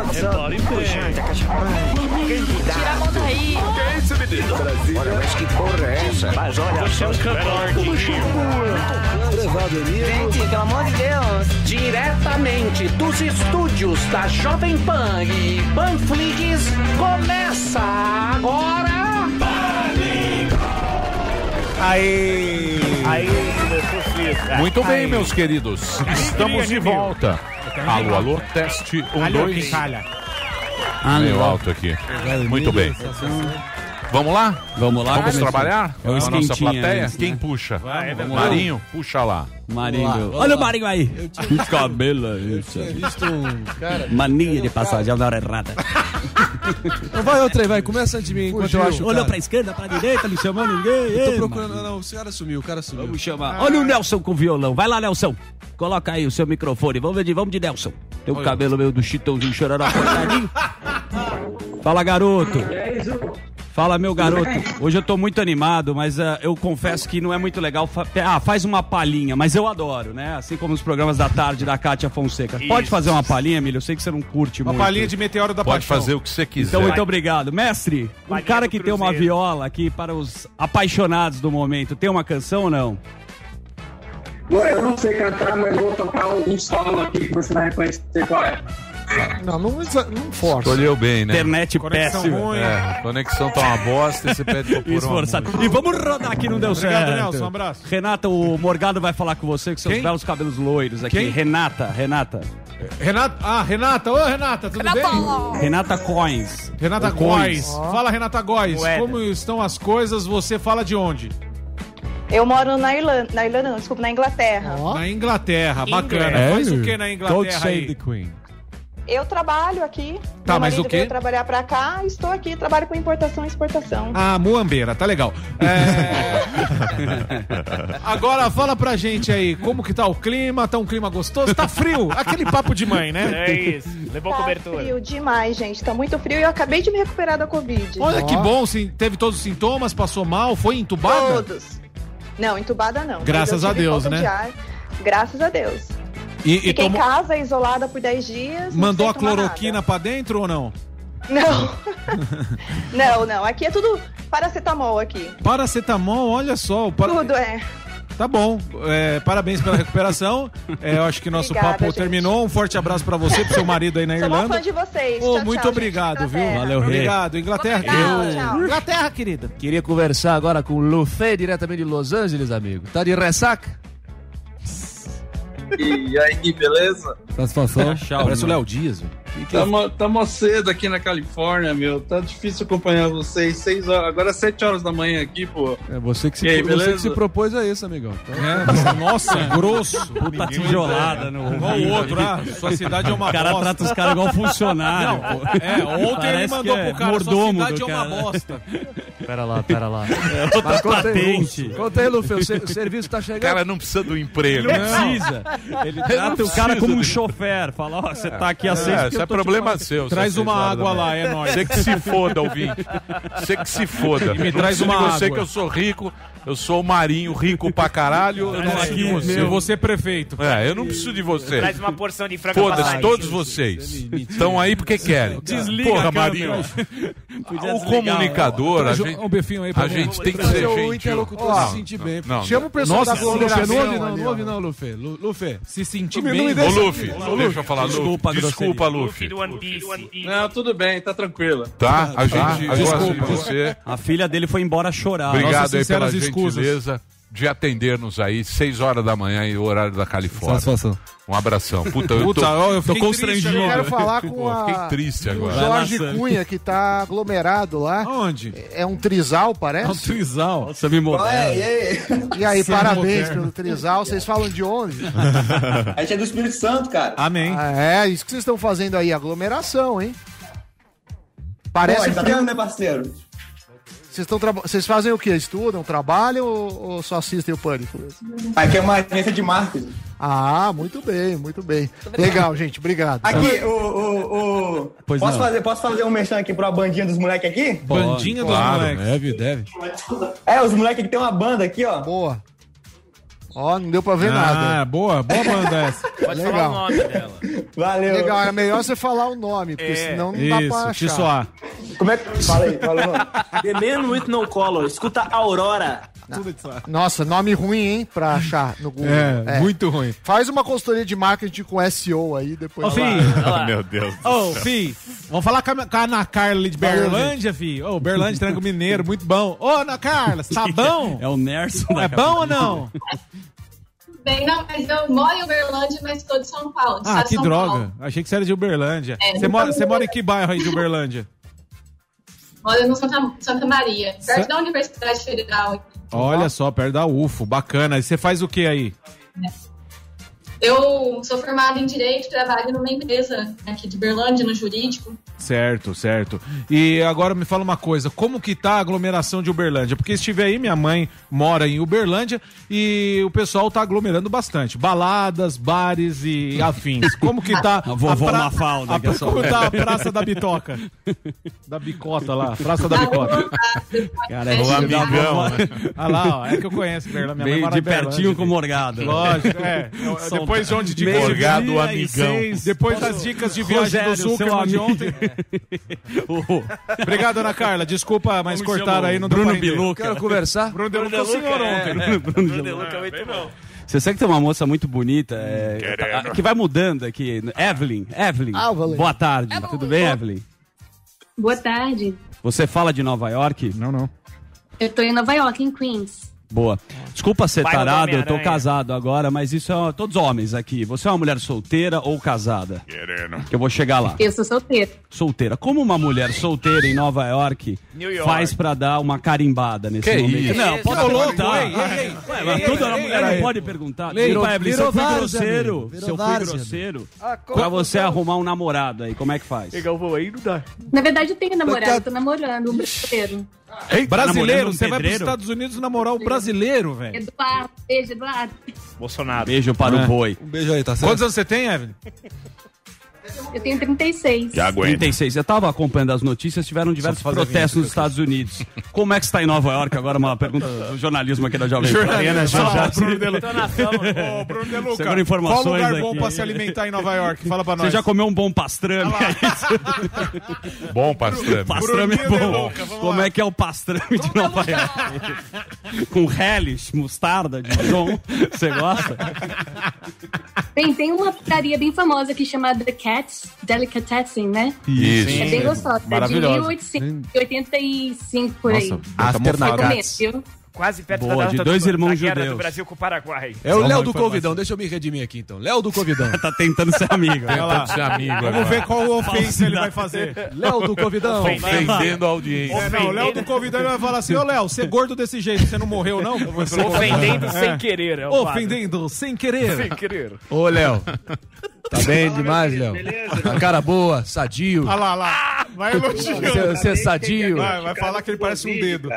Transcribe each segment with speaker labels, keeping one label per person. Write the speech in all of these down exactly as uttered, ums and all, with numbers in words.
Speaker 1: Tira a mão daí.
Speaker 2: Que é isso, menino? Brasil.
Speaker 3: Olha, mas que porra é essa?
Speaker 4: Mas olha, você é um cantor de
Speaker 1: Gente, pelo amor de Deus.
Speaker 5: Diretamente dos estúdios da Jovem Pan e Panflix, começa agora...
Speaker 6: Aí,
Speaker 4: aí, meu
Speaker 6: muito bem,
Speaker 4: aí.
Speaker 6: meus queridos. Estamos de volta. Alô, alô, teste um,
Speaker 4: Alô,
Speaker 6: dois.
Speaker 4: quem calha?
Speaker 6: Meio alto aqui. Muito bem. Vamos lá?
Speaker 7: Vamos lá.
Speaker 6: Vamos
Speaker 7: começou.
Speaker 6: trabalhar?
Speaker 7: É o
Speaker 6: a nossa
Speaker 7: esquentinha
Speaker 6: plateia?
Speaker 7: antes,
Speaker 6: Quem
Speaker 7: né?
Speaker 6: puxa?
Speaker 4: Vai, é verdade.
Speaker 6: Marinho, puxa lá.
Speaker 7: Marinho. Olha o Marinho aí. Que cabelo aí. Mania de passagem na hora errada.
Speaker 8: Vai outra aí, vai. Começa antes de mim, enquanto eu acho o
Speaker 7: Olhou
Speaker 8: cara.
Speaker 7: pra esquerda, pra direita, não chamou ninguém.
Speaker 8: Eu tô
Speaker 7: Ei,
Speaker 8: procurando...
Speaker 7: mano.
Speaker 8: Não, o cara sumiu, o cara sumiu.
Speaker 7: Vamos chamar. Olha o Nelson com violão. Vai lá, Nelson. Coloca aí o seu microfone. Vamos ver de, vamos de Nelson. Tem um cabelo meio do Chitãozinho chorando cortadinho. Fala, garoto. Fala, meu garoto. Hoje eu tô muito animado, mas uh, eu confesso que não é muito legal. Fa ah, faz uma palhinha, mas eu adoro, né? Assim como os programas da tarde da Kátia Fonseca. Isso. Pode fazer uma palhinha, Emílio? Eu sei que você não curte
Speaker 4: uma
Speaker 7: muito.
Speaker 4: Uma palhinha de Meteoro da
Speaker 6: Pode
Speaker 4: Paixão.
Speaker 6: fazer o que você quiser.
Speaker 7: Então, muito obrigado. Mestre, um
Speaker 4: palhinha
Speaker 7: cara que tem uma
Speaker 4: Cruzeiro.
Speaker 7: viola aqui para os apaixonados do momento, tem uma canção ou não?
Speaker 9: Eu não sei cantar, mas vou tocar um solo aqui que você vai reconhecer qual é.
Speaker 8: Não, não, não força.
Speaker 6: Escolheu bem, né?
Speaker 7: Internet
Speaker 4: Conexão
Speaker 7: péssima.
Speaker 4: ruim.
Speaker 6: É, a conexão tá uma bosta e você pede pra pôr uma
Speaker 7: Esforçado.
Speaker 6: música.
Speaker 7: E vamos rodar aqui, não deu
Speaker 4: Obrigado,
Speaker 7: certo.
Speaker 4: Nelson, um abraço.
Speaker 7: Renata, o Morgado vai falar com você com seus
Speaker 4: Quem?
Speaker 7: belos cabelos loiros aqui.
Speaker 4: Quem?
Speaker 7: Renata, Renata.
Speaker 4: Renata, ah, Renata, ô Renata, tudo bem?
Speaker 7: Renata Coins.
Speaker 4: Renata
Speaker 7: Ou Coins.
Speaker 4: Góes. Fala, Renata Góes.
Speaker 7: Moeda.
Speaker 4: Como estão as coisas? Você fala de onde?
Speaker 10: Eu moro na Irlanda, na Irlanda não, desculpa, na Inglaterra.
Speaker 4: Na Inglaterra, bacana.
Speaker 8: É,
Speaker 4: Faz o que na
Speaker 8: Don't
Speaker 4: Inglaterra
Speaker 8: save
Speaker 4: aí?
Speaker 8: the Queen.
Speaker 10: Eu trabalho aqui.
Speaker 4: Tá,
Speaker 10: meu
Speaker 4: mas
Speaker 10: marido
Speaker 4: o quê?
Speaker 10: veio trabalhar pra cá, estou aqui, trabalho com importação e exportação.
Speaker 4: Ah, muambeira, tá legal. É... Agora fala pra gente aí, como que tá o clima? Tá um clima gostoso? Tá frio? Aquele papo de mãe, né?
Speaker 1: É isso. Levou
Speaker 10: Tá
Speaker 1: cobertura.
Speaker 10: frio demais, gente. Tá muito frio e eu acabei de me recuperar da Covid.
Speaker 4: Olha que bom, sim, teve todos os sintomas, passou mal, foi entubada?
Speaker 10: Todos. Não, entubada não.
Speaker 4: Graças
Speaker 10: Mas eu
Speaker 4: a
Speaker 10: tive
Speaker 4: Deus,
Speaker 10: falta
Speaker 4: né?
Speaker 10: de ar. Graças a Deus.
Speaker 4: E, e
Speaker 10: Fiquei
Speaker 4: tomou-
Speaker 10: em casa, isolada por dez dias. não
Speaker 4: mandou a
Speaker 10: sei tomar
Speaker 4: cloroquina pra dentro ou não?
Speaker 10: nada. Não. não, não. Aqui é tudo paracetamol aqui.
Speaker 4: Paracetamol, olha só. o para-
Speaker 10: Tudo é.
Speaker 4: Tá bom, é, parabéns pela recuperação. É, eu acho que nosso
Speaker 10: Obrigada,
Speaker 4: papo
Speaker 10: gente.
Speaker 4: terminou. Um forte abraço pra você, pro seu marido aí na
Speaker 10: Sou uma
Speaker 4: Irlanda.
Speaker 10: fã de vocês.
Speaker 4: Ô,
Speaker 10: Tchau,
Speaker 4: muito
Speaker 10: tchau,
Speaker 4: obrigado,
Speaker 10: gente.
Speaker 4: viu?
Speaker 10: Inglaterra.
Speaker 7: Valeu, Rei.
Speaker 4: Obrigado, Inglaterra.
Speaker 10: Tchau,
Speaker 4: Eu-
Speaker 10: tchau.
Speaker 4: Inglaterra, querida.
Speaker 8: Queria conversar agora com o Lufê, diretamente de Los Angeles, amigo. Tá de ressaca?
Speaker 9: E aí, beleza?
Speaker 8: Satisfação.
Speaker 7: Tchau,
Speaker 8: Parece o
Speaker 7: meu.
Speaker 8: Léo Dias, velho.
Speaker 9: Tamo, tamo cedo aqui na Califórnia, meu. Tá difícil acompanhar vocês. Seis horas, agora é sete horas da manhã aqui, pô.
Speaker 8: É você que se,
Speaker 9: E aí,
Speaker 8: você
Speaker 9: beleza?
Speaker 8: que se propôs a isso, amigão. Então,
Speaker 4: É, nossa, grosso.
Speaker 7: Puta tijolada no
Speaker 4: Igual o outro, ah, sua cidade é uma
Speaker 7: O cara
Speaker 4: bosta.
Speaker 7: trata os caras igual funcionário. pô.
Speaker 4: É, ontem ele
Speaker 7: Parece
Speaker 4: mandou
Speaker 7: que é
Speaker 4: pro cara, sua
Speaker 7: mordomo
Speaker 4: cidade
Speaker 7: do
Speaker 4: é uma
Speaker 7: cara.
Speaker 4: bosta.
Speaker 8: pera lá, pera lá.
Speaker 7: Outra
Speaker 8: Mas conta aí,
Speaker 7: patente.
Speaker 8: Conta aí, Lufê, o, ser- o serviço tá
Speaker 6: O
Speaker 8: chegando.
Speaker 6: cara não precisa do emprego.
Speaker 7: Não precisa. Ele trata o cara como um chofer. Fala, ó, você tá aqui há seis
Speaker 6: É,
Speaker 7: porque
Speaker 6: isso
Speaker 7: eu
Speaker 6: é
Speaker 7: tô te
Speaker 6: problema
Speaker 7: pagando.
Speaker 6: seu.
Speaker 4: Traz
Speaker 6: essas
Speaker 4: uma
Speaker 6: seis horas
Speaker 4: água
Speaker 6: da manhã.
Speaker 4: lá, é nóis.
Speaker 6: Você que se foda, ouvinte. Você que se foda.
Speaker 4: E me
Speaker 6: Não
Speaker 4: traz
Speaker 6: preciso
Speaker 4: uma
Speaker 6: de você
Speaker 4: água.
Speaker 6: que eu sou rico, eu sou o Marinho, rico pra caralho. Eu não preciso de você.
Speaker 4: Eu vou ser prefeito.
Speaker 6: É, eu não preciso de você.
Speaker 1: Traz uma porção de frango
Speaker 6: Foda-se,
Speaker 1: passarinho.
Speaker 6: todos vocês. Estão aí porque querem.
Speaker 7: Desliga
Speaker 6: Porra,
Speaker 7: a câmera.
Speaker 6: Marinho.
Speaker 7: Podia
Speaker 6: O
Speaker 7: desligar,
Speaker 6: comunicador, a
Speaker 4: Traz
Speaker 6: gente,
Speaker 4: um bifinho aí pra
Speaker 6: a
Speaker 4: mim.
Speaker 6: gente tem que
Speaker 8: Pra
Speaker 6: ser
Speaker 8: o
Speaker 6: gentil.
Speaker 8: interlocutor
Speaker 6: Ó,
Speaker 8: se sentir bem.
Speaker 6: não,
Speaker 8: Chama o pessoal
Speaker 4: Nossa,
Speaker 8: da aglomeração.
Speaker 4: Lufê,
Speaker 8: Não ouve não,
Speaker 4: ali,
Speaker 8: não ouve
Speaker 4: ó.
Speaker 8: não, Lufê. Lu- Lufê.
Speaker 4: Se sentir
Speaker 8: Não me-
Speaker 4: bem.
Speaker 8: não me
Speaker 6: Ô,
Speaker 8: deixa-
Speaker 6: Luffy, deixa eu falar, Luffy.
Speaker 7: Desculpa a
Speaker 6: Desculpa,
Speaker 1: Luffy
Speaker 6: Luffy.
Speaker 1: do One Piece.
Speaker 9: Não, tudo bem, tá tranquilo.
Speaker 6: Tá? A gente gosta de
Speaker 4: Desculpa.
Speaker 6: você.
Speaker 7: A filha dele foi embora chorar.
Speaker 6: Obrigado
Speaker 4: Nossas
Speaker 6: aí pela
Speaker 4: sinceras escusas.
Speaker 6: gentileza de atender-nos aí, seis horas da manhã e o horário da Califórnia.
Speaker 8: Satisfação.
Speaker 6: Um abração. Puta, eu
Speaker 4: Puta,
Speaker 6: tô,
Speaker 4: ó, eu
Speaker 7: tô
Speaker 4: fiquei
Speaker 7: constrangido.
Speaker 4: triste
Speaker 11: Eu quero
Speaker 4: agora.
Speaker 11: falar com
Speaker 6: pô,
Speaker 11: a,
Speaker 6: fiquei triste
Speaker 11: o
Speaker 6: agora.
Speaker 7: Vai lá,
Speaker 11: Jorge
Speaker 7: Sam.
Speaker 11: Cunha, que tá aglomerado lá.
Speaker 4: Aonde?
Speaker 11: É um trisal,
Speaker 4: É um
Speaker 11: parece.
Speaker 4: trisal.
Speaker 7: Nossa, me moderno.
Speaker 11: E aí,
Speaker 4: Sam
Speaker 11: parabéns
Speaker 4: moderno.
Speaker 11: pelo trisal. Vocês falam de onde?
Speaker 9: A gente é do Espírito Santo, cara.
Speaker 4: Amém.
Speaker 11: Ah, é, isso que vocês estão fazendo aí, aglomeração, hein? Parece
Speaker 9: tá
Speaker 11: frio.
Speaker 9: vendo, né, parceiro?
Speaker 11: Vocês, estão traba- vocês fazem o quê? Estudam, trabalham ou, ou só assistem o Pânico?
Speaker 9: Aqui é uma agência de marketing.
Speaker 11: Ah, muito bem, muito bem. Legal, gente, obrigado.
Speaker 9: Aqui, o. o, o...
Speaker 7: Pois
Speaker 9: Posso,
Speaker 7: não.
Speaker 9: fazer, posso fazer um merchan aqui pra bandinha dos moleques aqui?
Speaker 4: Bandinha dos
Speaker 6: claro.
Speaker 4: moleques.
Speaker 8: Deve, deve.
Speaker 9: É, os moleques que tem uma banda aqui, ó.
Speaker 11: Boa. Ó, não deu pra ver
Speaker 4: ah,
Speaker 11: nada.
Speaker 4: Ah, boa, boa banda essa.
Speaker 1: Pode
Speaker 11: Legal.
Speaker 1: falar o nome dela.
Speaker 11: Valeu. Legal, era melhor você falar o nome, porque
Speaker 1: É.
Speaker 11: senão não
Speaker 4: Isso,
Speaker 11: dá pra achar.
Speaker 4: te soar.
Speaker 3: Como é que... Fala aí, fala o nome. The Man with No Color. Escuta Aurora.
Speaker 11: Nossa, nome ruim, hein, pra achar no Google.
Speaker 4: É, muito ruim.
Speaker 11: Faz uma consultoria de marketing com S E O aí, depois...
Speaker 4: Ô, Fih.
Speaker 6: Meu Deus do
Speaker 4: Ô,
Speaker 6: céu.
Speaker 4: Fih, vamos falar com a, com a Ana Carla ali de Berlândia, Fih. Ô, Berlândia, Tranco Mineiro, muito bom. Ô, Ana Carla, tá bom?
Speaker 7: É o Nerson da
Speaker 4: É bom ou não?
Speaker 12: Bem, não, mas eu moro em Uberlândia, mas estou de São Paulo.
Speaker 4: Ah,
Speaker 12: de
Speaker 4: que
Speaker 12: São
Speaker 4: droga.
Speaker 12: Paulo.
Speaker 4: Achei que você era de Uberlândia.
Speaker 12: É,
Speaker 4: Você
Speaker 12: não
Speaker 4: mora,
Speaker 12: tô-
Speaker 4: você mora em que bairro aí de Uberlândia?
Speaker 12: Moro no Santa, Santa Maria, perto
Speaker 4: Sa-
Speaker 12: da Universidade Federal.
Speaker 4: Olha só, perto da U F O, bacana. E você faz o que aí?
Speaker 12: Eu sou formada em Direito, trabalho numa empresa aqui de Uberlândia, no jurídico.
Speaker 4: Certo, certo. E agora me fala uma coisa, como que tá a aglomeração de Uberlândia? Porque estive aí, minha mãe mora em Uberlândia e o pessoal tá aglomerando bastante. Baladas, bares e afins. Como que tá
Speaker 7: A vovó Mafalda,
Speaker 4: a,
Speaker 7: que é só-
Speaker 4: como tá a Praça da Bitoca? Da Bicota lá, Praça da Bicota.
Speaker 7: Cara, é
Speaker 6: O
Speaker 7: filho da
Speaker 6: amigão,
Speaker 7: vovó.
Speaker 6: né?
Speaker 4: Ah lá, ó, é que eu conheço Berlândia. Minha mãe
Speaker 7: Bem
Speaker 4: mora
Speaker 7: de
Speaker 4: em Berlândia,
Speaker 7: pertinho com o
Speaker 4: filho.
Speaker 7: Morgado.
Speaker 4: Lógico, é. Eu-
Speaker 7: São-
Speaker 4: Depois de onde de
Speaker 7: Meio
Speaker 6: Morgado,
Speaker 7: dia e
Speaker 6: amigão.
Speaker 7: seis.
Speaker 4: Depois das dicas de viagem
Speaker 7: Rogério,
Speaker 4: do Sul,
Speaker 7: seu
Speaker 4: de
Speaker 7: amigo.
Speaker 4: ontem.
Speaker 7: O
Speaker 4: Obrigado, Ana Carla. Desculpa, mas
Speaker 7: Como
Speaker 4: cortaram
Speaker 7: chama?
Speaker 4: aí, não deu
Speaker 7: Bruno
Speaker 4: pra entender.
Speaker 7: Biluca.
Speaker 8: Quero conversar.
Speaker 4: Bruno Deluca é o senhor ontem.
Speaker 7: Bruno, Bruno de Luca. Você sabe que tem uma moça muito bonita, é, tá- que vai mudando aqui. Evelyn, Evelyn.
Speaker 11: Evelyn.
Speaker 7: Boa tarde, tudo bem, Evelyn?
Speaker 13: Boa tarde.
Speaker 7: Você fala de Nova York?
Speaker 4: Não, não.
Speaker 13: Eu tô em Nova York, em Queens.
Speaker 7: Boa. Desculpa ser
Speaker 1: Bairro do
Speaker 7: tarado, eu tô
Speaker 1: Homem-Aranha.
Speaker 7: casado agora, mas isso é todos homens aqui. Você é uma mulher solteira ou casada?
Speaker 6: Querendo.
Speaker 7: Que eu vou chegar lá.
Speaker 13: Eu sou solteira.
Speaker 7: Solteira. Como uma mulher solteira em Nova York,
Speaker 1: New York.
Speaker 7: faz pra dar uma carimbada nesse
Speaker 8: Que
Speaker 7: momento?
Speaker 8: isso?
Speaker 7: Não, pode
Speaker 4: Ô, louco,
Speaker 7: perguntar.
Speaker 4: ei, ei, ei.
Speaker 7: Ué, mas
Speaker 4: Ei,
Speaker 7: toda
Speaker 4: ei,
Speaker 7: a
Speaker 4: ei,
Speaker 7: mulher
Speaker 4: ei.
Speaker 7: não pode perguntar.
Speaker 8: Virou-
Speaker 7: Desculpa, Evelyn, se eu
Speaker 8: virou
Speaker 7: fui
Speaker 8: várzea,
Speaker 7: grosseiro,
Speaker 8: amigo. Virou
Speaker 7: se eu fui
Speaker 8: várzea,
Speaker 7: grosseiro,
Speaker 11: Ah,
Speaker 7: pra você arrumar um namorado aí, como é que faz?
Speaker 1: Pegar o voo aí não dá.
Speaker 13: Na verdade, eu tenho namorado, eu tô namorando um brasileiro.
Speaker 4: Brasileiro,
Speaker 7: namorando um
Speaker 4: você vai pros
Speaker 7: pedreiro?
Speaker 4: Estados Unidos namorar o brasileiro, velho.
Speaker 13: Eduardo, beijo, Eduardo.
Speaker 1: Bolsonaro.
Speaker 7: Beijo para o boi.
Speaker 8: Um beijo aí, tá certo?
Speaker 4: Quantos anos você tem, Evelyn?
Speaker 13: Eu tenho trinta e seis.
Speaker 6: Que aguenta.
Speaker 7: trinta e seis. Eu tava acompanhando as notícias, tiveram diversos
Speaker 4: fazer
Speaker 7: protestos
Speaker 4: vinho,
Speaker 7: nos Estados Unidos. Como é que está em Nova York? Agora uma pergunta do jornalismo aqui da Jovem Pan.
Speaker 4: Fala, Bruno Deluca.
Speaker 1: Tô na fama.
Speaker 4: Ô, Bruno Deluca,
Speaker 7: Segundo informações
Speaker 4: qual lugar bom
Speaker 7: aqui.
Speaker 4: pra se alimentar em Nova York? Fala pra nós.
Speaker 7: Você já comeu um bom pastrame?
Speaker 6: Bom, pastrame.
Speaker 7: Pastrame é
Speaker 4: Bruninho
Speaker 7: bom.
Speaker 4: Deluca, vamos
Speaker 7: Como
Speaker 4: lá.
Speaker 7: é que é o pastrame de Nova York? Com relish, mostarda, de Dijon. Você gosta?
Speaker 13: Tem, tem uma padaria bem famosa aqui chamada Cats Delicatessen, né?
Speaker 6: Isso.
Speaker 13: É bem gostosa. É de
Speaker 4: Maravilhosa.
Speaker 13: mil oitocentos e oitenta e cinco por aí.
Speaker 4: Nossa,
Speaker 13: Recomendo, viu?
Speaker 1: Quase perto
Speaker 7: Boa,
Speaker 1: da
Speaker 7: de
Speaker 1: data
Speaker 7: dois
Speaker 1: do,
Speaker 7: irmãos
Speaker 1: da guerra
Speaker 7: judeus.
Speaker 1: do Brasil com o Paraguai.
Speaker 8: É o
Speaker 4: Só
Speaker 8: Léo
Speaker 4: uma
Speaker 8: do
Speaker 4: informação.
Speaker 8: Convidão. Deixa eu me redimir aqui então. Léo do Convidão.
Speaker 7: Tá tentando ser amigo.
Speaker 4: Olha lá.
Speaker 6: Ser amigo
Speaker 4: Vamos
Speaker 6: agora.
Speaker 4: ver qual ofensa ele vai fazer.
Speaker 8: Léo do Convidão.
Speaker 6: Ofendendo a audiência.
Speaker 4: É, não, o Léo do convidado vai falar assim, ô Léo, você é gordo desse jeito, você não morreu não?
Speaker 1: Ofendendo sem querer. É o quadro.
Speaker 4: Ofendendo sem querer.
Speaker 1: Sem querer.
Speaker 8: Ô, Léo. Tá bem demais, Léo. A cara boa, sadio.
Speaker 4: Olha lá, lá. Vai elogiando.
Speaker 8: Você, você é sadio.
Speaker 4: Vai, vai falar que ele parece um dedo.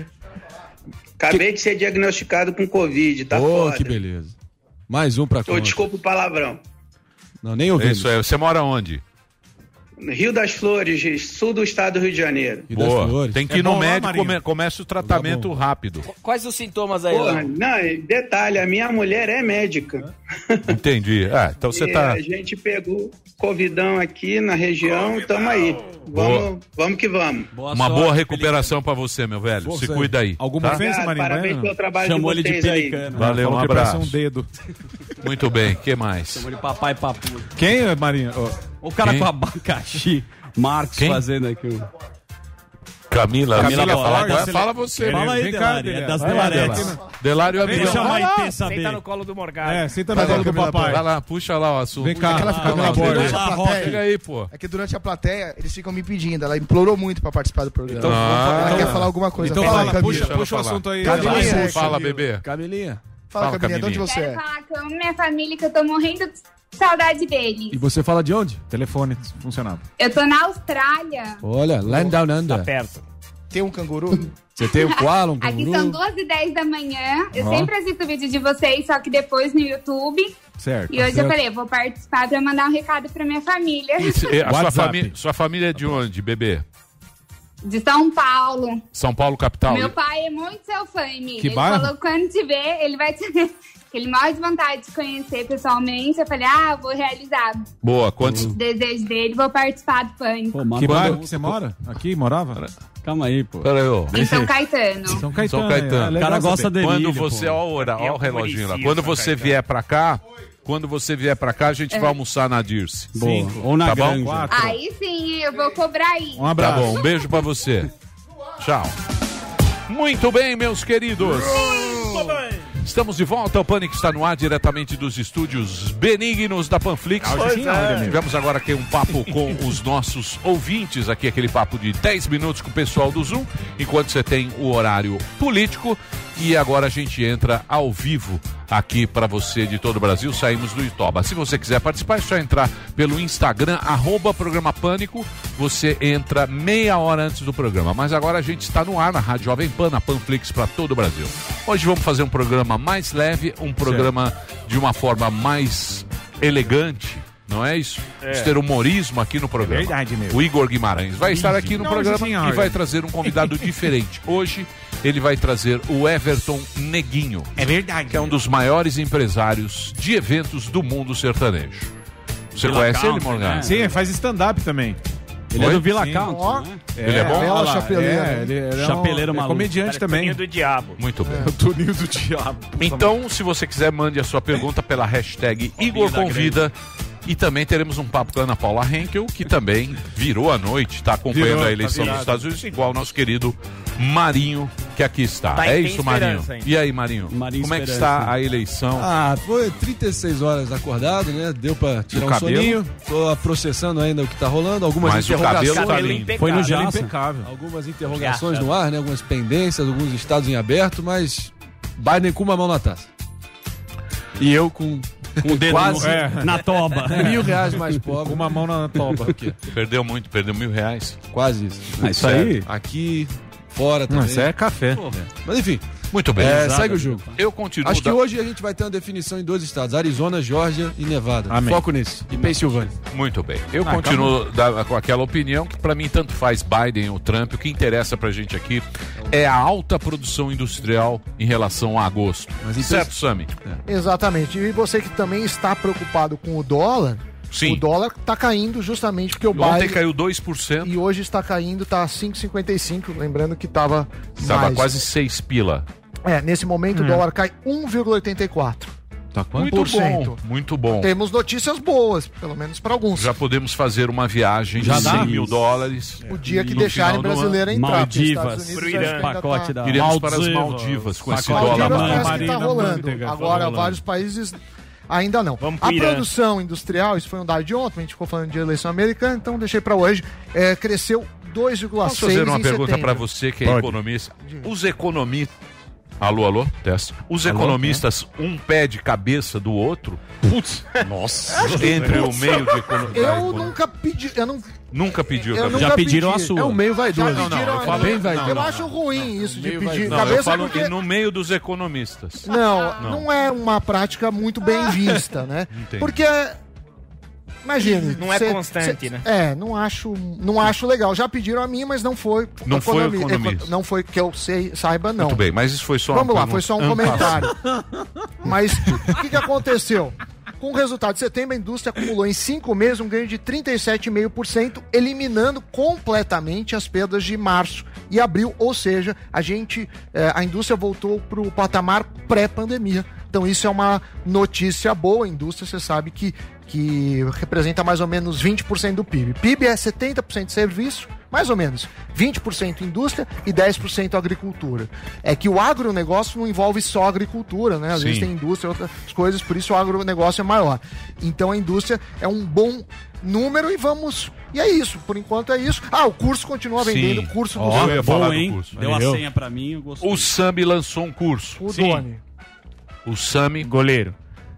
Speaker 14: Acabei de ser diagnosticado com Covid, tá
Speaker 8: Ô,
Speaker 14: foda.
Speaker 8: que beleza. Mais um pra
Speaker 14: Ô,
Speaker 8: conta.
Speaker 14: desculpa o palavrão.
Speaker 8: Não, nem ouvi.
Speaker 6: Isso é. Você mora onde?
Speaker 14: Rio das Flores, sul do estado do Rio de Janeiro.
Speaker 8: Rio das
Speaker 6: Boa.
Speaker 8: Flores.
Speaker 6: Tem que
Speaker 4: É
Speaker 6: ir no
Speaker 4: bom lá,
Speaker 6: médico,
Speaker 4: Marinho?
Speaker 6: come, começa o tratamento rápido.
Speaker 3: Quais os sintomas aí?
Speaker 14: Porra,
Speaker 3: Léo?
Speaker 14: não, e detalhe, a minha mulher é médica.
Speaker 6: Entendi. Ah, então você
Speaker 14: E
Speaker 6: tá.
Speaker 14: a gente pegou covidão aqui na região, tamo aí.
Speaker 6: Boa.
Speaker 14: Vamos, vamos que vamos.
Speaker 6: Uma boa recuperação pra você, meu velho. Se
Speaker 8: Você.
Speaker 6: cuida aí.
Speaker 4: Alguma
Speaker 6: tá?
Speaker 4: ofensa, Marinho?
Speaker 14: Parabéns
Speaker 4: Não?
Speaker 14: pelo trabalho
Speaker 7: Chamou
Speaker 14: de
Speaker 7: ele de
Speaker 14: vocês aí.
Speaker 7: pelicano.
Speaker 6: Valeu, um
Speaker 4: Falou que parece
Speaker 6: abraço.
Speaker 4: um dedo.
Speaker 6: Muito bem, que mais?
Speaker 7: Chamou de papai papu.
Speaker 4: Quem, Marinho? Ô,
Speaker 7: O cara
Speaker 6: Quem?
Speaker 7: com abacaxi. Marcos
Speaker 6: Quem?
Speaker 7: fazendo aqui. o-
Speaker 6: Camila,
Speaker 7: Camila
Speaker 6: você quer falar?
Speaker 7: Borges.
Speaker 6: Agora fala você.
Speaker 7: Fala aí,
Speaker 4: Vem cá,
Speaker 7: Delari. É
Speaker 4: Delari.
Speaker 7: das
Speaker 4: Vai lá,
Speaker 7: Delaretes.
Speaker 4: Delari.
Speaker 6: Delário é
Speaker 7: Deixa a
Speaker 6: amigo.
Speaker 7: Maitê saber.
Speaker 1: Senta no colo do Morgado.
Speaker 4: É, senta no
Speaker 11: Vai
Speaker 4: colo
Speaker 11: lá,
Speaker 4: do
Speaker 11: Camila
Speaker 4: papai.
Speaker 6: Vai lá, puxa lá o assunto.
Speaker 4: Vem cá,
Speaker 11: Aquela fica
Speaker 4: Camila
Speaker 11: durante
Speaker 4: Borges.
Speaker 11: a
Speaker 6: Chega
Speaker 11: plateia.
Speaker 6: aí, pô.
Speaker 11: É que durante a plateia eles ficam me pedindo. Ela implorou muito pra participar do programa.
Speaker 6: Então,
Speaker 11: ela
Speaker 6: então-
Speaker 11: quer falar alguma coisa.
Speaker 4: Então
Speaker 11: Fala,
Speaker 4: fala,
Speaker 11: Camila.
Speaker 4: puxa,
Speaker 6: Deixa
Speaker 4: puxa o
Speaker 6: ela
Speaker 4: assunto aí.
Speaker 11: Camilinha,
Speaker 4: Vai lá.
Speaker 11: é,
Speaker 6: Fala,
Speaker 11: Camila.
Speaker 6: bebê.
Speaker 8: Camilinha.
Speaker 11: Fala,
Speaker 6: Fala,
Speaker 11: Camilinha, de onde
Speaker 6: Camilinha.
Speaker 11: você
Speaker 12: Quero
Speaker 11: é?
Speaker 12: falar com a minha família que eu tô morrendo de saudade deles.
Speaker 8: E você fala de onde?
Speaker 4: Telefone funcionava.
Speaker 12: Eu tô na Austrália.
Speaker 8: Olha, Land Down
Speaker 1: Tá
Speaker 8: Under.
Speaker 1: perto.
Speaker 11: Tem um canguru?
Speaker 8: Você tem um koala, um
Speaker 12: Aqui
Speaker 8: canguru?
Speaker 12: são duas e dez da manhã. Eu
Speaker 8: Ó.
Speaker 12: sempre assisto vídeo de vocês, só que depois no YouTube.
Speaker 4: Certo.
Speaker 12: E hoje
Speaker 8: certo.
Speaker 12: eu falei, eu vou participar pra mandar um recado pra minha família.
Speaker 6: E se- a sua
Speaker 4: WhatsApp.
Speaker 6: família, sua família é de onde, bebê?
Speaker 12: De São Paulo.
Speaker 6: São Paulo, capital.
Speaker 12: Meu pai é muito seu fã, Emílio.
Speaker 4: Que
Speaker 12: Ele
Speaker 4: bairro?
Speaker 12: falou que quando te ver, ele vai te...
Speaker 15: que ele morre de vontade de conhecer pessoalmente. Eu falei, ah, vou realizar
Speaker 6: Boa, quantos...
Speaker 15: o desejo dele, vou participar do Pânico.
Speaker 4: Pô, que bairro que você mora? Aqui, morava?
Speaker 7: Calma aí, pô.
Speaker 6: Peraí, ó.
Speaker 15: Em São Caetano.
Speaker 4: São Caetano.
Speaker 6: São Caetano.
Speaker 4: É,
Speaker 6: o cara
Speaker 7: gosta dele.
Speaker 6: Quando você, ó, olha, ó o reloginho lá. Quando você vier pra cá, quando você vier pra cá, a gente
Speaker 15: É.
Speaker 6: vai almoçar na Dirce.
Speaker 7: Boa. Ou na
Speaker 6: tá
Speaker 7: Granja.
Speaker 6: bom?
Speaker 15: Aí sim, eu vou cobrar aí.
Speaker 6: Um abraço. Tá bom, um beijo pra você. Tchau. Muito bem, meus queridos. Estamos de volta, o Pânico está no ar diretamente dos estúdios benignos da Panflix.
Speaker 1: Pois é.
Speaker 6: Tivemos agora aqui um papo com os nossos ouvintes, aqui aquele papo de dez minutos com o pessoal do Zoom, enquanto você tem o horário político. E agora a gente entra ao vivo aqui para você de todo o Brasil. Saímos do Itoba. Se você quiser participar, é só entrar pelo Instagram, arroba Programa Pânico. Você entra meia hora antes do programa. Mas agora a gente está no ar na Rádio Jovem Pan, na Panflix para todo o Brasil. Hoje vamos fazer um programa mais leve, um programa certo. de uma forma mais elegante. Não é isso? É. Vamos ter humorismo aqui no programa. É verdade mesmo. O Igor Guimarães vai estar aqui no Não, programa e vai trazer um convidado diferente. Hoje ele vai trazer o Everton Neguinho.
Speaker 1: É verdade.
Speaker 6: Que é um dos maiores empresários de eventos do mundo sertanejo. Você
Speaker 4: Vila
Speaker 6: conhece
Speaker 4: Country,
Speaker 6: ele, Morgado?
Speaker 4: Né? Sim, faz stand-up também.
Speaker 7: Ele
Speaker 4: Oi?
Speaker 7: é do Vila
Speaker 4: Sim.
Speaker 7: Country, né?
Speaker 6: Ele é, é bom?
Speaker 4: Bela
Speaker 11: Chapeleiro.
Speaker 4: É, ele, ele é
Speaker 7: Chapeleiro
Speaker 4: um,
Speaker 7: maluco.
Speaker 4: É comediante também.
Speaker 1: Toninho do Diabo.
Speaker 6: Muito bem.
Speaker 4: É, o Toninho do Diabo.
Speaker 6: Então, se você quiser, mande a sua pergunta pela hashtag Igor Convida. E também teremos um papo com a Ana Paula Henkel, que também virou a noite, está acompanhando virou, a eleição tá dos Estados Unidos, igual o nosso querido Marinho, que aqui está.
Speaker 1: Tá,
Speaker 6: é isso, Marinho?
Speaker 1: Hein?
Speaker 6: E aí, Marinho?
Speaker 7: Marinho
Speaker 6: como é que
Speaker 7: Esperança.
Speaker 6: está a eleição?
Speaker 8: Ah, foi trinta e seis horas acordado, né? Deu pra tirar
Speaker 6: o
Speaker 8: um
Speaker 6: cabelo?
Speaker 8: soninho. Tô processando ainda o que tá rolando. Algumas
Speaker 6: Mas
Speaker 8: interrogações.
Speaker 6: o cabelo tá lindo.
Speaker 7: Foi no
Speaker 4: Jaça.
Speaker 7: Jaça.
Speaker 4: Impecável.
Speaker 8: Algumas interrogações
Speaker 1: Jaça.
Speaker 8: no ar, né? Algumas pendências, alguns estados em aberto, mas Biden com uma mão na taça. E eu com...
Speaker 7: Com o dedo
Speaker 8: Quase.
Speaker 7: no- é, na toba.
Speaker 8: Mil reais mais pobre.
Speaker 4: Com uma mão na toba. Aqui.
Speaker 6: Perdeu muito, perdeu mil reais.
Speaker 8: Quase isso.
Speaker 7: Ah, isso aí?
Speaker 8: Aqui, fora também.
Speaker 4: Não, isso é café.
Speaker 8: Pô, Mas enfim,
Speaker 6: Muito bem.
Speaker 8: é,
Speaker 6: Exato.
Speaker 8: segue o jogo.
Speaker 6: Eu continuo.
Speaker 8: Acho que
Speaker 6: da-
Speaker 8: hoje a gente vai ter uma definição em dois estados, Arizona, Geórgia e Nevada.
Speaker 4: Amém.
Speaker 8: Foco nesse. E Pensilvânia.
Speaker 6: Muito bem. Eu
Speaker 4: Ah,
Speaker 6: continuo da- com aquela opinião que pra mim tanto faz Biden ou Trump. O que interessa pra gente aqui é a alta produção industrial em relação a agosto.
Speaker 8: Mas em
Speaker 6: certo, Sami?
Speaker 11: Exatamente. E você que também está preocupado com o dólar,
Speaker 6: Sim.
Speaker 11: o dólar está caindo justamente porque o
Speaker 6: Ontem
Speaker 11: Biden...
Speaker 6: caiu dois por cento.
Speaker 11: E hoje está caindo, está cinco vírgula cinquenta e cinco, lembrando que estava
Speaker 6: Estava
Speaker 11: mais...
Speaker 6: quase seis pila.
Speaker 11: É, nesse momento o dólar cai um vírgula oitenta e quatro.
Speaker 4: Tá quanto?
Speaker 6: Muito
Speaker 11: por cento.
Speaker 6: bom, muito bom.
Speaker 11: Temos notícias boas, pelo menos para alguns.
Speaker 6: Já podemos fazer uma viagem
Speaker 7: Já
Speaker 6: de
Speaker 7: dá?
Speaker 6: cem mil dólares.
Speaker 11: O dia que
Speaker 6: No
Speaker 11: deixarem
Speaker 6: final do
Speaker 11: brasileiro entrar. porque os
Speaker 7: Maldivas.
Speaker 11: Estados Unidos
Speaker 1: Pro
Speaker 11: acho
Speaker 1: Irã.
Speaker 11: que ainda
Speaker 7: Pacote
Speaker 11: tá-
Speaker 7: da
Speaker 6: Iremos para as
Speaker 7: Maldivas.
Speaker 6: Maldivas com esse
Speaker 7: Pacote
Speaker 6: dólar
Speaker 7: da
Speaker 11: Maldivas
Speaker 6: mais.
Speaker 11: parece que tá
Speaker 4: Marina
Speaker 11: rolando.
Speaker 4: Manteiga,
Speaker 11: Agora,
Speaker 4: rolando.
Speaker 11: vários países ainda não.
Speaker 1: Vamos pro
Speaker 11: A
Speaker 1: Irã.
Speaker 11: produção industrial, isso foi um dado de ontem, a gente ficou falando de eleição americana, então deixei para hoje, é, cresceu dois vírgula seis
Speaker 6: Posso fazer uma
Speaker 11: em
Speaker 6: pergunta
Speaker 11: setembro.
Speaker 6: para você que é
Speaker 4: Pode.
Speaker 6: economista? Os economistas. Alô, alô? Testa. Os
Speaker 4: Alô?
Speaker 6: economistas, um pé de cabeça do outro. Putz, nossa. Entre o meio de economia.
Speaker 11: Eu nunca pedi, eu não
Speaker 6: Nunca pediu
Speaker 11: eu
Speaker 6: cabeça.
Speaker 7: Já
Speaker 11: nunca
Speaker 7: pediram
Speaker 11: pedi.
Speaker 7: a sua.
Speaker 8: É um meio vaidoso.
Speaker 11: Já pediram,
Speaker 6: não, eu falo-
Speaker 11: bem
Speaker 6: não,
Speaker 11: vaidoso. Eu
Speaker 6: não,
Speaker 11: acho ruim isso de pedir
Speaker 6: Não,
Speaker 11: cabeça
Speaker 6: eu falo
Speaker 11: porque...
Speaker 6: no meio dos economistas.
Speaker 11: Não,
Speaker 6: Não.
Speaker 11: não, é uma prática muito bem vista, né?
Speaker 6: Entendi.
Speaker 11: Porque, imagine...
Speaker 1: Não é
Speaker 11: cê-
Speaker 1: constante,
Speaker 11: cê-
Speaker 1: né?
Speaker 11: É, não acho, não acho legal. Já pediram a mim, mas não foi...
Speaker 6: Não foi
Speaker 11: economi-
Speaker 6: economista.
Speaker 11: eco- Não foi que eu sei, saiba, não.
Speaker 6: Muito bem, mas isso foi só
Speaker 11: Vamos
Speaker 6: uma
Speaker 11: lá, foi só um
Speaker 6: pergunta.
Speaker 11: comentário. Mas o que, que aconteceu? Com o resultado de setembro, a indústria acumulou em cinco meses um ganho de trinta e sete vírgula cinco por cento, eliminando completamente as perdas de março e abril. Ou seja, a gente, eh, a indústria voltou para o patamar pré-pandemia. Então isso é uma notícia boa. A indústria, você sabe que, que representa mais ou menos vinte por cento do P I B. P I B é setenta por cento de serviço, mais ou menos. vinte por cento indústria e dez por cento agricultura. É que o agronegócio não envolve só agricultura, né? Às
Speaker 6: Sim.
Speaker 11: vezes tem indústria e outras coisas, por isso o agronegócio é maior. Então a indústria é um bom número e vamos... E é isso, por enquanto é isso. Ah, o curso continua vendendo,
Speaker 6: Sim.
Speaker 11: o curso do...
Speaker 6: Ó, eu ia falar
Speaker 7: Bom,
Speaker 6: do
Speaker 7: hein?
Speaker 6: curso.
Speaker 7: Deu a
Speaker 4: Eu.
Speaker 7: senha pra mim, eu gostei.
Speaker 6: O Sami lançou um curso.
Speaker 11: O
Speaker 1: Sim.
Speaker 11: Doni.
Speaker 6: O Sami...
Speaker 1: Goleiro.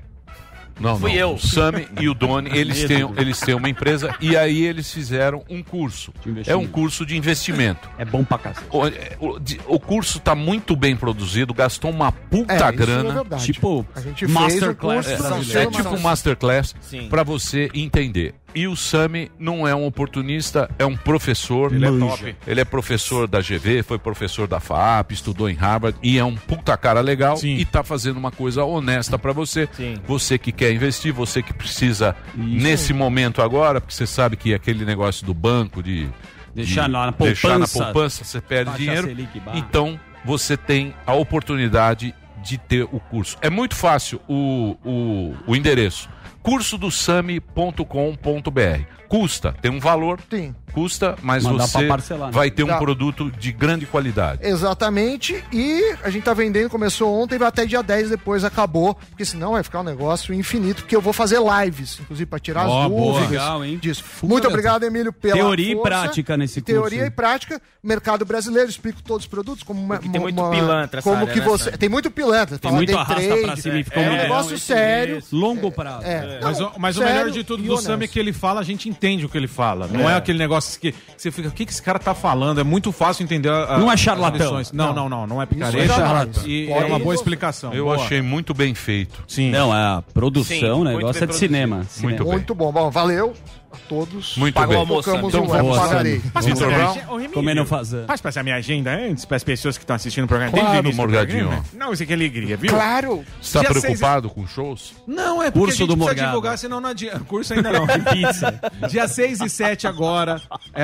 Speaker 6: Não,
Speaker 1: Fui
Speaker 6: não.
Speaker 1: eu.
Speaker 6: O Sami e o Doni, eles têm, eles têm uma empresa e aí eles fizeram um curso.
Speaker 7: De
Speaker 6: É um curso de investimento.
Speaker 7: É bom pra cacete.
Speaker 6: O, é, o, de- o curso está muito bem produzido, gastou uma puta
Speaker 11: É, isso é
Speaker 6: grana.
Speaker 11: verdade.
Speaker 7: Tipo,
Speaker 11: A gente fez
Speaker 7: Masterclass
Speaker 11: o curso
Speaker 6: É,
Speaker 11: do
Speaker 7: brasileiro.
Speaker 6: é
Speaker 11: São
Speaker 6: tipo
Speaker 11: Seus-
Speaker 6: um masterclass
Speaker 1: Sim.
Speaker 6: para você entender. E o Sami não é um oportunista, é um professor.
Speaker 4: Ele é top.
Speaker 6: Ele é professor da G V, foi professor da F A A P, estudou em Harvard e é um puta cara legal. Sim. E tá fazendo uma coisa honesta pra você. Sim. Você que quer investir, você que precisa Isso. nesse momento agora, porque você sabe que aquele negócio do banco de
Speaker 7: deixar,
Speaker 6: de,
Speaker 7: na, poupança,
Speaker 6: deixar na poupança, você perde dinheiro. Então você tem a oportunidade de ter o curso. É muito fácil o, o, o endereço. curso do sami ponto com ponto b r. Custa, tem um valor,
Speaker 11: Sim.
Speaker 6: custa, mas
Speaker 11: Mas dá
Speaker 6: você
Speaker 11: pra parcelar, né?
Speaker 6: vai ter um
Speaker 11: Dá.
Speaker 6: produto de grande qualidade.
Speaker 11: Exatamente, e a gente tá vendendo, começou ontem, vai até dia dez, depois acabou, porque senão vai ficar um negócio infinito, porque eu vou fazer lives, inclusive pra tirar
Speaker 7: Ó,
Speaker 11: as
Speaker 7: boa.
Speaker 11: dúvidas
Speaker 7: Legal, hein?
Speaker 11: disso. Muito obrigado, Emílio, pela
Speaker 7: Teoria e
Speaker 11: força.
Speaker 7: prática nesse curso.
Speaker 11: Teoria e prática, mercado brasileiro, explico todos os produtos, como uma,
Speaker 1: tem muito
Speaker 11: uma-
Speaker 1: pilantra essa
Speaker 11: como
Speaker 1: área,
Speaker 11: que
Speaker 1: né,
Speaker 11: você
Speaker 1: Sandro?
Speaker 11: tem muito pilantra,
Speaker 7: Tem
Speaker 11: fala
Speaker 7: muito
Speaker 11: day
Speaker 7: arrasta
Speaker 11: trade,
Speaker 7: pra cima e fica
Speaker 11: é
Speaker 7: um
Speaker 11: um
Speaker 7: milhão,
Speaker 11: negócio
Speaker 7: esse
Speaker 11: sério.
Speaker 7: mês. Longo prazo.
Speaker 11: É.
Speaker 4: Mas,
Speaker 11: Não,
Speaker 4: o, mas o
Speaker 11: sério
Speaker 4: melhor de tudo
Speaker 11: e
Speaker 4: do
Speaker 11: honesto.
Speaker 4: Sami é que ele fala, a gente entende o que ele fala. Não é,
Speaker 11: É.
Speaker 4: aquele negócio que, que você fica, o que, que esse cara tá falando? É muito fácil entender a, a,
Speaker 7: Não é
Speaker 4: as
Speaker 7: charlatão.
Speaker 4: lições. Não, não, não, não é picareta.
Speaker 11: Isso é charlatão.
Speaker 4: E
Speaker 11: Pode
Speaker 4: é uma
Speaker 11: ir.
Speaker 4: boa explicação.
Speaker 6: Eu
Speaker 4: Boa.
Speaker 6: achei muito bem feito.
Speaker 4: Sim.
Speaker 7: Não, é a produção,
Speaker 1: Sim,
Speaker 7: o
Speaker 1: muito
Speaker 7: negócio
Speaker 1: bem
Speaker 7: é de cinema.
Speaker 6: Muito
Speaker 7: cinema.
Speaker 6: bem.
Speaker 11: Muito bom. Bom, valeu a todos.
Speaker 6: Muito
Speaker 1: Pagou
Speaker 6: bem.
Speaker 1: o almoço,
Speaker 11: Tocamos
Speaker 1: Sami.
Speaker 11: um
Speaker 7: Então,
Speaker 11: web,
Speaker 7: boa,
Speaker 11: pagarei.
Speaker 7: Sami.
Speaker 6: Vitor Brown?
Speaker 7: Comendo fazan.
Speaker 4: Posso passar minha agenda antes para as pessoas que estão assistindo o programa?
Speaker 6: Claro,
Speaker 4: Desde o início do
Speaker 6: Morgadinho.
Speaker 4: programa? Não, isso aqui é alegria, viu?
Speaker 11: Claro.
Speaker 6: Você está
Speaker 4: Dia seis-
Speaker 6: preocupado com shows?
Speaker 4: Não, é porque
Speaker 7: Curso
Speaker 4: a gente
Speaker 7: do
Speaker 4: precisa
Speaker 7: Morgado.
Speaker 4: divulgar, senão não adianta. Curso ainda não.
Speaker 7: Pizza.
Speaker 4: Dia seis e sete agora, é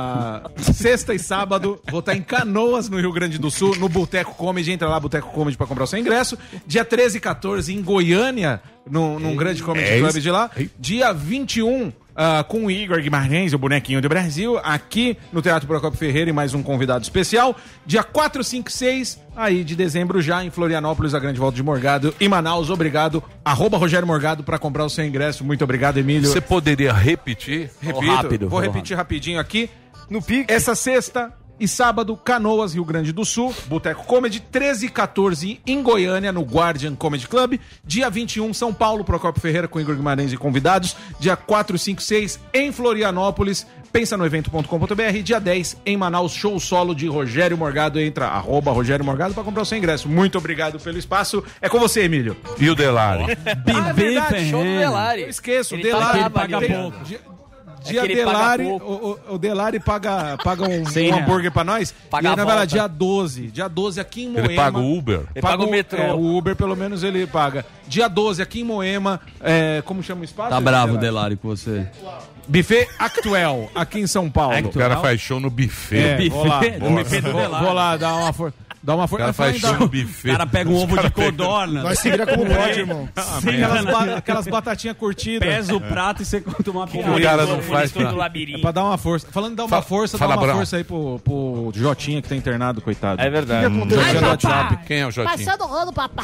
Speaker 4: a sexta e sábado, vou estar em Canoas, no Rio Grande do Sul, no Boteco Comedy. Entra lá, Boteco Comedy, pra comprar o seu ingresso. Dia treze e quatorze em Goiânia, num, num grande comedy
Speaker 6: é
Speaker 4: club
Speaker 6: isso.
Speaker 4: de lá. Dia vinte e um, ah, com o Igor Guimarães, o bonequinho do Brasil, aqui no Teatro Procopio Ferreira e mais um convidado especial. Dia quatro, cinco e seis, aí de dezembro já em Florianópolis, a Grande Volta de Morgado e Manaus. Obrigado. Arroba Rogério Morgado pra comprar o seu ingresso. Muito obrigado, Emílio.
Speaker 6: Você poderia repetir?
Speaker 4: Repito,
Speaker 7: rápido,
Speaker 4: vou
Speaker 7: vou
Speaker 4: repetir rapidinho aqui. No pique. Essa sexta e sábado, Canoas, Rio Grande do Sul, Boteco Comedy, treze e quatorze em Goiânia, no Guardian Comedy Club. Dia vinte e um, São Paulo, Procopio Ferreira com Igor Guimarães e convidados. Dia quatro, cinco e seis em Florianópolis, pensa no evento ponto com ponto b r. Dia dez em Manaus, show solo de Rogério Morgado. Entra, arroba Rogério Morgado para comprar o seu ingresso. Muito obrigado pelo espaço. É com você, Emílio.
Speaker 6: E o Delari?
Speaker 4: Ah, é verdade,
Speaker 1: Show do
Speaker 7: Ferreira.
Speaker 1: Delari.
Speaker 4: Eu esqueço, o
Speaker 1: Ele
Speaker 4: Delari
Speaker 1: paga-
Speaker 4: paga
Speaker 1: paga
Speaker 4: pouco.
Speaker 1: pouco.
Speaker 4: Dia,
Speaker 1: É
Speaker 4: dia
Speaker 1: que ele paga
Speaker 4: Delari,
Speaker 1: pouco.
Speaker 4: o, o, o Delari paga, paga um,
Speaker 1: Cem
Speaker 4: um
Speaker 1: reais.
Speaker 4: hambúrguer pra nós.
Speaker 1: Paga
Speaker 4: e
Speaker 1: a
Speaker 4: aí, na verdade,
Speaker 1: volta.
Speaker 4: dia doze. Dia doze aqui em Moema.
Speaker 6: Ele paga o Uber?
Speaker 1: Ele paga o metrô.
Speaker 4: É, o Uber, pelo menos, ele paga. Dia doze aqui em Moema. É, como chama o espaço?
Speaker 7: Tá bravo o Delari com você.
Speaker 4: Buffet Actuel, aqui em São Paulo.
Speaker 6: O cara faz show no buffet.
Speaker 4: É, vou lá.
Speaker 7: Buffet,
Speaker 4: Vou,
Speaker 7: no buffet do
Speaker 4: vou,
Speaker 7: Delari.
Speaker 4: vou lá dar uma força. Dá uma
Speaker 6: O
Speaker 4: força.
Speaker 6: cara faz show no
Speaker 7: O
Speaker 6: buffet.
Speaker 7: cara pega um
Speaker 6: Os
Speaker 7: ovo de
Speaker 6: cara pega-
Speaker 7: codorna.
Speaker 11: Nós se vira como pode, irmão.
Speaker 4: Aquelas, ba- aquelas batatinhas curtidas.
Speaker 7: Pesa o prato e você conta uma
Speaker 6: O
Speaker 7: piada.
Speaker 6: cara não
Speaker 1: Por
Speaker 6: faz
Speaker 1: isso do
Speaker 6: pra...
Speaker 4: É
Speaker 1: labirinto.
Speaker 4: pra dar uma força. Falando de dar uma
Speaker 6: Fala-
Speaker 4: força,
Speaker 6: fala,
Speaker 4: dá uma
Speaker 6: Brau.
Speaker 4: força aí pro, pro Jotinha que tá internado, coitado.
Speaker 1: É verdade.
Speaker 4: Jotinha do WhatsApp.
Speaker 6: Quem é o Jotinho?
Speaker 16: Passando o rodo, papai.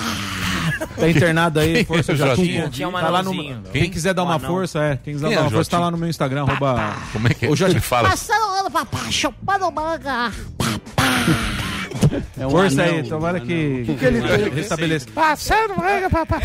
Speaker 4: Tá internado aí, força
Speaker 6: Quem é o
Speaker 4: Jotinha.
Speaker 6: Jotinho?
Speaker 1: Tinha um
Speaker 4: Tá lá no,
Speaker 1: anãozinho.
Speaker 4: quem quiser dar uma força, é. Quem quiser
Speaker 6: Quem
Speaker 4: dar
Speaker 6: é
Speaker 4: uma
Speaker 6: o
Speaker 4: força, tá
Speaker 6: Jotinho?
Speaker 4: lá no meu Instagram, arroba...
Speaker 6: Como é que é?
Speaker 4: O Jotinho.
Speaker 6: Ele fala assim.
Speaker 16: Passando o rodo, papai. Chupando manga.
Speaker 7: É um
Speaker 4: Força
Speaker 7: anão,
Speaker 4: aí, tomara
Speaker 7: um
Speaker 4: que,
Speaker 7: anão.
Speaker 4: que ele restabeleça.
Speaker 16: Passando manga, papai.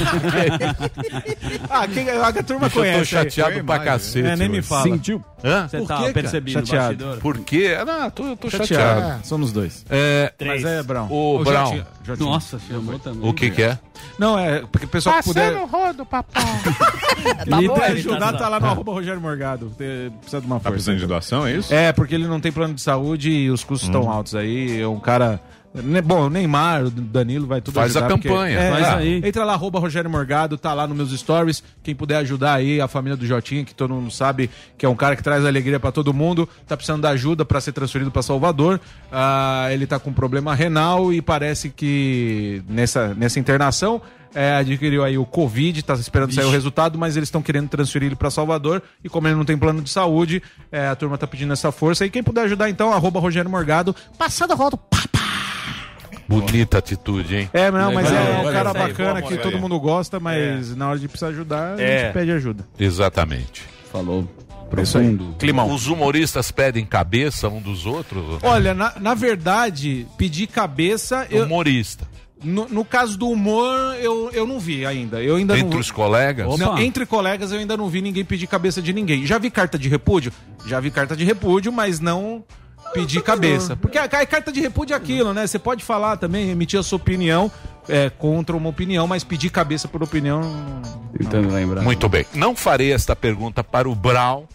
Speaker 4: Ah, quem, a, a turma
Speaker 6: Eu tô
Speaker 4: conhece. aí.
Speaker 6: chateado pra cacete.
Speaker 4: É, nem me
Speaker 6: hoje.
Speaker 4: fala.
Speaker 7: Sentiu?
Speaker 6: Hã?
Speaker 7: Você
Speaker 4: Por
Speaker 7: tá
Speaker 4: quê, cara?
Speaker 7: percebendo o
Speaker 4: Chateado.
Speaker 7: bastidor?
Speaker 6: Por quê? Ah, Não, tô, eu tô chateado.
Speaker 4: Chateado. Somos dois.
Speaker 6: É,
Speaker 4: Mas é, Brown.
Speaker 6: O
Speaker 4: Ô,
Speaker 6: Brown.
Speaker 4: Jotinha, Jotinha.
Speaker 7: Nossa, chamou também.
Speaker 6: o que que é?
Speaker 4: Não, é, porque o pessoal que puder
Speaker 16: Passando o rodo, papai.
Speaker 1: Tá
Speaker 4: me
Speaker 1: bom, ele
Speaker 4: ajudar,
Speaker 1: tá
Speaker 4: tá lá no arroba Rogério Morgado. Te- Precisa de uma
Speaker 17: Tá
Speaker 4: força.
Speaker 17: precisando de doação, é isso?
Speaker 4: É, porque ele não tem plano de saúde e os custos estão altos aí. É um cara. Ne- Bom, o Neymar, o Danilo, vai tudo
Speaker 6: Faz a
Speaker 4: ajudar, porque-
Speaker 6: campanha.
Speaker 4: É,
Speaker 7: Faz
Speaker 4: é.
Speaker 7: aí.
Speaker 4: Entra lá, arroba Rogério Morgado, tá lá nos meus stories. Quem puder ajudar aí, a família do Jotinha, que todo mundo sabe que é um cara que traz alegria pra todo mundo, tá precisando da ajuda pra ser transferido pra Salvador. Ah, ele tá com problema renal e parece que nessa, nessa internação é, adquiriu aí o Covid, tá esperando sair o resultado, mas eles estão querendo transferir ele pra Salvador e como ele não tem plano de saúde, é, a turma tá pedindo essa força. E quem puder ajudar então, arroba Rogério Morgado.
Speaker 16: Passando o rodo, papai.
Speaker 6: Bonita atitude, hein?
Speaker 4: É, não, mas
Speaker 7: Legal,
Speaker 4: é um
Speaker 7: legal.
Speaker 4: cara
Speaker 1: Isso aí,
Speaker 4: bacana
Speaker 1: boa,
Speaker 4: que
Speaker 1: boa,
Speaker 4: todo
Speaker 1: boa.
Speaker 4: mundo gosta, mas na hora de precisar ajudar, a
Speaker 1: É.
Speaker 4: gente pede ajuda.
Speaker 6: Exatamente.
Speaker 7: Falou.
Speaker 4: É isso aí.
Speaker 7: Profundo.
Speaker 4: Climão.
Speaker 6: Os humoristas pedem cabeça um dos outros?
Speaker 4: Olha, na, na verdade, pedir cabeça. Eu,
Speaker 6: Humorista.
Speaker 4: no, no caso do humor, eu, eu não vi ainda. Eu ainda
Speaker 6: Entre
Speaker 4: não
Speaker 6: os colegas?
Speaker 4: Não,
Speaker 7: Opa.
Speaker 4: entre colegas eu ainda não vi ninguém pedir cabeça de ninguém. Já vi carta de repúdio? Já vi carta de repúdio, mas não pedir cabeça. Porque a, a carta de repúdio é aquilo, né? Você pode falar também, emitir a sua opinião, é, contra uma opinião, mas pedir cabeça por opinião...
Speaker 7: Tentando lembrar.
Speaker 6: Muito bem. Não farei esta pergunta para o Brau.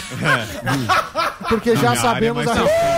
Speaker 11: Porque já sabemos a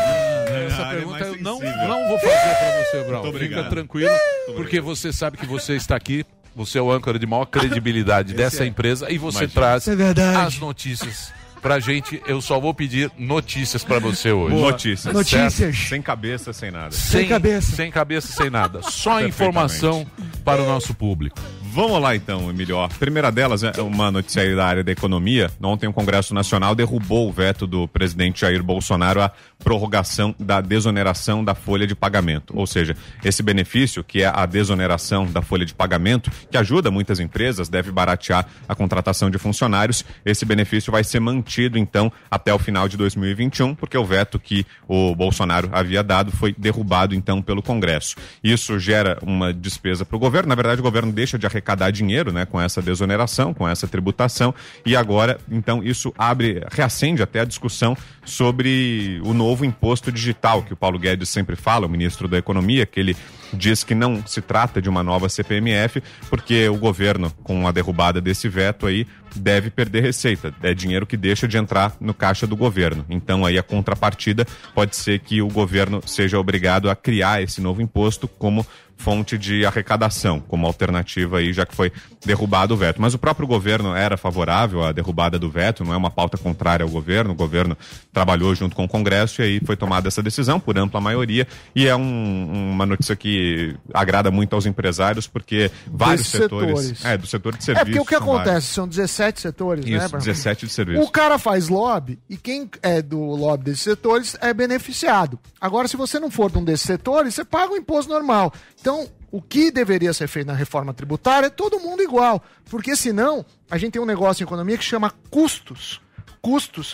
Speaker 6: Essa pergunta eu não, não vou fazer para você, Brau. Fica tranquilo, porque você sabe que você está aqui. Você é o âncora de maior credibilidade dessa
Speaker 8: é.
Speaker 6: empresa e você
Speaker 8: Imagina.
Speaker 6: traz
Speaker 8: É verdade.
Speaker 6: as notícias pra gente. Eu só vou pedir notícias pra você hoje.
Speaker 8: Boa. Notícias.
Speaker 6: Notícias.
Speaker 8: Sem cabeça, sem nada.
Speaker 6: Sem, sem cabeça. Sem cabeça, sem nada. Só informação para o nosso público.
Speaker 17: Vamos lá então, Emílio. A primeira delas é uma notícia aí da área da economia. Ontem o Congresso Nacional derrubou o veto do presidente Jair Bolsonaro à prorrogação da desoneração da folha de pagamento. Ou seja, esse benefício, que é a desoneração da folha de pagamento, que ajuda muitas empresas, deve baratear a contratação de funcionários. Esse benefício vai ser mantido então até o final de dois mil e vinte e um, porque o veto que o Bolsonaro havia dado foi derrubado então pelo Congresso. Isso gera uma despesa para o governo. Na verdade, o governo deixa de arrecadar dinheiro, né, com essa desoneração, com essa tributação, e agora, então, isso abre, reacende até a discussão sobre o novo imposto digital, que o Paulo Guedes sempre fala, o ministro da Economia, que ele diz que não se trata de uma nova C P M F, porque o governo, com a derrubada desse veto aí, deve perder receita. É dinheiro que deixa de entrar no caixa do governo. Então, aí a contrapartida pode ser que o governo seja obrigado a criar esse novo imposto como fonte de arrecadação, como alternativa aí, já que foi derrubado o veto. Mas o próprio governo era favorável à derrubada do veto, não é uma pauta contrária ao governo, o governo trabalhou junto com o Congresso e aí foi tomada essa decisão por ampla maioria, e é um, uma notícia que agrada muito aos empresários, porque vários setores, setores... É, do setor de serviços.
Speaker 11: É porque o que
Speaker 17: são
Speaker 11: acontece?
Speaker 17: vários.
Speaker 11: São dezessete setores,
Speaker 17: Isso,
Speaker 11: né?
Speaker 17: dezessete de serviços.
Speaker 11: O cara faz lobby e quem é do lobby desses setores é beneficiado. Agora, se você não for de um desses setores, você paga o imposto normal. Então, o que deveria ser feito na reforma tributária é todo mundo igual, porque senão a gente tem um negócio em economia que chama custos. Custos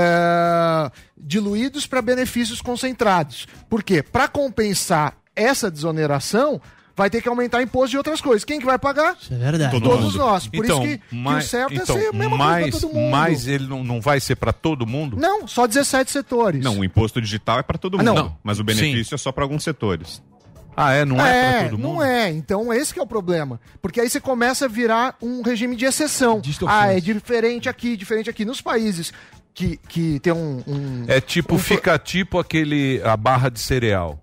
Speaker 11: é, diluídos para benefícios concentrados. Por quê? Para compensar essa desoneração, vai ter que aumentar imposto de outras coisas. Quem que vai pagar?
Speaker 16: Isso é verdade.
Speaker 6: Todo
Speaker 11: Todos
Speaker 6: mundo.
Speaker 11: nós. Por
Speaker 6: então,
Speaker 11: isso que,
Speaker 6: mas,
Speaker 11: que o certo
Speaker 6: então,
Speaker 11: é ser a mesma
Speaker 6: mas,
Speaker 11: coisa para todo mundo.
Speaker 6: Mas ele não, não vai ser para todo mundo?
Speaker 11: Não, só dezessete setores.
Speaker 17: Não, o imposto digital é para todo
Speaker 11: Ah,
Speaker 17: mundo,
Speaker 11: não.
Speaker 17: mas o benefício Sim. é só para alguns setores.
Speaker 6: Ah, é? Não é,
Speaker 11: é
Speaker 6: para todo mundo?
Speaker 11: Não é. Então, esse que é o problema. Porque aí você começa a virar um regime de exceção. Ah, é diferente aqui, diferente aqui. Nos países que, que tem um... um
Speaker 6: é tipo,
Speaker 11: um...
Speaker 6: fica tipo aquele, a barra de cereal.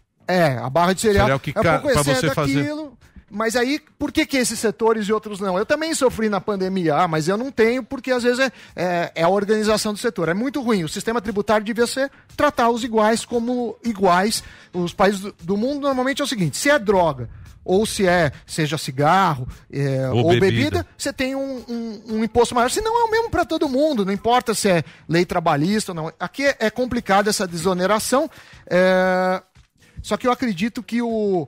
Speaker 11: É, a barra de cereal,
Speaker 6: cereal que
Speaker 11: é um pouco
Speaker 6: pra
Speaker 11: excesso
Speaker 6: você
Speaker 11: daquilo,
Speaker 6: fazer.
Speaker 11: Mas aí, por que que esses setores e outros não? Eu também sofri na pandemia, ah, mas eu não tenho, porque às vezes é, é, é a organização do setor. É muito ruim. O sistema tributário devia ser tratar os iguais como iguais. Os países do, do mundo normalmente é o seguinte, se é droga, ou se é, seja cigarro, é, ou, ou bebida. bebida, você tem um, um, um imposto maior. Se não, é o mesmo para todo mundo, não importa se é lei trabalhista ou não. Aqui é, é complicado essa desoneração, é... Só que eu acredito que o,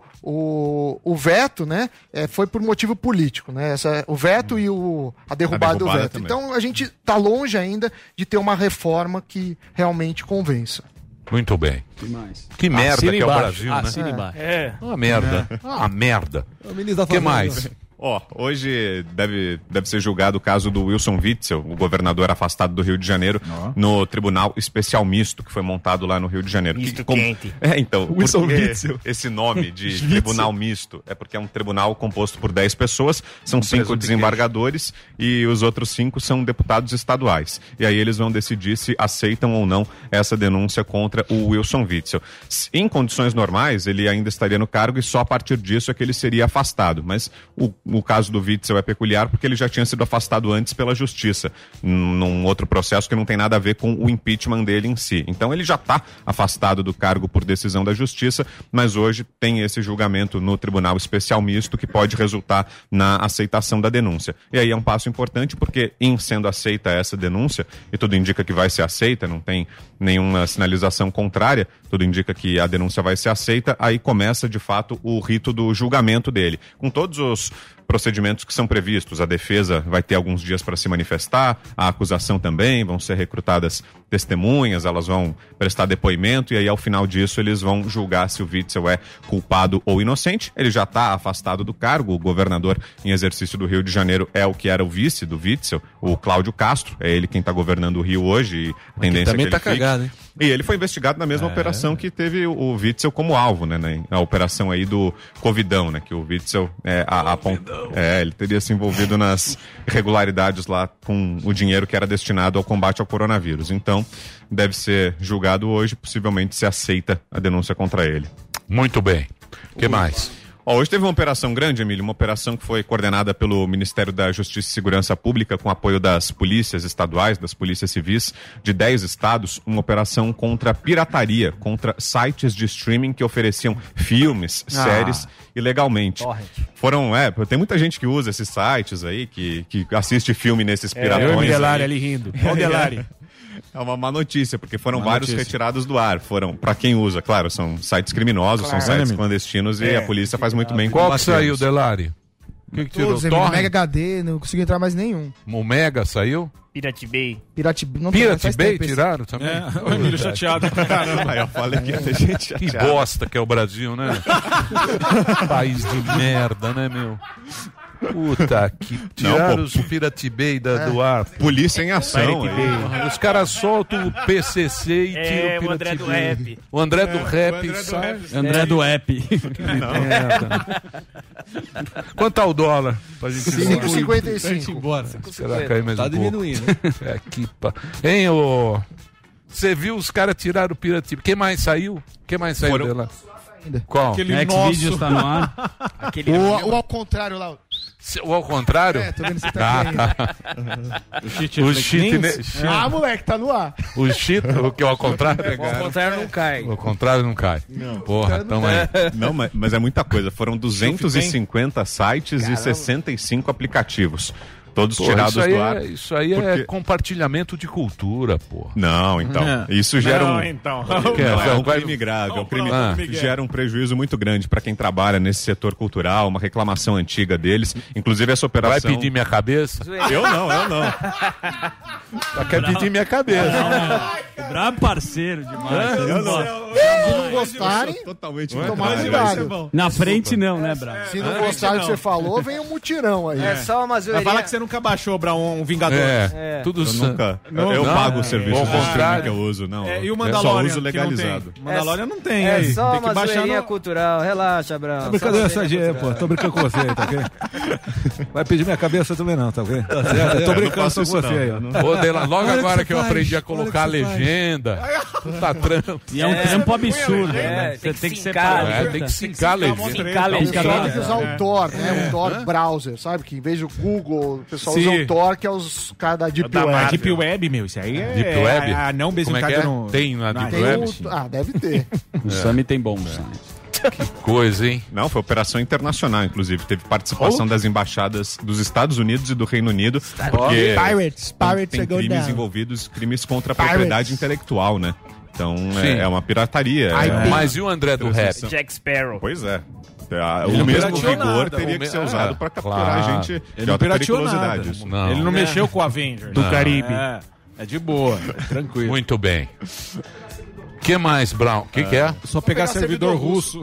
Speaker 11: o, o veto, né, é, foi por motivo político, né? Essa, o veto hum. e o, a, derrubada a derrubada do veto. Também. Então a gente está longe ainda de ter uma reforma que realmente convença.
Speaker 6: Muito bem.
Speaker 7: Que mais?
Speaker 6: Que merda
Speaker 7: Assina
Speaker 6: que
Speaker 7: embaixo.
Speaker 6: é o Brasil, né?
Speaker 7: Assina embaixo.
Speaker 6: É. Uma merda. É. Uma merda. O que mais?
Speaker 17: Ó, oh, hoje deve, deve ser julgado o caso do Wilson Witzel, o governador afastado do Rio de Janeiro, oh. no Tribunal Especial Misto, que foi montado lá no Rio de Janeiro.
Speaker 1: Misto
Speaker 17: que, como...
Speaker 1: quente.
Speaker 17: É, então,
Speaker 8: Wilson Witzel.
Speaker 17: Esse nome de Tribunal Misto é porque é um tribunal composto por dez pessoas, são um cinco desembargadores e os outros cinco são deputados estaduais. E aí eles vão decidir se aceitam ou não essa denúncia contra o Wilson Witzel. Em condições normais, ele ainda estaria no cargo e só a partir disso é que ele seria afastado. Mas o O caso do Witzel é peculiar porque ele já tinha sido afastado antes pela justiça, num outro processo que não tem nada a ver com o impeachment dele em si. Então ele já está afastado do cargo por decisão da justiça, mas hoje tem esse julgamento no Tribunal Especial Misto que pode resultar na aceitação da denúncia. E aí é um passo importante porque, em sendo aceita essa denúncia, e tudo indica que vai ser aceita, não tem nenhuma sinalização contrária, tudo indica que a denúncia vai ser aceita, aí começa de fato o rito do julgamento dele, com todos os procedimentos que são previstos. A defesa vai ter alguns dias para se manifestar, a acusação também, vão ser recrutadas testemunhas, elas vão prestar depoimento e aí ao final disso eles vão julgar se o Witzel é culpado ou inocente. Ele já está afastado do cargo, o governador em exercício do Rio de Janeiro é o que era o vice do Witzel, o Cláudio Castro, é ele quem está governando o Rio hoje e a tendência
Speaker 8: também
Speaker 17: é que
Speaker 8: tá
Speaker 17: ele
Speaker 8: cagado,
Speaker 17: fique.
Speaker 8: hein?
Speaker 17: E ele foi investigado na mesma
Speaker 6: É.
Speaker 17: operação que teve o, o Witzel como alvo, né? né, A operação aí do Covidão, né? Que o Witzel, é, a, a, pon- é, ele teria se envolvido nas irregularidades lá com o dinheiro que era destinado ao combate ao coronavírus. Então, deve ser julgado hoje, possivelmente se aceita a denúncia contra ele.
Speaker 6: Muito bem. O que mais?
Speaker 17: Ó, hoje teve uma operação grande, Emílio, uma operação que foi coordenada pelo Ministério da Justiça e Segurança Pública com apoio das polícias estaduais, das polícias civis de dez estados, uma operação contra a pirataria, contra sites de streaming que ofereciam filmes,
Speaker 1: Ah.
Speaker 17: séries ilegalmente.
Speaker 1: Torrent.
Speaker 17: Foram, é, tem muita gente que usa esses sites aí, que, que assiste filme nesses
Speaker 1: É,
Speaker 17: piratões.
Speaker 1: eu e o Delari
Speaker 17: aí.
Speaker 1: ali rindo. Olha o Delari.
Speaker 17: É uma má notícia, porque foram
Speaker 4: Má
Speaker 17: vários
Speaker 4: notícia.
Speaker 17: retirados do ar. Foram, pra quem usa, claro, são sites criminosos,
Speaker 1: Claro.
Speaker 17: são sites
Speaker 4: É,
Speaker 17: clandestinos e
Speaker 1: É.
Speaker 17: a polícia faz muito bem em
Speaker 6: Qual que
Speaker 17: combatê-los.
Speaker 6: saiu, Delari? O que, que tirou?
Speaker 18: Todos, Emílio,
Speaker 6: Torrent?
Speaker 18: Mega H D, não consegui entrar mais nenhum.
Speaker 6: O Mega saiu?
Speaker 1: Pirate Bay.
Speaker 18: Pirate não
Speaker 6: Pirate
Speaker 18: faz
Speaker 6: Bay
Speaker 18: tempo esse-
Speaker 6: tiraram também?
Speaker 4: É, o Emílio chateado pra caramba.
Speaker 17: Aí eu falei que ia ter gente
Speaker 6: Que
Speaker 17: chateada.
Speaker 6: bosta que é o Brasil, né? País de merda, né, meu? Puta que... Tiraram
Speaker 17: pô.
Speaker 6: os Pirate Bay da, do ar. pô.
Speaker 17: Polícia em ação.
Speaker 1: Pirate
Speaker 17: aí.
Speaker 1: Bay.
Speaker 6: Os caras soltam o P C C e tiram
Speaker 1: É,
Speaker 6: o Pirate
Speaker 1: o André do
Speaker 6: Bay.
Speaker 1: Rap.
Speaker 6: O André do Rap
Speaker 4: André do
Speaker 6: sai...
Speaker 4: Rap.
Speaker 7: André do app.
Speaker 6: Que merda. Quanto tá o dólar? Pra gente ir
Speaker 11: cinco
Speaker 6: embora?
Speaker 11: e cinquenta e
Speaker 8: Pra gente ir
Speaker 11: cinco.
Speaker 8: embora.
Speaker 6: Será que cai mais
Speaker 8: Tá
Speaker 6: um pouco?
Speaker 8: diminuindo, né?
Speaker 6: É, que pa... Hein, ô... Você viu os caras tiraram o Pirate Bay? Quem mais saiu? Quem mais saiu
Speaker 17: Foram-
Speaker 6: dela?
Speaker 18: Ainda.
Speaker 6: Qual?
Speaker 4: Aquele
Speaker 7: Xvideos
Speaker 4: nosso.
Speaker 7: tá no ar.
Speaker 1: Aquele
Speaker 18: O, o ao contrário lá.
Speaker 6: Se- Ou ao contrário?
Speaker 18: É, tô vendo se tá aqui
Speaker 6: Ah,
Speaker 18: ainda.
Speaker 6: tá.
Speaker 4: O cheat
Speaker 6: O
Speaker 4: Netflix.
Speaker 6: cheat, ne- cheat-
Speaker 18: Ah, moleque, tá no ar.
Speaker 6: o cheat, o que é ao contrário?
Speaker 1: Ao contrário não cai.
Speaker 6: Ao contrário não cai. Porra, tamo aí.
Speaker 17: Não, mas, mas é muita coisa. Foram duzentos e cinquenta sites e sessenta e cinco aplicativos. Todos
Speaker 6: Porra,
Speaker 17: tirados
Speaker 6: isso aí
Speaker 17: do ar.
Speaker 6: é, isso aí é
Speaker 17: porque-
Speaker 6: compartilhamento de cultura, porra.
Speaker 17: Não, então.
Speaker 4: É.
Speaker 17: Isso gera
Speaker 4: Não,
Speaker 17: um.
Speaker 4: então.
Speaker 6: Que é,
Speaker 17: Não, é um
Speaker 6: vai-
Speaker 17: crime grave. É um crime
Speaker 6: Ah.
Speaker 17: que gera um prejuízo muito grande para quem trabalha nesse setor cultural, uma reclamação antiga deles. Inclusive essa
Speaker 6: Vai
Speaker 17: operação.
Speaker 6: pedir minha cabeça?
Speaker 17: Eu não, eu não.
Speaker 6: Só quer pedir minha cabeça.
Speaker 7: Brabo parceiro demais.
Speaker 17: Eu não.
Speaker 11: Se não gostarem,
Speaker 17: Totalmente
Speaker 11: tomar
Speaker 17: contrário.
Speaker 11: cuidado.
Speaker 7: Na frente não, né, Brabo?
Speaker 11: Se não gostarem do que você falou, vem um mutirão aí.
Speaker 1: É só uma
Speaker 4: Vai
Speaker 1: zoeirinha.
Speaker 4: falar que você nunca baixou pra um Vingador.
Speaker 6: É,
Speaker 1: É.
Speaker 6: tudo
Speaker 17: Eu
Speaker 6: san-
Speaker 17: nunca.
Speaker 4: Não,
Speaker 17: eu
Speaker 6: não,
Speaker 17: pago
Speaker 6: é.
Speaker 17: o serviço
Speaker 6: Ao
Speaker 17: de streaming
Speaker 6: contrário.
Speaker 17: que eu uso, não.
Speaker 4: É, e o
Speaker 17: eu
Speaker 4: Mandalorian,
Speaker 17: só uso
Speaker 4: que não
Speaker 17: legalizado.
Speaker 4: tem. Mandalorian não tem
Speaker 1: É
Speaker 4: aí.
Speaker 1: só
Speaker 4: Tem que
Speaker 1: uma
Speaker 4: baixar
Speaker 1: zoeirinha
Speaker 4: no...
Speaker 1: cultural. Relaxa, Brão.
Speaker 4: Tô
Speaker 1: Só
Speaker 4: brincando
Speaker 1: uma
Speaker 4: essa
Speaker 1: zoeirinha
Speaker 4: dia, pô.
Speaker 1: cultural.
Speaker 4: Tô brincando com você aí, tá ok? Vai pedir minha cabeça também não, tá ok? Eu tô brincando
Speaker 17: faço
Speaker 4: com
Speaker 17: isso
Speaker 4: você
Speaker 17: não.
Speaker 4: aí, ó.
Speaker 6: Ô, Dela, logo
Speaker 18: Olha o
Speaker 6: agora
Speaker 18: que
Speaker 6: que eu
Speaker 18: você
Speaker 6: aprendi
Speaker 18: faz,
Speaker 6: a colocar a
Speaker 18: olha o que você
Speaker 6: legenda. Tá trampo.
Speaker 7: E é um trampo absurdo.
Speaker 1: É,
Speaker 7: né?
Speaker 1: tem
Speaker 7: Você
Speaker 1: que
Speaker 7: tem que
Speaker 1: fincar,
Speaker 7: separar.
Speaker 6: É, tem que sincar a legenda.
Speaker 1: Fincar a
Speaker 11: O pessoal tem que
Speaker 1: legenda.
Speaker 11: usar o Tor, né? O Tor browser, sabe? Que em vez do Google, o pessoal
Speaker 4: Sim.
Speaker 11: usa o Tor, que é os caras da Deep
Speaker 4: Da
Speaker 11: Web.
Speaker 4: Deep Web, meu, isso aí é...
Speaker 6: Deep Web?
Speaker 4: Ah, não, mesmo
Speaker 6: Como é que é?
Speaker 4: no...
Speaker 6: Tem na Deep
Speaker 11: Tem
Speaker 6: Web?
Speaker 11: o- Ah, deve ter.
Speaker 7: O Sami tem bom sites.
Speaker 6: Coisa, hein?
Speaker 17: Não, foi operação internacional, inclusive. Teve participação das embaixadas dos Estados Unidos e do Reino Unido. Porque
Speaker 18: Pirates, Pirates
Speaker 17: tem
Speaker 18: are going
Speaker 17: crimes
Speaker 18: down.
Speaker 17: envolvidos, crimes contra a
Speaker 18: Pirates.
Speaker 17: propriedade intelectual, né? Então
Speaker 6: Sim.
Speaker 17: é, é uma pirataria.
Speaker 18: I
Speaker 17: é uma-
Speaker 18: think-
Speaker 6: Mas e o André do Rap?
Speaker 1: Jack Sparrow.
Speaker 17: Pois é. Ah,
Speaker 4: Ele
Speaker 17: O
Speaker 4: não
Speaker 17: mesmo
Speaker 4: pirateou
Speaker 17: vigor
Speaker 4: nada.
Speaker 17: teria
Speaker 6: O
Speaker 17: que
Speaker 6: me-
Speaker 17: ser usado para
Speaker 6: é,
Speaker 17: capturar
Speaker 6: claro.
Speaker 17: gente
Speaker 4: Ele
Speaker 17: de
Speaker 4: não
Speaker 17: alta
Speaker 4: pirateou nada.
Speaker 17: periculosidade.
Speaker 6: Não.
Speaker 4: Ele não,
Speaker 6: Não.
Speaker 4: mexeu com o Avengers.
Speaker 6: Do Caribe.
Speaker 4: É, é de boa, é tranquilo.
Speaker 6: Muito bem. Que mais, Brown? O que, que é?
Speaker 4: Só pegar, servidor, russo.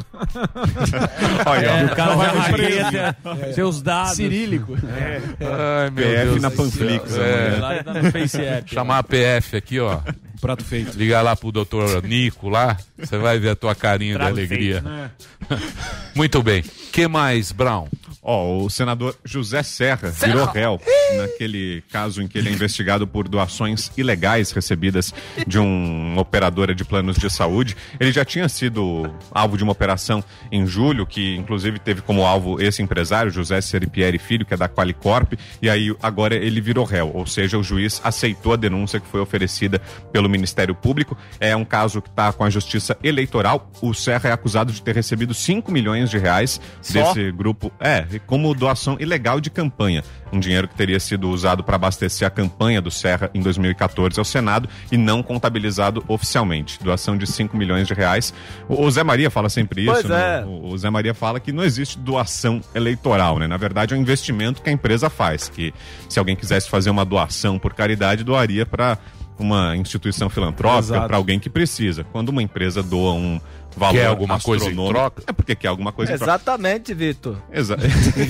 Speaker 17: Olha,
Speaker 7: É,
Speaker 17: ó,
Speaker 7: o cara vai
Speaker 4: vai
Speaker 7: hackeia seus dados.
Speaker 18: Cirílico.
Speaker 6: Ai, meu
Speaker 17: P F
Speaker 6: Deus
Speaker 17: na
Speaker 6: do
Speaker 17: Panflix.
Speaker 6: céu. É.
Speaker 7: Lá ele tá no Face App.
Speaker 6: Chamar a P F aqui, ó.
Speaker 4: Prato feito.
Speaker 6: Liga lá pro doutor Nico lá, você vai ver a tua carinha
Speaker 1: Prato
Speaker 6: de alegria.
Speaker 1: feito,
Speaker 6: Muito bem. Que mais, Brown?
Speaker 17: Ó, o senador José Serra virou réu naquele caso em que ele é investigado por doações ilegais recebidas de um- uma operadora de planos de saúde. Ele já tinha sido alvo de uma operação em julho, que inclusive teve como alvo esse empresário, José Seripieri Filho, que é da Qualicorp, e aí agora ele virou réu, ou seja, o juiz aceitou a denúncia que foi oferecida pelo Ministério Público. É um caso que está com a Justiça Eleitoral. O Serra é acusado de ter recebido cinco milhões de reais
Speaker 1: Só?
Speaker 17: desse grupo, é, como doação ilegal de campanha. Um dinheiro que teria sido usado para abastecer a campanha do Serra em dois mil e quatorze ao Senado e não contabilizado oficialmente. Doação de cinco milhões de reais. O, o Zé Maria fala sempre isso,
Speaker 1: Pois
Speaker 17: né?
Speaker 1: é.
Speaker 17: O, o Zé Maria fala que não existe doação eleitoral, né? Na verdade, é um investimento que a empresa faz, que se alguém quisesse fazer uma doação por caridade, doaria para uma instituição filantrópica,
Speaker 4: Exato.
Speaker 17: para alguém que precisa. Quando uma empresa doa um valor
Speaker 6: Quer alguma coisa em
Speaker 17: astronômico.
Speaker 6: troca?
Speaker 17: É porque quer alguma coisa em troca.
Speaker 1: Exatamente, Vitor.
Speaker 17: Exato.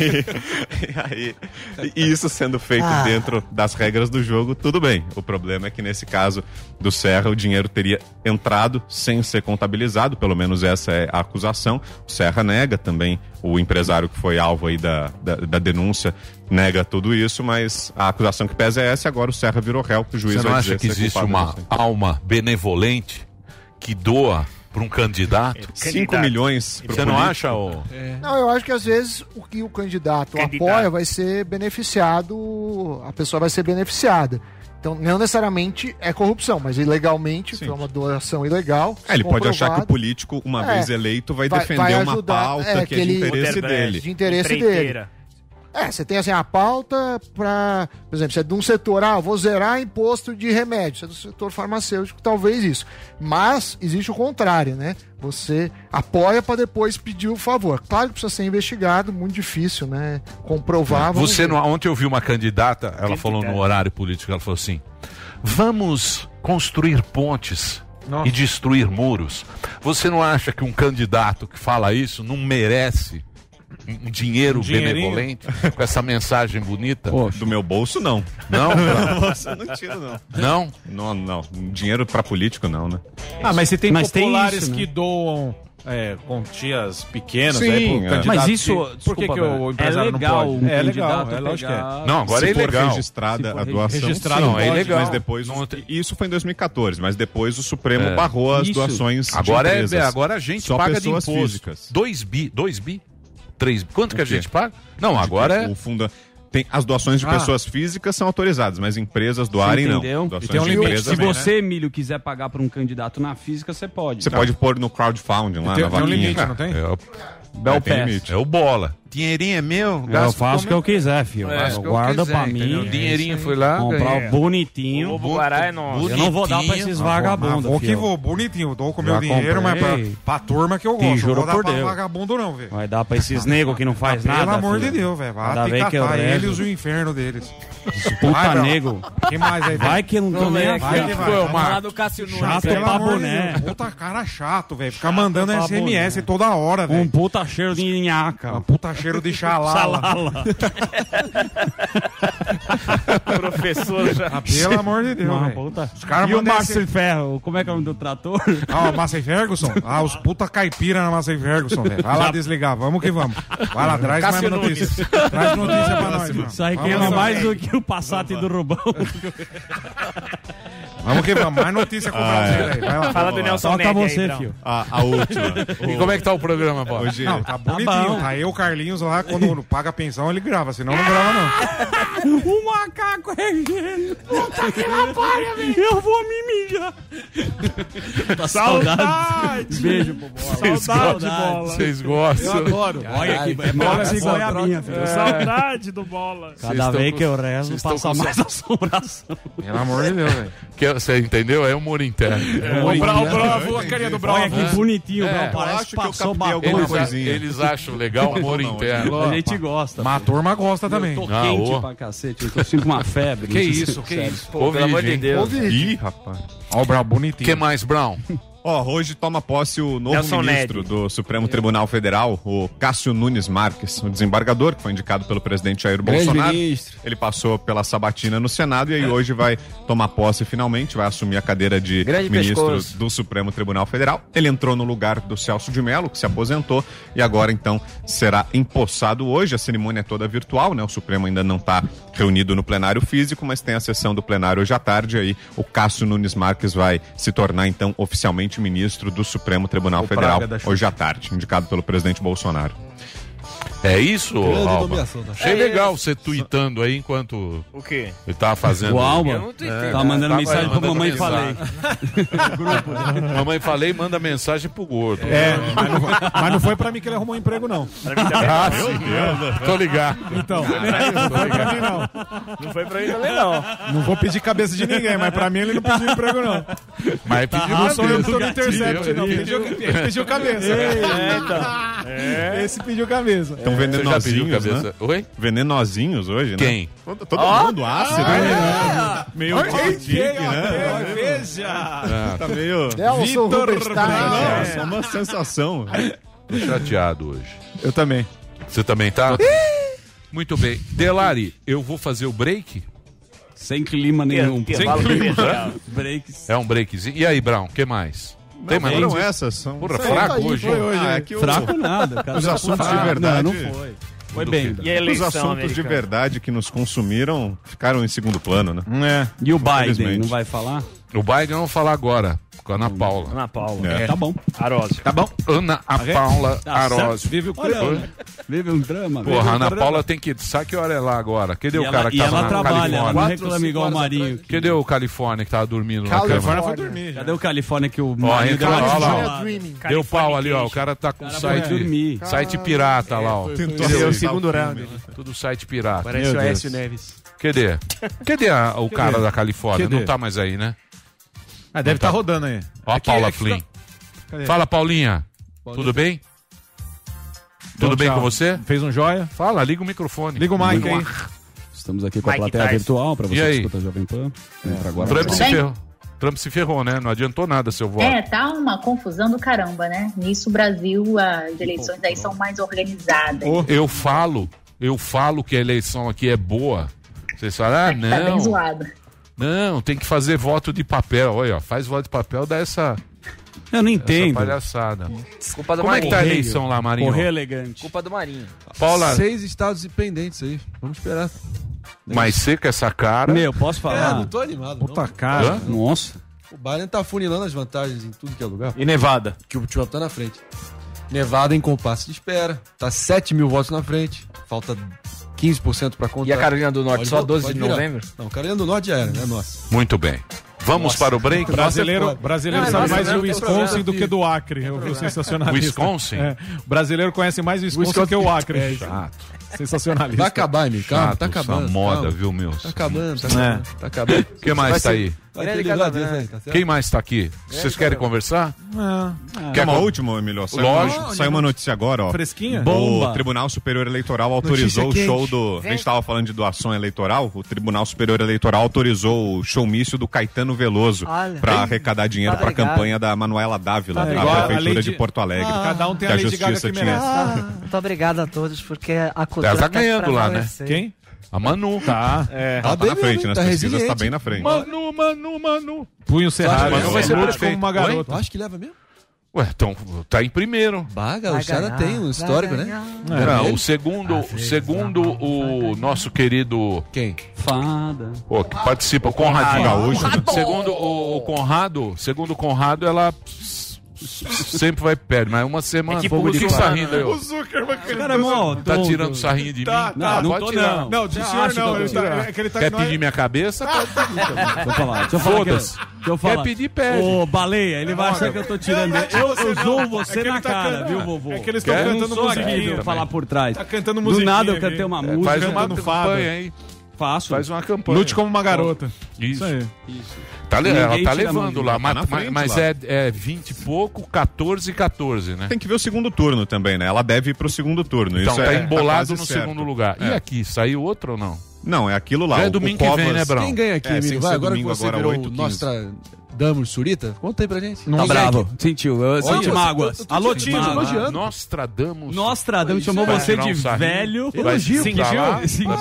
Speaker 17: e, aí, e isso sendo feito
Speaker 1: Ah.
Speaker 17: dentro das regras do jogo, tudo bem. O problema é que nesse caso do Serra, o dinheiro teria entrado sem ser contabilizado, pelo menos essa é a acusação. O Serra nega também, o empresário que foi alvo aí da, da, da denúncia nega tudo isso, mas a acusação que pesa é essa e agora o Serra virou réu, que o juiz
Speaker 6: Você não
Speaker 17: vai
Speaker 6: acha
Speaker 17: dizer
Speaker 6: que
Speaker 17: se é
Speaker 6: existe
Speaker 17: culpado ou
Speaker 6: uma
Speaker 17: não.
Speaker 6: alma benevolente que doa para um candidato?
Speaker 17: cinco milhões pro
Speaker 6: Você não
Speaker 17: político?
Speaker 6: acha, ô?
Speaker 11: Não, eu acho que às vezes o que o candidato,
Speaker 6: Candidato.
Speaker 11: apoia vai ser beneficiado, a pessoa vai ser beneficiada. Então, não necessariamente é corrupção, mas ilegalmente, foi uma doação ilegal.
Speaker 17: É, ele pode achar que o
Speaker 11: comprovado.
Speaker 17: político, uma
Speaker 11: É,
Speaker 17: vez eleito, vai,
Speaker 11: vai-
Speaker 17: defender
Speaker 11: vai
Speaker 17: uma
Speaker 11: ajudar,
Speaker 17: pauta
Speaker 11: é,
Speaker 17: que é de
Speaker 11: aquele-
Speaker 17: interesse dele.
Speaker 11: De interesse dele. É, você tem assim a pauta para, por exemplo, você é de um setor, ah, vou zerar imposto de remédio, você é do setor farmacêutico, talvez isso. Mas existe o contrário, né? Você apoia para depois pedir o favor. Claro que precisa ser investigado, muito difícil, né? Comprovar. vamos
Speaker 6: Você
Speaker 11: ver.
Speaker 6: não, ontem eu vi uma candidata, ela falou no horário político, ela falou assim: vamos construir pontes
Speaker 4: Nossa.
Speaker 6: e destruir muros. Você não acha que um candidato que fala isso não merece um um dinheiro
Speaker 17: Um dinheirinho?
Speaker 6: benevolente com essa mensagem bonita?
Speaker 17: Do meu bolso, não.
Speaker 6: Não?
Speaker 17: Do meu bolso eu não tiro, não.
Speaker 6: Não?
Speaker 17: Não, não. Dinheiro pra político, não, né?
Speaker 4: Ah, mas você tem
Speaker 17: Mas tem
Speaker 4: populares
Speaker 17: isso, né?
Speaker 4: que doam é, quantias pequenas
Speaker 17: Sim,
Speaker 4: aí pro
Speaker 17: é.
Speaker 4: candidato.
Speaker 7: Mas isso,
Speaker 4: que- por que,
Speaker 7: desculpa,
Speaker 4: que o
Speaker 7: Bernardo,
Speaker 4: empresário
Speaker 7: é legal
Speaker 4: não
Speaker 7: um
Speaker 4: pode? É legal,
Speaker 7: candidato
Speaker 4: é lógico que é.
Speaker 7: pegar-
Speaker 6: Não, agora
Speaker 17: Se
Speaker 6: é
Speaker 17: for
Speaker 6: ilegal.
Speaker 17: registrada
Speaker 6: Se for
Speaker 17: a doação,
Speaker 6: registrado,
Speaker 17: sim,
Speaker 6: não, é
Speaker 17: pode,
Speaker 6: ilegal.
Speaker 17: mas depois,
Speaker 6: Não
Speaker 17: isso foi em dois mil e quatorze, mas depois o Supremo
Speaker 6: É.
Speaker 17: barrou as
Speaker 6: Isso.
Speaker 17: doações
Speaker 6: Agora
Speaker 17: de
Speaker 6: é,
Speaker 17: empresas.
Speaker 6: agora a gente
Speaker 17: Só
Speaker 6: paga de
Speaker 17: pessoas
Speaker 6: imposto.
Speaker 17: físicas.
Speaker 6: dois bi, dois bi? três bi? Quanto que a
Speaker 17: O quê?
Speaker 6: gente paga? Não, agora é...
Speaker 17: O fundo... Tem, as doações de
Speaker 7: Ah.
Speaker 17: pessoas físicas são autorizadas, mas empresas doarem
Speaker 7: Você
Speaker 17: não.
Speaker 7: entendeu?
Speaker 17: Doações de
Speaker 7: Se
Speaker 17: empresas não.
Speaker 7: você, Emílio, quiser pagar para um candidato na física, você pode.
Speaker 17: Você pode pôr no crowdfunding lá
Speaker 7: Tem-
Speaker 17: na
Speaker 7: tem um
Speaker 17: vaquinha.
Speaker 7: limite, não tem?
Speaker 6: É o,
Speaker 7: Bel
Speaker 6: é, tem
Speaker 7: Pass.
Speaker 6: limite. É o bola. Dinheirinho é meu.
Speaker 7: Eu faço o que eu quiser, filho.
Speaker 6: É,
Speaker 7: eu
Speaker 6: o que eu
Speaker 7: guardo
Speaker 6: quiser,
Speaker 7: pra
Speaker 6: entendeu?
Speaker 7: mim.
Speaker 6: O dinheirinho foi lá,
Speaker 7: Comprar
Speaker 6: ganhei.
Speaker 7: o bonitinho.
Speaker 6: O Lobo Guará é nosso.
Speaker 7: Eu não vou dar pra esses vagabundos,
Speaker 4: Vou que
Speaker 7: filho.
Speaker 4: vou, bonitinho. Dou com o
Speaker 7: Já
Speaker 4: meu dinheiro, mas pra,
Speaker 7: comprei.
Speaker 4: pra turma que eu
Speaker 7: Te
Speaker 4: gosto. Não
Speaker 7: juro
Speaker 4: vou dar
Speaker 7: por
Speaker 4: pra
Speaker 7: Deus.
Speaker 4: vagabundo não, velho.
Speaker 7: Vai dar pra esses negros que não faz
Speaker 4: Ah,
Speaker 7: nada.
Speaker 4: Pelo amor
Speaker 7: filho.
Speaker 4: de Deus, velho. Vai
Speaker 7: Cada
Speaker 4: ter
Speaker 7: vez
Speaker 4: que
Speaker 7: que eu
Speaker 4: catar
Speaker 7: rezo.
Speaker 4: eles e o inferno deles.
Speaker 7: Puta
Speaker 4: Vai, Brau.
Speaker 7: nego.
Speaker 4: Quem mais aí?
Speaker 7: Vai que eu não tô nem
Speaker 4: Vai
Speaker 7: aqui.
Speaker 4: que vai.
Speaker 7: Foi o
Speaker 4: Vamos lá.
Speaker 7: Marco. do Cássio Nunes. Chato
Speaker 4: Pelo
Speaker 7: pra
Speaker 4: amor de
Speaker 7: boné.
Speaker 4: Deus. Puta cara chato, velho. Ficar mandando
Speaker 7: pra
Speaker 4: S M S
Speaker 7: boné.
Speaker 4: toda hora, velho.
Speaker 7: Um puta cheiro de nhaca.
Speaker 4: Um puta cheiro de xalala.
Speaker 7: Xalala.
Speaker 1: Professor já.
Speaker 4: Ah, pelo amor de Deus,
Speaker 7: Uma
Speaker 4: velho.
Speaker 7: puta-
Speaker 4: Os caras
Speaker 7: E o
Speaker 4: mandam
Speaker 7: Márcio
Speaker 4: esse-
Speaker 7: Ferro? Como é que é o nome do trator?
Speaker 4: Ah, o Massey Ferguson? Ah, os puta caipira na Massey Ferguson, velho. Vai lá
Speaker 7: Já-
Speaker 4: desligar, vamos que vamos. Vai lá, traz
Speaker 7: Cássio
Speaker 4: mais
Speaker 7: Nunes.
Speaker 4: notícia. Traz notícia pra nós, mano.
Speaker 7: Isso aí
Speaker 4: Vamos
Speaker 7: queima
Speaker 4: lá.
Speaker 7: mais do que o Passat do Rubão.
Speaker 4: Vamos que vamos, mais notícia com o
Speaker 17: Ah,
Speaker 4: Brasil
Speaker 17: é.
Speaker 4: aí. Vai lá.
Speaker 1: Fala do Nelson
Speaker 7: Toca
Speaker 1: Ned
Speaker 7: você,
Speaker 1: aí, Brau.
Speaker 7: filho.
Speaker 17: A, a última.
Speaker 6: E como é que tá o programa, Bola?
Speaker 17: Hoje,
Speaker 4: Não, tá bonitinho.
Speaker 7: bom.
Speaker 4: Tá eu, o Carlinhos lá, quando paga a pensão, ele grava. Senão não grava, não.
Speaker 7: O macaco é gênio. Eu vou me mijar. Tá
Speaker 1: Saudades.
Speaker 7: Beijo, pro Bola.
Speaker 6: Vocês
Speaker 1: Saudade,
Speaker 6: gostam?
Speaker 1: Bola.
Speaker 6: Vocês gostam?
Speaker 7: Eu adoro. Olha aqui, é
Speaker 4: Bola
Speaker 7: Max
Speaker 4: de
Speaker 7: e goiabinha, filho.
Speaker 1: Saudade do bola.
Speaker 7: Cada
Speaker 6: Vocês
Speaker 7: vez
Speaker 6: estão
Speaker 7: que eu
Speaker 6: com-
Speaker 7: rezo,
Speaker 6: vocês estão
Speaker 7: passa
Speaker 6: com
Speaker 7: mais
Speaker 6: sa-
Speaker 7: assombração.
Speaker 4: Pelo amor de Deus, velho.
Speaker 6: Que- Você entendeu? É humor interno.
Speaker 1: O Brau, o Brau, a carinha do Brau.
Speaker 7: Olha que bonitinho,
Speaker 6: É,
Speaker 7: Brau.
Speaker 6: eu
Speaker 7: Parece
Speaker 17: acho
Speaker 7: que
Speaker 17: que eu
Speaker 7: passou
Speaker 17: captei
Speaker 7: batom.
Speaker 17: alguma
Speaker 6: Eles, a-
Speaker 17: coisinha.
Speaker 6: eles acham legal o humor
Speaker 17: Não,
Speaker 6: interno.
Speaker 7: A gente gosta.
Speaker 4: Mas a turma gosta também.
Speaker 7: Eu tô
Speaker 6: Ah,
Speaker 7: quente
Speaker 6: ô.
Speaker 7: pra cacete. Eu tô sinto uma febre.
Speaker 4: Que
Speaker 7: não sei
Speaker 4: isso,
Speaker 7: se-
Speaker 4: que
Speaker 7: sério.
Speaker 4: isso.
Speaker 1: Pô, pelo amor de Deus.
Speaker 17: Ih, rapaz.
Speaker 4: Ó, o Brau,
Speaker 6: O
Speaker 4: bonitinho.
Speaker 6: que mais, Brown?
Speaker 17: Ó, hoje toma posse o novo
Speaker 1: Nelson
Speaker 17: ministro
Speaker 1: Ned.
Speaker 17: do Supremo Tribunal Federal, o Cássio Nunes Marques, o desembargador que foi indicado pelo presidente Jair
Speaker 8: Grande
Speaker 17: Bolsonaro.
Speaker 8: ministro.
Speaker 17: Ele passou pela sabatina no Senado e aí hoje vai tomar posse finalmente, vai assumir a cadeira de
Speaker 1: Grande
Speaker 17: ministro
Speaker 1: pescoço.
Speaker 17: do Supremo Tribunal Federal. Ele entrou no lugar do Celso de Mello, que se aposentou, e agora então será empossado hoje. A cerimônia é toda virtual, né? O Supremo ainda não está reunido no plenário físico, mas tem a sessão do plenário hoje à tarde. Aí o Cássio Nunes Marques vai se tornar então oficialmente ministro do Supremo Tribunal
Speaker 4: O
Speaker 17: Federal
Speaker 4: Praga da Xuxa.
Speaker 17: hoje à tarde, indicado pelo presidente Bolsonaro.
Speaker 6: É isso,
Speaker 8: Grande
Speaker 6: Alba?
Speaker 8: nomeação, tá?
Speaker 6: Achei legal você tweetando aí enquanto
Speaker 1: O quê?
Speaker 6: ele tava fazendo...
Speaker 7: O Alba
Speaker 1: Eu não tô entendendo.
Speaker 7: tá mandando
Speaker 6: Tava
Speaker 7: mensagem pra
Speaker 6: mandando
Speaker 7: mamãe
Speaker 6: mensagem.
Speaker 7: falei.
Speaker 6: Mamãe falei, manda mensagem pro gordo.
Speaker 4: É, mas não, foi- mas não foi pra mim que ele arrumou emprego, não.
Speaker 6: Ah, sim, tô ligado.
Speaker 4: Então, não foi pra mim, não.
Speaker 1: Não foi pra mim também, não.
Speaker 4: Não vou pedir cabeça de ninguém, mas pra mim ele não pediu emprego, não.
Speaker 6: Mas pediu
Speaker 4: Não sou eu que tô no
Speaker 6: gatilho,
Speaker 4: Intercept, não.
Speaker 6: gatilho.
Speaker 4: Pediu, ele pediu cabeça.
Speaker 1: É, então.
Speaker 4: Esse pediu cabeça.
Speaker 17: Então Estão venenosinhos,
Speaker 6: Você já pediu cabeça?
Speaker 17: né?
Speaker 6: Oi?
Speaker 17: Venenosinhos hoje, né?
Speaker 6: Quem?
Speaker 17: Todo, todo
Speaker 6: Ó.
Speaker 17: mundo ácido,
Speaker 6: Ah,
Speaker 17: né?
Speaker 6: é.
Speaker 17: Meio tique, né?
Speaker 4: Veja!
Speaker 6: Ah,
Speaker 17: Tá meio...
Speaker 11: Nelson
Speaker 17: Vitor
Speaker 11: Rubinstein.
Speaker 17: Não,
Speaker 11: É.
Speaker 17: é só uma sensação.
Speaker 6: Tô chateado hoje.
Speaker 4: Eu também.
Speaker 6: Você também tá? Muito bem. Delari, eu vou fazer o break?
Speaker 7: Sem clima nenhum.
Speaker 6: Sem clima.
Speaker 7: Hã? Breaks.
Speaker 6: É um breakzinho. E aí, Brown, o que mais? Tem mais
Speaker 17: foram
Speaker 6: coisa?
Speaker 17: essas, são-
Speaker 6: Porra,
Speaker 17: Só
Speaker 6: fraco
Speaker 17: aí,
Speaker 6: hoje.
Speaker 17: foi
Speaker 6: hein?
Speaker 17: hoje, Ah, é que o-
Speaker 7: Fraco nada. cara.
Speaker 17: Os assuntos de
Speaker 7: Ah,
Speaker 17: verdade...
Speaker 7: Não, não foi. Foi
Speaker 6: Do
Speaker 7: bem.
Speaker 6: quê?
Speaker 17: E a eleição Os assuntos americana? de verdade que nos consumiram ficaram em segundo plano, né?
Speaker 4: É.
Speaker 7: E o Biden,
Speaker 17: Infelizmente.
Speaker 7: não vai falar?
Speaker 6: O Biden não vou falar agora, com a Ana Paula.
Speaker 1: Ana Paula.
Speaker 17: É.
Speaker 7: Tá bom.
Speaker 1: Arósio.
Speaker 4: Tá bom?
Speaker 6: Ana a Paula
Speaker 7: Tá
Speaker 6: Arósio.
Speaker 7: certo.
Speaker 4: Vive o
Speaker 7: Olha,
Speaker 4: clima.
Speaker 7: olha. Vive um drama.
Speaker 6: Porra, a
Speaker 7: Vive um
Speaker 6: Ana
Speaker 7: drama.
Speaker 6: Paula tem que... Sabe que hora é lá agora? Cadê
Speaker 7: E
Speaker 6: o
Speaker 7: ela-
Speaker 6: cara que
Speaker 7: e
Speaker 6: tava
Speaker 7: ela
Speaker 6: na
Speaker 7: trabalha, ela
Speaker 6: Califórnia?
Speaker 7: não reclama igual o Marinho. que-
Speaker 6: Cadê o Califórnia que tava dormindo na
Speaker 11: Califórnia
Speaker 6: cama?
Speaker 4: foi dormir.
Speaker 7: Cadê o Califórnia que o
Speaker 6: Ó,
Speaker 7: Marinho deu uma
Speaker 6: reclama, ó lá, ó.
Speaker 7: descolada?
Speaker 11: Dreaming.
Speaker 6: Deu pau ali, ó. O cara tá com
Speaker 7: O cara
Speaker 6: site,
Speaker 7: foi dormir.
Speaker 6: site pirata lá, ó.
Speaker 17: Tentou
Speaker 1: Esse é o
Speaker 17: aceitar
Speaker 1: segundo
Speaker 17: filme,
Speaker 1: round.
Speaker 17: né?
Speaker 6: Tudo site pirata.
Speaker 1: Parece
Speaker 4: Meu
Speaker 1: o
Speaker 4: Deus.
Speaker 1: Aécio Neves.
Speaker 6: Cadê? Cadê a- o cara
Speaker 4: Cadê?
Speaker 6: da Califórnia?
Speaker 4: Cadê?
Speaker 6: Não tá mais aí, né?
Speaker 4: Ah, deve estar tá rodando aí.
Speaker 6: Ó a
Speaker 4: Aqui-
Speaker 6: Paula
Speaker 4: aqui
Speaker 6: Flynn.
Speaker 4: tá- Cadê?
Speaker 6: Fala, Paulinha. Tudo bem? Tudo
Speaker 4: Então,
Speaker 6: bem
Speaker 4: tchau.
Speaker 6: com você?
Speaker 4: Fez um joia?
Speaker 6: Fala, liga o microfone.
Speaker 4: Liga o mic aí.
Speaker 7: Estamos aqui com a
Speaker 1: Mike
Speaker 7: plateia
Speaker 1: Tyson.
Speaker 7: virtual para
Speaker 6: E
Speaker 7: você
Speaker 6: aí?
Speaker 7: que escuta a Jovem Pan. Entra agora.
Speaker 6: Trump
Speaker 19: Tudo
Speaker 6: se
Speaker 19: bem?
Speaker 6: ferrou. Trump se ferrou, né? Não adiantou nada seu voto.
Speaker 19: É, tá uma confusão do caramba, né? Nisso o Brasil, as eleições aí são mais organizadas.
Speaker 6: Eu falo, eu falo que a eleição aqui é boa. Vocês falam, ah,
Speaker 19: Tá bem
Speaker 6: não.
Speaker 19: zoado.
Speaker 6: Não, tem que fazer voto de papel. Olha, ó, faz voto de papel, dá essa,
Speaker 7: Eu não
Speaker 6: essa
Speaker 7: entendo.
Speaker 6: palhaçada.
Speaker 1: Culpa do
Speaker 6: Como é que tá a
Speaker 1: Marinho.
Speaker 6: eleição lá, Marinho?
Speaker 7: Correio elegante.
Speaker 1: Culpa do Marinho.
Speaker 6: Paula,
Speaker 8: Seis estados independentes aí. Vamos esperar.
Speaker 6: mais seca essa cara.
Speaker 7: Meu, posso
Speaker 8: É,
Speaker 7: falar?
Speaker 8: não tô animado.
Speaker 4: Puta
Speaker 8: Não.
Speaker 4: cara.
Speaker 6: Hã?
Speaker 7: Nossa.
Speaker 8: O Biden tá funilando as vantagens em tudo que é lugar.
Speaker 1: E Nevada.
Speaker 8: Que o Trump tá na frente. Nevada em compasso de espera. Tá sete mil votos na frente. Falta quinze por cento pra contar.
Speaker 1: E a Carolina do Norte,
Speaker 8: Pode
Speaker 1: só
Speaker 8: vo-
Speaker 1: doze
Speaker 8: pode
Speaker 1: de
Speaker 8: virar.
Speaker 1: novembro?
Speaker 8: Não, Carolina do Norte já era, né? Nossa.
Speaker 6: Muito bem. Vamos para o break.
Speaker 4: Brasileiro, brasileiro
Speaker 1: Não,
Speaker 4: sabe
Speaker 1: nossa,
Speaker 4: mais de
Speaker 1: não, tem
Speaker 4: Wisconsin
Speaker 1: problema.
Speaker 4: do que do Acre. Eu vi o sensacionalista.
Speaker 6: Wisconsin?
Speaker 4: É. O brasileiro conhece mais Wisconsin,
Speaker 8: Wisconsin.
Speaker 4: que o Acre.
Speaker 8: É,
Speaker 6: Chato.
Speaker 4: Sensacionalista.
Speaker 8: Vai acabar, Emílio. Calma,
Speaker 6: Chato
Speaker 8: tá
Speaker 6: essa
Speaker 8: acabando.
Speaker 6: moda,
Speaker 8: calma.
Speaker 6: viu, meus?
Speaker 8: Tá acabando, tá
Speaker 4: É.
Speaker 8: acabando. Tá acabando.
Speaker 6: O que mais tá aí?
Speaker 8: Vai
Speaker 1: Grande
Speaker 8: ter ligado
Speaker 1: Casagrande.
Speaker 8: aí, tá certo?
Speaker 6: Quem mais tá aqui? Vocês querem conversar?
Speaker 4: É.
Speaker 17: Quer uma
Speaker 6: com-
Speaker 17: última, Emílio? Saiu,
Speaker 6: Lógico.
Speaker 17: uma, saiu uma notícia agora, ó.
Speaker 4: Fresquinha?
Speaker 17: O Tribunal Superior Eleitoral autorizou o
Speaker 8: Notícia
Speaker 17: show
Speaker 8: quente.
Speaker 17: do... A gente estava falando de doação eleitoral. O Tribunal Superior Eleitoral autorizou o showmício do Caetano Veloso
Speaker 1: Olha.
Speaker 17: para arrecadar dinheiro
Speaker 1: Tá
Speaker 17: para a
Speaker 1: obrigado.
Speaker 17: campanha da Manuela Dávila,
Speaker 4: Tá
Speaker 17: na
Speaker 4: igual a
Speaker 17: Prefeitura
Speaker 4: lei
Speaker 17: de
Speaker 4: de-
Speaker 17: Porto Alegre.
Speaker 4: Cada um tem
Speaker 17: que
Speaker 4: a
Speaker 17: a
Speaker 4: Lady Gaga
Speaker 17: justiça
Speaker 4: que
Speaker 17: tinha...
Speaker 4: merece.
Speaker 20: Ah, muito obrigado a todos, porque a cultura
Speaker 6: Ela tá ganhando
Speaker 20: pra
Speaker 6: lá, né?
Speaker 20: prevalecer.
Speaker 4: Quem?
Speaker 6: A Manu.
Speaker 4: Tá.
Speaker 1: É.
Speaker 17: Ela tá na
Speaker 8: bem
Speaker 17: frente,
Speaker 8: mesmo,
Speaker 17: nas
Speaker 8: tá
Speaker 17: pesquisas tá
Speaker 8: resiliente.
Speaker 17: bem na frente.
Speaker 6: Manu, Manu, Manu.
Speaker 4: Punho cerrado.
Speaker 8: Manu
Speaker 6: vai ser
Speaker 4: Lute
Speaker 6: prefeito.
Speaker 4: como uma garota.
Speaker 8: Eu acho que leva mesmo.
Speaker 6: Ué, então tá em primeiro.
Speaker 8: Baga,
Speaker 20: Vai
Speaker 8: os caras
Speaker 20: ganhar,
Speaker 8: têm um
Speaker 20: vai
Speaker 8: histórico, né?
Speaker 20: ganhar.
Speaker 6: Não,
Speaker 8: ele?
Speaker 6: o segundo, o segundo o nosso querido
Speaker 8: Quem?
Speaker 7: Fada.
Speaker 6: pô, que participa, o Conradinho.
Speaker 17: Gaúcho.
Speaker 6: Segundo o, o Conrado, segundo o Conrado, ela s- s- sempre vai perder, mas uma semana.
Speaker 1: É tipo
Speaker 6: Por
Speaker 1: o
Speaker 6: que
Speaker 1: Zuckerman,
Speaker 6: tá rindo aí?
Speaker 1: né?
Speaker 6: ó?
Speaker 4: Zuckerman.
Speaker 7: O cara é mó
Speaker 6: Tá
Speaker 7: tonto.
Speaker 6: tirando sarrinho de
Speaker 4: Tá,
Speaker 6: mim?
Speaker 7: Não, não
Speaker 6: pode
Speaker 7: tô
Speaker 6: tirar.
Speaker 7: não.
Speaker 4: Não, de
Speaker 7: Você
Speaker 4: senhor
Speaker 7: acha que
Speaker 4: não.
Speaker 7: eu
Speaker 4: Ele
Speaker 7: tô
Speaker 4: tá,
Speaker 7: tirando?
Speaker 4: é que ele tá
Speaker 6: Quer
Speaker 4: nós-
Speaker 6: pedir minha cabeça? Pode pedir também.
Speaker 7: Deixa eu falar, deixa eu falar.
Speaker 6: Foda-se.
Speaker 7: Deixa eu falar.
Speaker 6: Quer pedir, pede.
Speaker 7: Ô, baleia, ele vai achar que eu tô tirando.
Speaker 4: Não,
Speaker 7: Eu,
Speaker 4: você
Speaker 7: eu
Speaker 4: não.
Speaker 7: zoo
Speaker 4: É
Speaker 7: você
Speaker 4: que ele
Speaker 7: na
Speaker 4: tá
Speaker 7: cara,
Speaker 4: cantando.
Speaker 7: viu, vovô?
Speaker 4: É que eles tão
Speaker 7: Eu não
Speaker 4: cantando
Speaker 7: sou
Speaker 4: musiquinha
Speaker 7: aqui de eu
Speaker 4: também.
Speaker 7: falar por trás.
Speaker 4: Tá cantando
Speaker 7: Do
Speaker 4: musiquinha
Speaker 7: nada eu
Speaker 4: aqui.
Speaker 7: cantei uma
Speaker 6: É,
Speaker 7: música.
Speaker 6: faz uma
Speaker 4: chamado Fada.
Speaker 6: campanha aí.
Speaker 7: Faço.
Speaker 6: Faz uma campanha.
Speaker 4: Lute como uma garota.
Speaker 6: Isso.
Speaker 4: Isso aí.
Speaker 6: Tá, le-
Speaker 7: Ninguém
Speaker 6: ela tá
Speaker 7: tira a
Speaker 6: levando
Speaker 7: mão
Speaker 6: lá,
Speaker 7: dele.
Speaker 6: mas,
Speaker 17: Tá na frente
Speaker 6: mas
Speaker 17: lá.
Speaker 6: é, é vinte e pouco, quatorze e quatorze, né?
Speaker 17: Tem que ver o segundo turno também, né? Ela deve ir pro segundo turno.
Speaker 6: Então
Speaker 17: Isso
Speaker 6: tá
Speaker 17: é,
Speaker 6: embolado
Speaker 17: quase
Speaker 6: no
Speaker 17: certo.
Speaker 6: segundo lugar. E
Speaker 17: É.
Speaker 6: aqui, saiu outro ou não?
Speaker 17: Não, é aquilo lá.
Speaker 6: Já é
Speaker 17: o-
Speaker 6: domingo
Speaker 17: o
Speaker 6: que vem,
Speaker 17: Covas-
Speaker 6: né, Brão?
Speaker 8: Quem ganha aqui,
Speaker 17: É, sem
Speaker 8: Emílio?
Speaker 17: ser
Speaker 8: Vai, agora que
Speaker 17: domingo,
Speaker 8: você
Speaker 17: agora
Speaker 8: virou
Speaker 17: oito
Speaker 8: o
Speaker 17: e quinze.
Speaker 8: Nostra Damos Surita, conta aí pra gente.
Speaker 7: Tá bravo. Sentiu. Eu senti
Speaker 8: Olha,
Speaker 7: mágoas.
Speaker 8: eu tô- eu tô
Speaker 7: Alô,
Speaker 8: te
Speaker 7: Tino.
Speaker 8: elogiando.
Speaker 6: Nostradamus.
Speaker 7: Nostradamus chamou
Speaker 6: Vai
Speaker 7: você
Speaker 6: tirar
Speaker 7: de
Speaker 6: um sarrinho.
Speaker 7: velho.
Speaker 6: Vai
Speaker 8: Elogio,
Speaker 6: sentir
Speaker 7: sentiu?
Speaker 6: lá?
Speaker 7: Sentiu.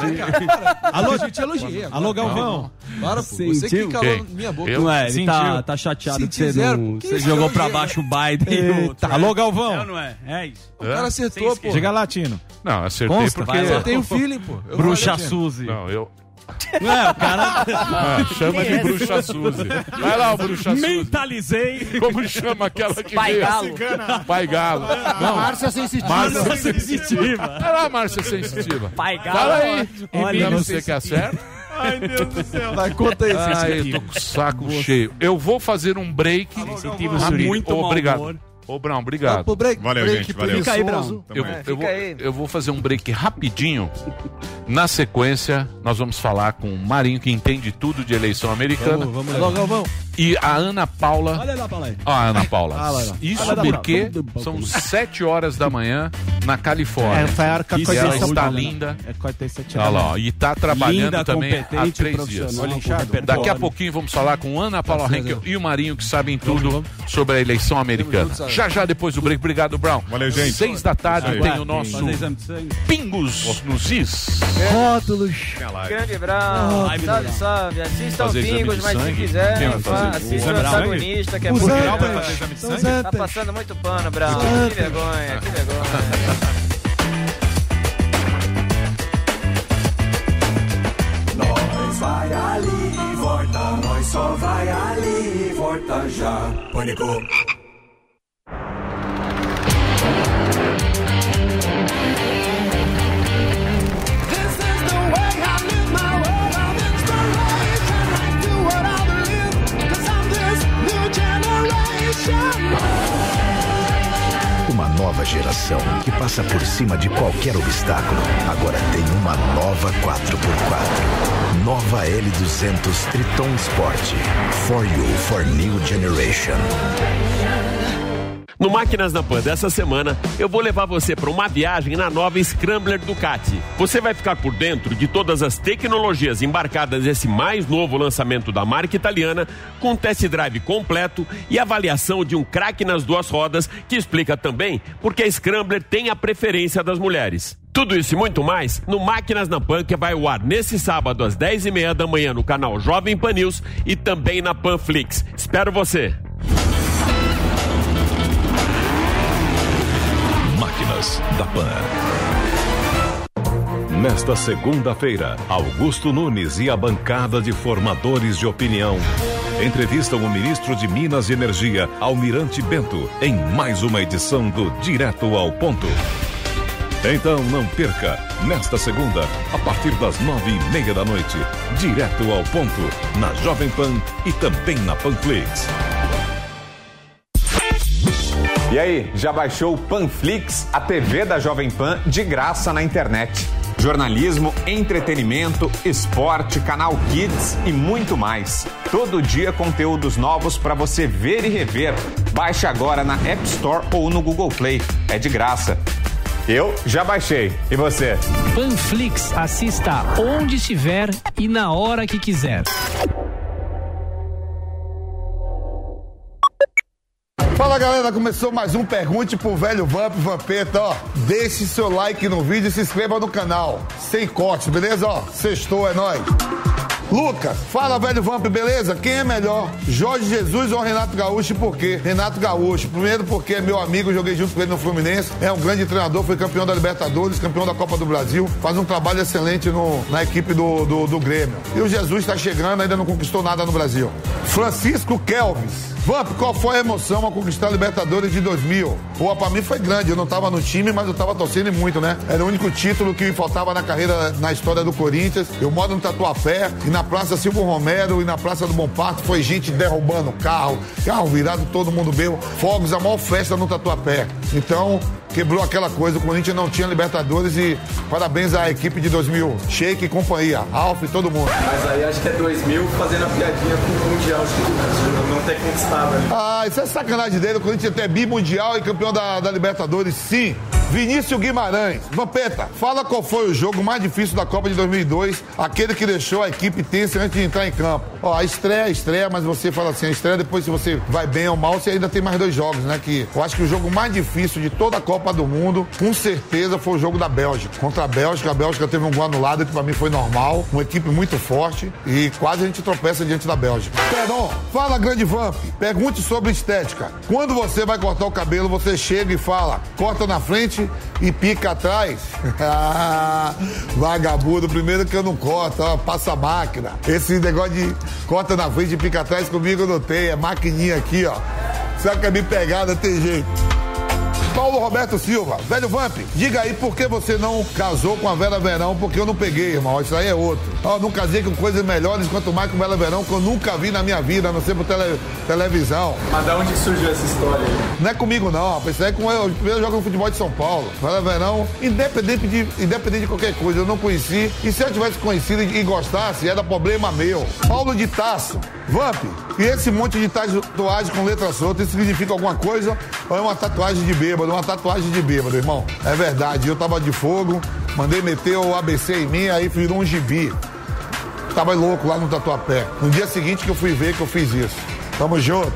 Speaker 8: Alô, gente, te elogiei. agora.
Speaker 4: Alô, Galvão.
Speaker 8: Para, pô. Você
Speaker 7: Sentiu?
Speaker 8: que calou
Speaker 6: Quem?
Speaker 8: minha boca.
Speaker 6: Eu?
Speaker 7: Não é, ele tá,
Speaker 4: Sentiu.
Speaker 7: tá chateado que
Speaker 8: Senti
Speaker 7: você,
Speaker 8: zero.
Speaker 7: não,
Speaker 8: Que
Speaker 7: você
Speaker 8: isso,
Speaker 7: jogou
Speaker 8: eu
Speaker 7: pra
Speaker 8: vi.
Speaker 7: baixo o Biden e o Trump.
Speaker 4: Alô, Galvão.
Speaker 7: É ou não é? É isso.
Speaker 8: O cara acertou, pô.
Speaker 4: Diga lá, Tino.
Speaker 6: Não, acertei
Speaker 4: Consta.
Speaker 6: porque...
Speaker 7: Vai lá.
Speaker 8: Eu tenho feeling, pô. Eu
Speaker 7: Bruxa
Speaker 8: falei,
Speaker 7: Suzy.
Speaker 6: Não, eu...
Speaker 7: Não é, o cara...
Speaker 6: Ah, chama de bruxa Suzy. Vai lá, o bruxa Suzy.
Speaker 7: Mentalizei.
Speaker 6: Como chama aquela que
Speaker 19: Pai
Speaker 6: veio?
Speaker 19: Galo.
Speaker 6: Pai Galo. Não,
Speaker 11: Márcia Sensitiva.
Speaker 6: Márcia
Speaker 7: Sensitiva.
Speaker 6: Vai lá, Márcia Sensitiva.
Speaker 19: Pai Galo.
Speaker 6: Fala aí.
Speaker 7: Olha,
Speaker 6: Emílio,
Speaker 7: não
Speaker 6: você que acerta?
Speaker 4: Ai, Deus do céu.
Speaker 8: Vai, conta aí,
Speaker 6: Ah,
Speaker 8: Sensitiva.
Speaker 6: eu tô com o saco cheio. Eu vou fazer um break.
Speaker 7: Sensitivo,
Speaker 6: Ah,
Speaker 7: Suri.
Speaker 6: muito
Speaker 7: mau
Speaker 6: obrigado.
Speaker 7: humor.
Speaker 6: Ô, Brown, obrigado.
Speaker 8: Pô, break,
Speaker 17: Valeu,
Speaker 8: break
Speaker 17: gente, valeu.
Speaker 7: Fica aí,
Speaker 8: preguiçoso.
Speaker 7: Brown.
Speaker 6: Eu,
Speaker 17: Também.
Speaker 6: eu vou,
Speaker 1: Fica aí.
Speaker 6: eu vou fazer um break rapidinho. Na sequência, nós vamos falar com o Marinho, que entende tudo de eleição americana.
Speaker 8: Vamos, vamos, Alô, Galvão.
Speaker 6: E a Ana Paula.
Speaker 7: Olha lá, Paula.
Speaker 6: Ó, a Ana Paula.
Speaker 7: Ah, lá, lá.
Speaker 6: Isso
Speaker 7: Olha lá,
Speaker 6: porque
Speaker 7: Paula.
Speaker 6: são sete horas da manhã na Califórnia.
Speaker 1: É, foi a hora que eu
Speaker 6: E
Speaker 1: acordei
Speaker 6: ela
Speaker 1: em São
Speaker 6: está
Speaker 1: Paulo,
Speaker 6: linda.
Speaker 1: É quarenta e sete
Speaker 6: Olha
Speaker 1: anos.
Speaker 6: lá, ó, e tá trabalhando
Speaker 7: Linda,
Speaker 6: também há
Speaker 7: competente,
Speaker 6: três
Speaker 7: profissional,
Speaker 6: dias.
Speaker 7: com repertório.
Speaker 6: Daqui a pouquinho vamos falar com Ana Paula Henkel e o Marinho, que sabem tudo sobre a eleição americana. Já já depois do break. Obrigado, Brown.
Speaker 17: Valeu, gente.
Speaker 6: Seis da tarde
Speaker 17: Aí.
Speaker 6: tem o nosso
Speaker 7: Fazer exame de sangue.
Speaker 6: Pingos nos Is.
Speaker 20: Rótulos.
Speaker 21: Grande Brown,
Speaker 7: Ai,
Speaker 21: salve,
Speaker 7: Brown.
Speaker 21: salve. Assista ao
Speaker 6: Fazer exame
Speaker 21: Pingos,
Speaker 6: de
Speaker 21: mas se
Speaker 6: sangue?
Speaker 21: quiser,
Speaker 6: Quem vai fazer?
Speaker 21: assista
Speaker 6: Exame
Speaker 21: o
Speaker 6: de sangue?
Speaker 21: antagonista, que é
Speaker 16: Os
Speaker 21: muito
Speaker 16: antes.
Speaker 21: legal.
Speaker 6: Vai fazer exame de
Speaker 16: Os
Speaker 6: sangue?
Speaker 21: Tá
Speaker 16: antes.
Speaker 21: passando muito pano, Brown.
Speaker 16: Os
Speaker 21: Que vergonha, que vergonha.
Speaker 2: Nós vai ali e volta, nós só vai ali e volta já. Pânico.
Speaker 22: Uma nova geração que passa por cima de qualquer obstáculo. Agora tem uma nova quatro por quatro. Nova L duzentos Triton Sport. For you, for new generation.
Speaker 23: No Máquinas na Pan dessa semana, eu vou levar você para uma viagem na nova Scrambler Ducati. Você vai ficar por dentro de todas as tecnologias embarcadas nesse mais novo lançamento da marca italiana, com test drive completo e avaliação de um craque nas duas rodas, que explica também porque a Scrambler tem a preferência das mulheres. Tudo isso e muito mais no Máquinas na Pan, que vai ao ar nesse sábado às dez e meia da manhã no canal Jovem Pan News e também na Panflix. Espero você!
Speaker 22: Máquinas da Pan.
Speaker 24: Nesta segunda-feira, Augusto Nunes e a bancada de formadores de opinião entrevistam o ministro de Minas e Energia, Almirante Bento, em mais uma edição do Direto ao Ponto. Então não perca, nesta segunda, a partir das nove e meia da noite, Direto ao Ponto, na Jovem Pan e também na Panflix.
Speaker 25: E aí, já baixou o Panflix, a T V da Jovem Pan, de graça na internet? Jornalismo, entretenimento, esporte, canal Kids e muito mais. Todo dia conteúdos novos para você ver e rever. Baixe agora na App Store ou no Google Play. É de graça. Eu já baixei. E você?
Speaker 26: Panflix, assista onde estiver e na hora que quiser.
Speaker 27: Fala galera, começou mais um Pergunte pro Velho Vamp, Vampeta, ó. Deixe seu like no vídeo e se inscreva no canal. Sem corte, beleza? Ó, sextou, é nóis. Lucas, fala Velho Vamp, beleza? Quem é melhor? Jorge Jesus ou Renato Gaúcho e por quê? Renato Gaúcho, primeiro porque é meu amigo, joguei junto com ele no Fluminense, é um grande treinador, foi campeão da Libertadores, campeão da Copa do Brasil, faz um trabalho excelente no, na equipe do, do, do Grêmio. E o Jesus tá chegando, ainda não conquistou nada no Brasil. Francisco Kelvis. Vamp, qual foi a emoção ao conquistar a Libertadores de dois mil? Pô, pra mim foi grande, eu não tava no time, mas eu tava torcendo muito, né? Era o único título que me faltava na carreira, na história do Corinthians. Eu moro no Tatuapé, e na Praça Silvio Romero e na Praça do Bom Parto foi gente derrubando carro, carro virado, todo mundo bebo, fogos, a maior festa no Tatuapé. Então, quebrou aquela coisa, o Corinthians não tinha Libertadores e parabéns à equipe de dois mil, Sheik e companhia, Ralf e todo mundo.
Speaker 9: Mas aí acho que é dois mil fazendo a piadinha com o Mundial, não, não ter conquistado. Né?
Speaker 27: Ah, isso é sacanagem dele, o Corinthians é bimundial e campeão da, da Libertadores, sim. Vinícius Guimarães. Vampeta, fala qual foi o jogo mais difícil da Copa de dois mil e dois, aquele que deixou a equipe tensa antes de entrar em campo. Ó, a estreia, a estreia, mas você fala assim, a estreia depois se você vai bem ou mal, você ainda tem mais dois jogos, né? Que eu acho que o jogo mais difícil de toda a Copa do Mundo, com certeza, foi o jogo da Bélgica. Contra a Bélgica, a Bélgica teve um gol anulado, que pra mim foi normal, uma equipe muito forte e quase a gente tropeça diante da Bélgica. Perdão, fala grande Vamp, pergunte sobre estética. Quando você vai cortar o cabelo, você chega e fala, corta na frente e pica atrás? Ah, vagabundo, primeiro que eu não corto, ó, passa a máquina. Esse negócio de corta na frente e pica atrás comigo eu não tenho, é maquininha aqui, ó. Só que a minha pegada tem jeito. Paulo Roberto Silva, velho Vamp, diga aí por que você não casou com a Vera Verão, porque eu não peguei, irmão, isso aí é outro. Ó, não casei com coisas melhores, quanto mais com Vera Verão, que eu nunca vi na minha vida, a não ser por tele, televisão.
Speaker 9: Mas da onde surgiu essa história aí?
Speaker 27: Não é comigo não, rapaz, isso aí é com eu, primeiro jogo no futebol de São Paulo. Vera Verão, independente de, independente de qualquer coisa, eu não conheci, e se eu tivesse conhecido e gostasse, era problema meu. Paulo de Tasso, Vamp, e esse monte de tatuagem com letra solta, isso significa alguma coisa ou é uma tatuagem de bêbado? Uma tatuagem de bêbado, irmão. É verdade, eu tava de fogo, mandei meter o A B C em mim, aí virou um gibi. Tava louco lá no Tatuapé. No dia seguinte que eu fui ver que eu fiz isso. Tamo junto.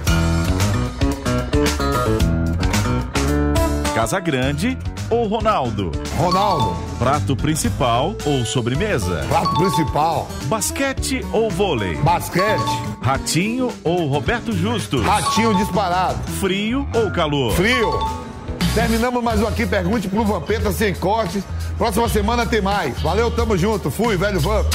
Speaker 3: Casa Grande ou Ronaldo?
Speaker 27: Ronaldo.
Speaker 3: Prato principal ou sobremesa?
Speaker 27: Prato principal.
Speaker 3: Basquete ou vôlei?
Speaker 27: Basquete.
Speaker 3: Ratinho ou Roberto Justus?
Speaker 27: Ratinho disparado.
Speaker 3: Frio ou calor?
Speaker 27: Frio. Terminamos mais um aqui, pergunte pro Vampeta sem cortes. Próxima semana tem mais. Valeu, tamo junto. Fui, velho Vamp.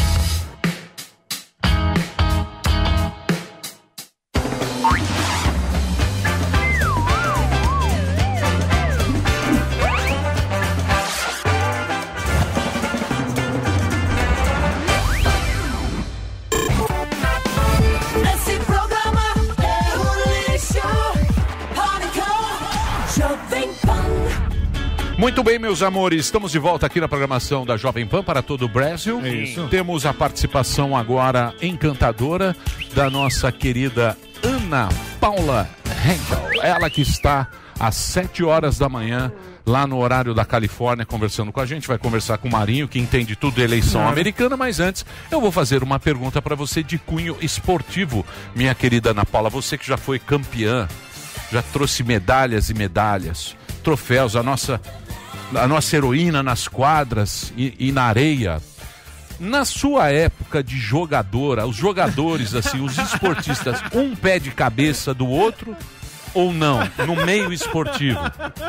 Speaker 6: Muito bem, meus amores, estamos de volta aqui na programação da Jovem Pan para todo o Brasil.
Speaker 4: É isso.
Speaker 6: Temos a participação agora encantadora da nossa querida Ana Paula Henkel. Ela que está às sete horas da manhã lá no horário da Califórnia conversando com a gente. Vai conversar com o Marinho, que entende tudo de eleição
Speaker 4: Claro.
Speaker 6: americana, mas antes eu vou fazer uma pergunta para você de cunho esportivo, minha querida Ana Paula. Você que já foi campeã, já trouxe medalhas e medalhas, troféus, a nossa, a nossa heroína nas quadras e, e na areia. Na sua época de jogadora, os jogadores, assim, os esportistas, um pé de cabeça do outro ou não, no meio esportivo?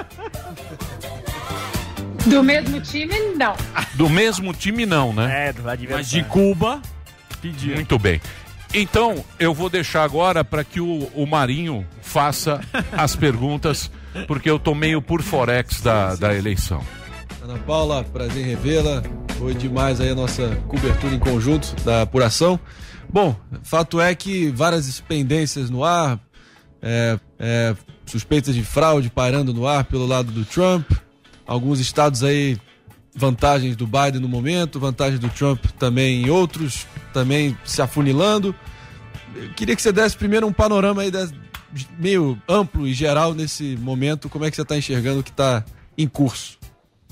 Speaker 5: Do mesmo time, não.
Speaker 6: Do mesmo time não, né?
Speaker 1: É, do adversário.
Speaker 6: Mas de Cuba, pediu. Muito bem. Então, eu vou deixar agora para que o, o Marinho faça as perguntas, porque eu tô meio por forex da, da eleição.
Speaker 8: Ana Paula, prazer em revê-la. Foi demais aí a nossa cobertura em conjunto da apuração. Bom, fato é que várias pendências no ar, é, é, suspeitas de fraude pairando no ar pelo lado do Trump, alguns estados aí, vantagens do Biden no momento, vantagens do Trump também em outros, também se afunilando. Eu queria que você desse primeiro um panorama aí das, meio amplo e geral nesse momento, como é que você está enxergando o que está em curso?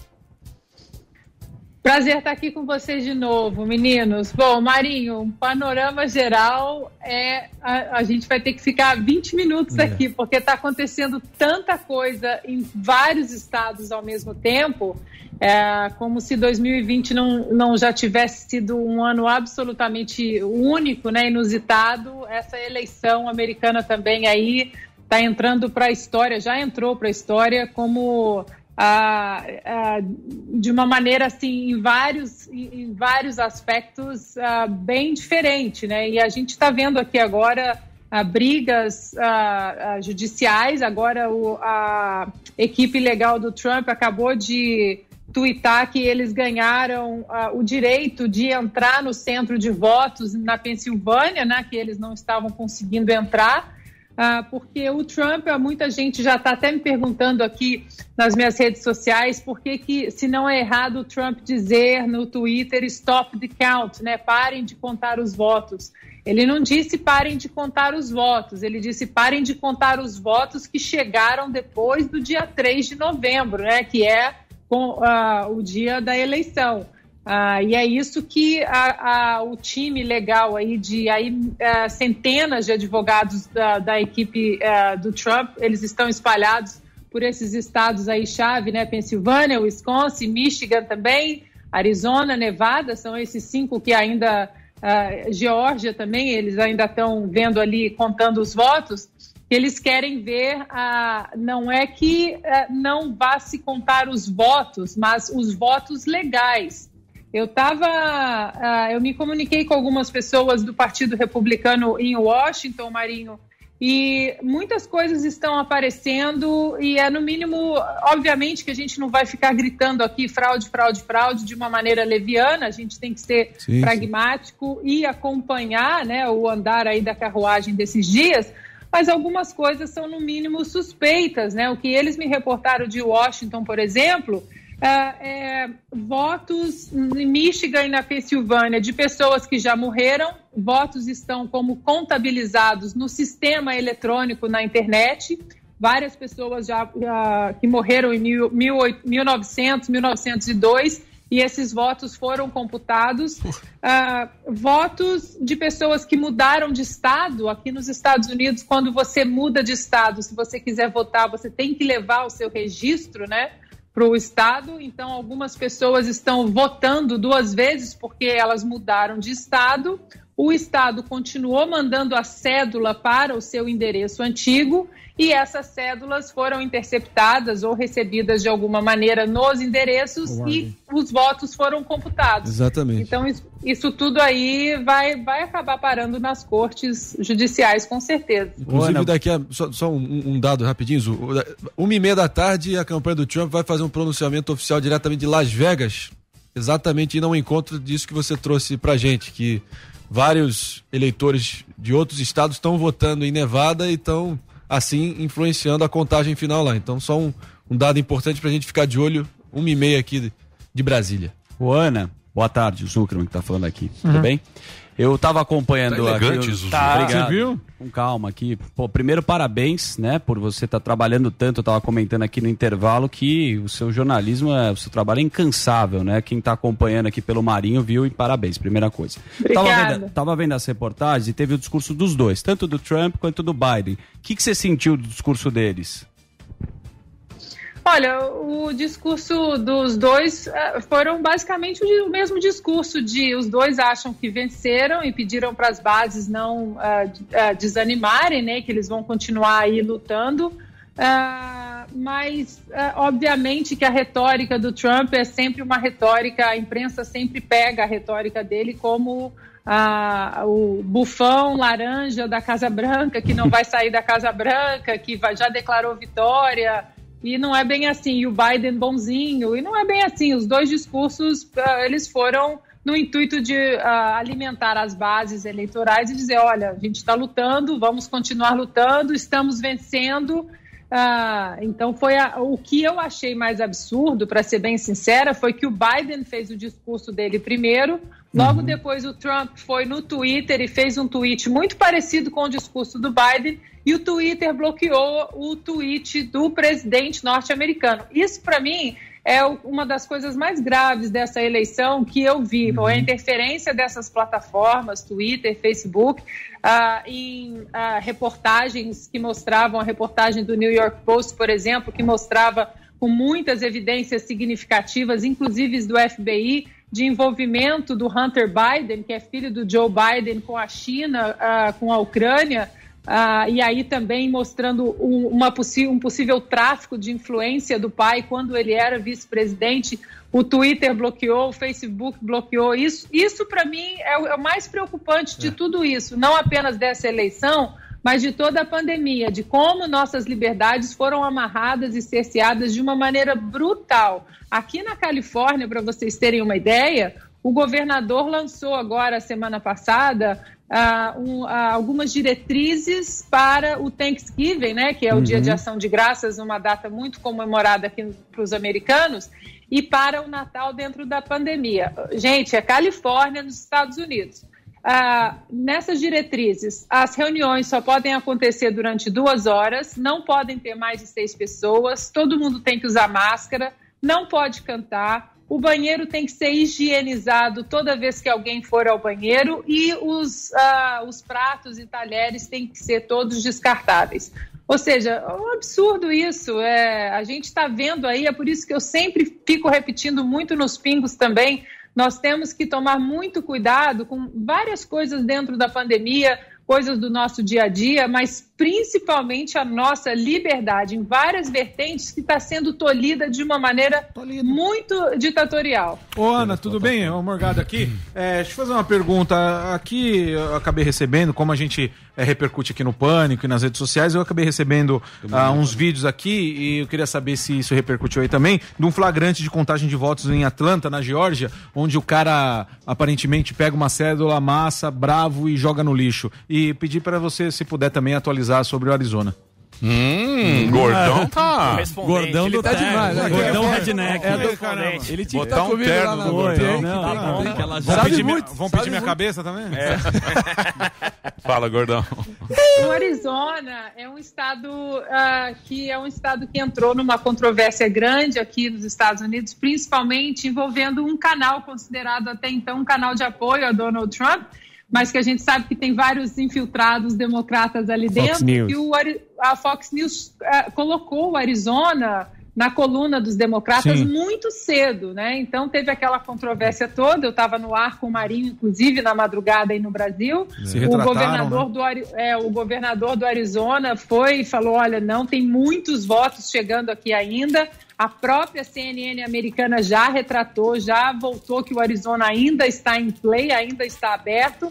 Speaker 5: Prazer estar aqui com vocês de novo, meninos. Bom, Marinho, um panorama geral é... A, a gente vai ter que ficar vinte minutos
Speaker 10: É.
Speaker 5: aqui, porque está acontecendo tanta coisa em vários estados ao mesmo tempo, é, como se dois mil e vinte não, não já tivesse sido um ano absolutamente único, né, inusitado. Essa eleição americana também aí está entrando para a história, já entrou para a história como... Ah, ah, de uma maneira assim em vários, em, em vários aspectos ah, bem diferente, né? E a gente está vendo aqui agora ah, brigas ah, ah, judiciais. Agora o, a equipe legal do Trump acabou de tuitar que eles ganharam ah, o direito de entrar no centro de votos na Pensilvânia, né? Que eles não estavam conseguindo entrar. Ah, porque o Trump, muita gente já está até me perguntando aqui nas minhas redes sociais por que, que se não é errado o Trump dizer no Twitter stop the count, né? Parem de contar os votos. Ele não disse parem de contar os votos, ele disse parem de contar os votos que chegaram depois do dia três de novembro, né? Que é com, ah, o dia da eleição. Ah, e é isso que a, a, o time legal aí de aí, uh, centenas de advogados da, da equipe uh, do Trump, eles estão espalhados por esses estados aí chave, né? Pensilvânia, Wisconsin, Michigan também, Arizona, Nevada, são esses cinco que ainda, uh, Geórgia também, eles ainda estão vendo ali, contando os votos. Eles querem ver, uh, não é que uh, não vá se contar os votos, mas os votos legais. Eu tava, uh, eu me comuniquei com algumas pessoas do Partido Republicano em Washington, Marinho, e muitas coisas estão aparecendo e é no mínimo, obviamente que a gente não vai ficar gritando aqui fraude, fraude, fraude de uma maneira leviana, a gente tem que ser
Speaker 10: Sim,
Speaker 5: pragmático sim. e acompanhar, né, o andar aí da carruagem desses dias, mas algumas coisas são no mínimo suspeitas, né? O que eles me reportaram de Washington, por exemplo, é, votos em Michigan e na Pensilvânia de pessoas que já morreram, votos estão como contabilizados no sistema eletrônico na internet, várias pessoas já, já que morreram em mil, mil, mil e novecentos, mil novecentos e dois, e esses votos foram computados. Uh, votos de pessoas que mudaram de estado. Aqui nos Estados Unidos, quando você muda de estado, se você quiser votar, você tem que levar o seu registro, né, para o estado. Então, algumas pessoas estão votando duas vezes porque elas mudaram de estado. O estado continuou mandando a cédula para o seu endereço antigo e essas cédulas foram interceptadas ou recebidas de alguma maneira nos endereços Uau. E os votos foram computados.
Speaker 8: Exatamente.
Speaker 5: Então, isso, isso tudo aí vai, vai acabar parando nas cortes judiciais, com certeza.
Speaker 8: Inclusive, daqui a... Só, só um, um dado rapidinho, Zu. Uma e meia da tarde, a campanha do Trump vai fazer um pronunciamento oficial diretamente de Las Vegas, exatamente indo ao encontro disso que você trouxe pra gente, que vários eleitores de outros estados estão votando em Nevada e estão, assim, influenciando a contagem final lá. Então, só um, um dado importante pra gente ficar de olho, uma e meia aqui de, de Brasília.
Speaker 7: Ô, Ana, boa tarde, o Zuckerman que tá falando aqui,
Speaker 8: Uhum.
Speaker 7: tudo bem? Eu tava acompanhando...
Speaker 8: Tá elegante,
Speaker 7: aqui,
Speaker 8: Zuzu.
Speaker 7: Tá,
Speaker 8: Obrigado. Você viu?
Speaker 7: Com calma aqui. Pô, primeiro, parabéns, né, por você estar tá trabalhando tanto. Eu tava comentando aqui no intervalo que o seu jornalismo, é, o seu trabalho é incansável, né? Quem tá acompanhando aqui pelo Marinho viu e parabéns, primeira coisa. Tava vendo, tava vendo as reportagens e teve o discurso dos dois, tanto do Trump quanto do Biden. O que, que você sentiu do discurso deles?
Speaker 5: Olha, o discurso dos dois uh, foram basicamente o, o mesmo discurso de os dois acham que venceram e pediram para as bases não uh, uh, desanimarem, né, que eles vão continuar aí lutando, uh, mas uh, obviamente que a retórica do Trump é sempre uma retórica, a imprensa sempre pega a retórica dele como uh, o bufão laranja da Casa Branca, que não vai sair da Casa Branca, que vai, já declarou vitória. E não é bem assim, e o Biden bonzinho, e não é bem assim, os dois discursos, uh, eles foram no intuito de uh, alimentar as bases eleitorais e dizer, olha, a gente está lutando, vamos continuar lutando, estamos vencendo. Uh, então foi a, o que eu achei mais absurdo, para ser bem sincera, foi que o Biden fez o discurso dele primeiro, logo uhum. depois o Trump foi no Twitter e fez um tweet muito parecido com o discurso do Biden, e o Twitter bloqueou o tweet do presidente norte-americano. Isso, para mim, é uma das coisas mais graves dessa eleição que eu vi. Uhum. A interferência dessas plataformas, Twitter, Facebook, uh, em uh, reportagens que mostravam, a reportagem do New York Post, por exemplo, que mostrava com muitas evidências significativas, inclusive do F B I, de envolvimento do Hunter Biden, que é filho do Joe Biden, com a China, uh, com a Ucrânia, Uh, e aí também mostrando um, uma possi- um possível tráfico de influência do pai quando ele era vice-presidente. O Twitter bloqueou, o Facebook bloqueou. Isso, isso para mim, é o, é o mais preocupante de é. tudo isso, não apenas dessa eleição, mas de toda a pandemia, de como nossas liberdades foram amarradas e cerceadas de uma maneira brutal. Aqui na Califórnia, para vocês terem uma ideia, o governador lançou agora, semana passada, uh, um, uh, algumas diretrizes para o Thanksgiving, né, que é o uhum. Dia de Ação de Graças, uma data muito comemorada aqui para os americanos, e para o Natal dentro da pandemia. Gente, é Califórnia, nos Estados Unidos. Uh, nessas diretrizes, as reuniões só podem acontecer durante duas horas, não podem ter mais de seis pessoas, todo mundo tem que usar máscara, não pode cantar, o banheiro tem que ser higienizado toda vez que alguém for ao banheiro e os, uh, os pratos e talheres têm que ser todos descartáveis. Ou seja, é um absurdo isso. É, a gente está vendo aí, é por isso que eu sempre fico repetindo muito nos pingos também, nós temos que tomar muito cuidado com várias coisas dentro da pandemia, coisas do nosso dia a dia, mas principalmente a nossa liberdade em várias vertentes que está sendo tolhida de uma maneira Tolido. muito ditatorial.
Speaker 4: Ô Ana, tudo bem? É o Morgado aqui. É, deixa eu fazer uma pergunta. Aqui eu acabei recebendo, como a gente é, repercute aqui no Pânico e nas redes sociais, eu acabei recebendo uh, uns vídeos aqui e eu queria saber se isso repercutiu aí também, de um flagrante de contagem de votos em Atlanta, na Geórgia, onde o cara aparentemente pega uma cédula, amassa, bravo e joga no lixo. E pedir para você, se puder também, atualizar sobre o Arizona.
Speaker 6: Hum, gordão tá.
Speaker 7: Gordão do
Speaker 8: tá demais, né?
Speaker 7: Gordão redneck.
Speaker 8: É do caramba. Ele tinha que
Speaker 6: Botar
Speaker 8: estar
Speaker 6: um
Speaker 8: comigo lá
Speaker 6: terno
Speaker 8: na
Speaker 6: no
Speaker 8: noite,
Speaker 6: gordão.
Speaker 8: hein?
Speaker 7: Não,
Speaker 8: Tá
Speaker 7: não,
Speaker 8: bom.
Speaker 7: tem aquela-
Speaker 4: Vão
Speaker 8: Sabe
Speaker 4: pedir, minha,
Speaker 8: muito,
Speaker 4: vão
Speaker 8: sabe
Speaker 4: pedir minha
Speaker 8: muito.
Speaker 4: cabeça também?
Speaker 6: Fala, gordão.
Speaker 5: O Arizona é um estado ah, que é um estado que entrou numa controvérsia grande aqui nos Estados Unidos, principalmente envolvendo um canal considerado até então um canal de apoio a Donald Trump, mas que a gente sabe que tem vários infiltrados democratas ali
Speaker 7: Fox
Speaker 5: dentro,
Speaker 7: News.
Speaker 5: e o, Ari- a Fox News ah, colocou o Arizona na coluna dos democratas
Speaker 4: Sim.
Speaker 5: muito cedo, né? Então teve aquela controvérsia toda. Eu estava no ar com o Marinho, inclusive na madrugada aí no Brasil.
Speaker 4: Se
Speaker 5: o
Speaker 4: retrataram,
Speaker 5: governador
Speaker 4: né?
Speaker 5: do Ari- é, o governador do Arizona foi e falou: olha, não tem muitos votos chegando aqui ainda. A própria C N N americana já retratou, já voltou que o Arizona ainda está em play, ainda está aberto,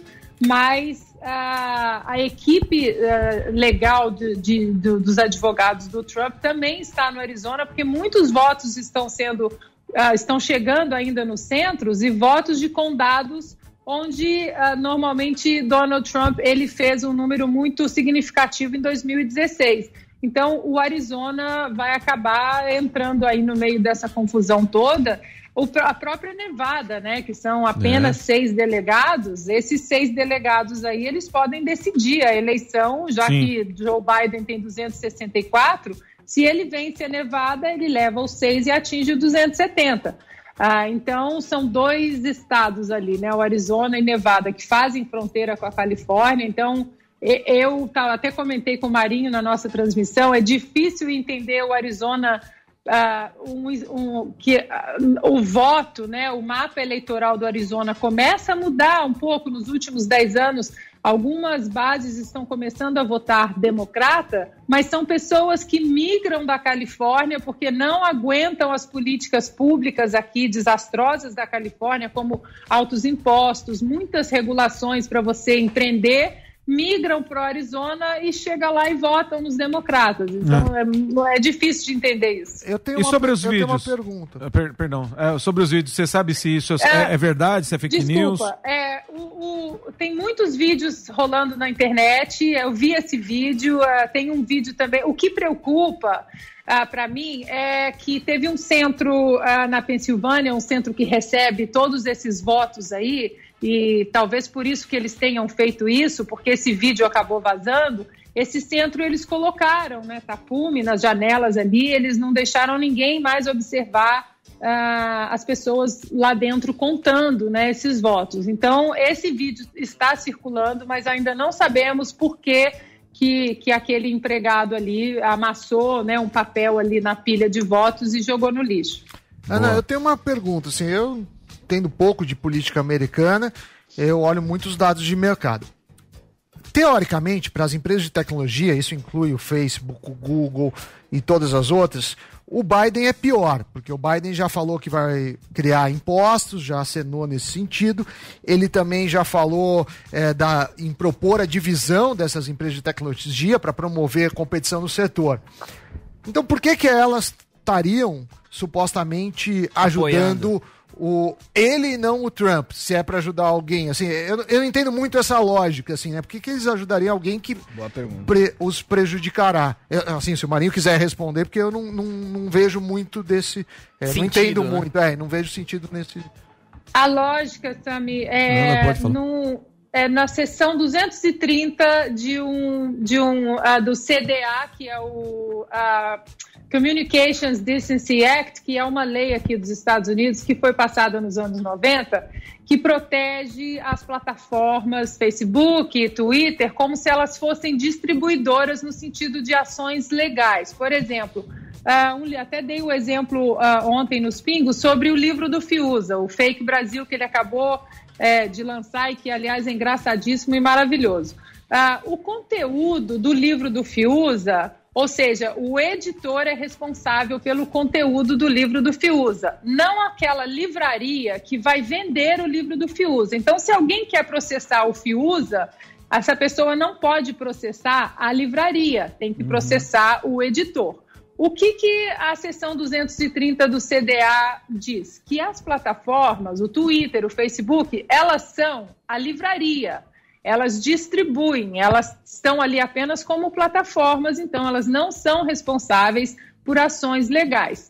Speaker 5: mas a, a equipe uh, legal de, de, do, dos advogados do Trump também está no Arizona, porque muitos votos estão sendo uh, estão chegando ainda nos centros, e votos de condados onde uh, normalmente Donald Trump ele fez um número muito significativo em dois mil e dezesseis. Então o Arizona vai acabar entrando aí no meio dessa confusão toda. O, a própria Nevada, né, que são apenas é. seis delegados, esses seis delegados aí, eles podem decidir a eleição, já Sim. que Joe Biden tem duzentos e sessenta e quatro, se ele vence a Nevada, ele leva os seis e atinge o duzentos e setenta. Ah, então, são dois estados ali, né, o Arizona e Nevada, que fazem fronteira com a Califórnia. Então, eu até comentei com o Marinho na nossa transmissão, é difícil entender o Arizona... Uh, um, um, que uh, o voto, né, o mapa eleitoral do Arizona começa a mudar um pouco nos últimos dez anos. Algumas bases estão começando a votar democrata, mas são pessoas que migram da Califórnia porque não aguentam as políticas públicas aqui desastrosas da Califórnia, como altos impostos, muitas regulações para você empreender, migram para o Arizona e chegam lá e votam nos democratas. Então é, é difícil de entender isso.
Speaker 10: Eu tenho
Speaker 4: e
Speaker 10: uma,
Speaker 4: sobre os
Speaker 10: eu
Speaker 4: vídeos?
Speaker 10: tenho uma pergunta.
Speaker 4: Per, perdão, é, sobre os vídeos, você sabe se isso é, é, é verdade, se é fake
Speaker 5: desculpa,
Speaker 4: news?
Speaker 5: É, o, o, tem muitos vídeos rolando na internet, eu vi esse vídeo, uh, tem um vídeo também. O que preocupa uh, para mim é que teve um centro uh, na Pensilvânia, um centro que recebe todos esses votos aí, e talvez por isso que eles tenham feito isso, porque esse vídeo acabou vazando. Esse centro eles colocaram, né, tapume nas janelas ali, eles não deixaram ninguém mais observar uh, as pessoas lá dentro contando, né, esses votos. Então esse vídeo está circulando, mas ainda não sabemos por que que, que aquele empregado ali amassou, né, um papel ali na pilha de votos e jogou no lixo.
Speaker 10: Ana, eu tenho uma pergunta, assim, eu entendo pouco de política americana, eu olho muitos dados de mercado. Teoricamente, para as empresas de tecnologia, isso inclui o Facebook, o Google e todas as outras, o Biden é pior, porque o Biden já falou que vai criar impostos, já acenou nesse sentido. Ele também já falou é, da, em propor a divisão dessas empresas de tecnologia para promover competição no setor. Então, por que que elas estariam supostamente ajudando Apoiando. o ele e não o Trump, se é para ajudar alguém? Assim, eu, eu não entendo muito essa lógica, assim, né? Por que que eles ajudariam alguém que pre, os prejudicará? Eu, assim, se o Marinho quiser responder, porque eu não, não, não vejo muito desse... É, não entendo né? muito, é, não vejo sentido nesse...
Speaker 5: A lógica, Sami, é, no, é na seção duzentos e trinta de um, de um, uh, do C D A, que é o... Uh, Communications Decency Act, que é uma lei aqui dos Estados Unidos que foi passada nos anos noventa, que protege as plataformas Facebook, Twitter, como se elas fossem distribuidoras no sentido de ações legais. Por exemplo, uh, um, até dei o exemplo uh, ontem nos Pingos sobre o livro do Fiuza, o Fake Brasil, que ele acabou é, de lançar e que, aliás, é engraçadíssimo e maravilhoso. Uh, o conteúdo do livro do Fiuza... Ou seja, o editor é responsável pelo conteúdo do livro do Fiuza, não aquela livraria que vai vender o livro do Fiuza. Então, se alguém quer processar o Fiuza, essa pessoa não pode processar a livraria, tem que processar o editor. O que, que a seção duzentos e trinta do C D A diz? Que as plataformas, o Twitter, o Facebook, elas são a livraria. elas distribuem, elas estão ali apenas como plataformas, então elas não são responsáveis por ações legais.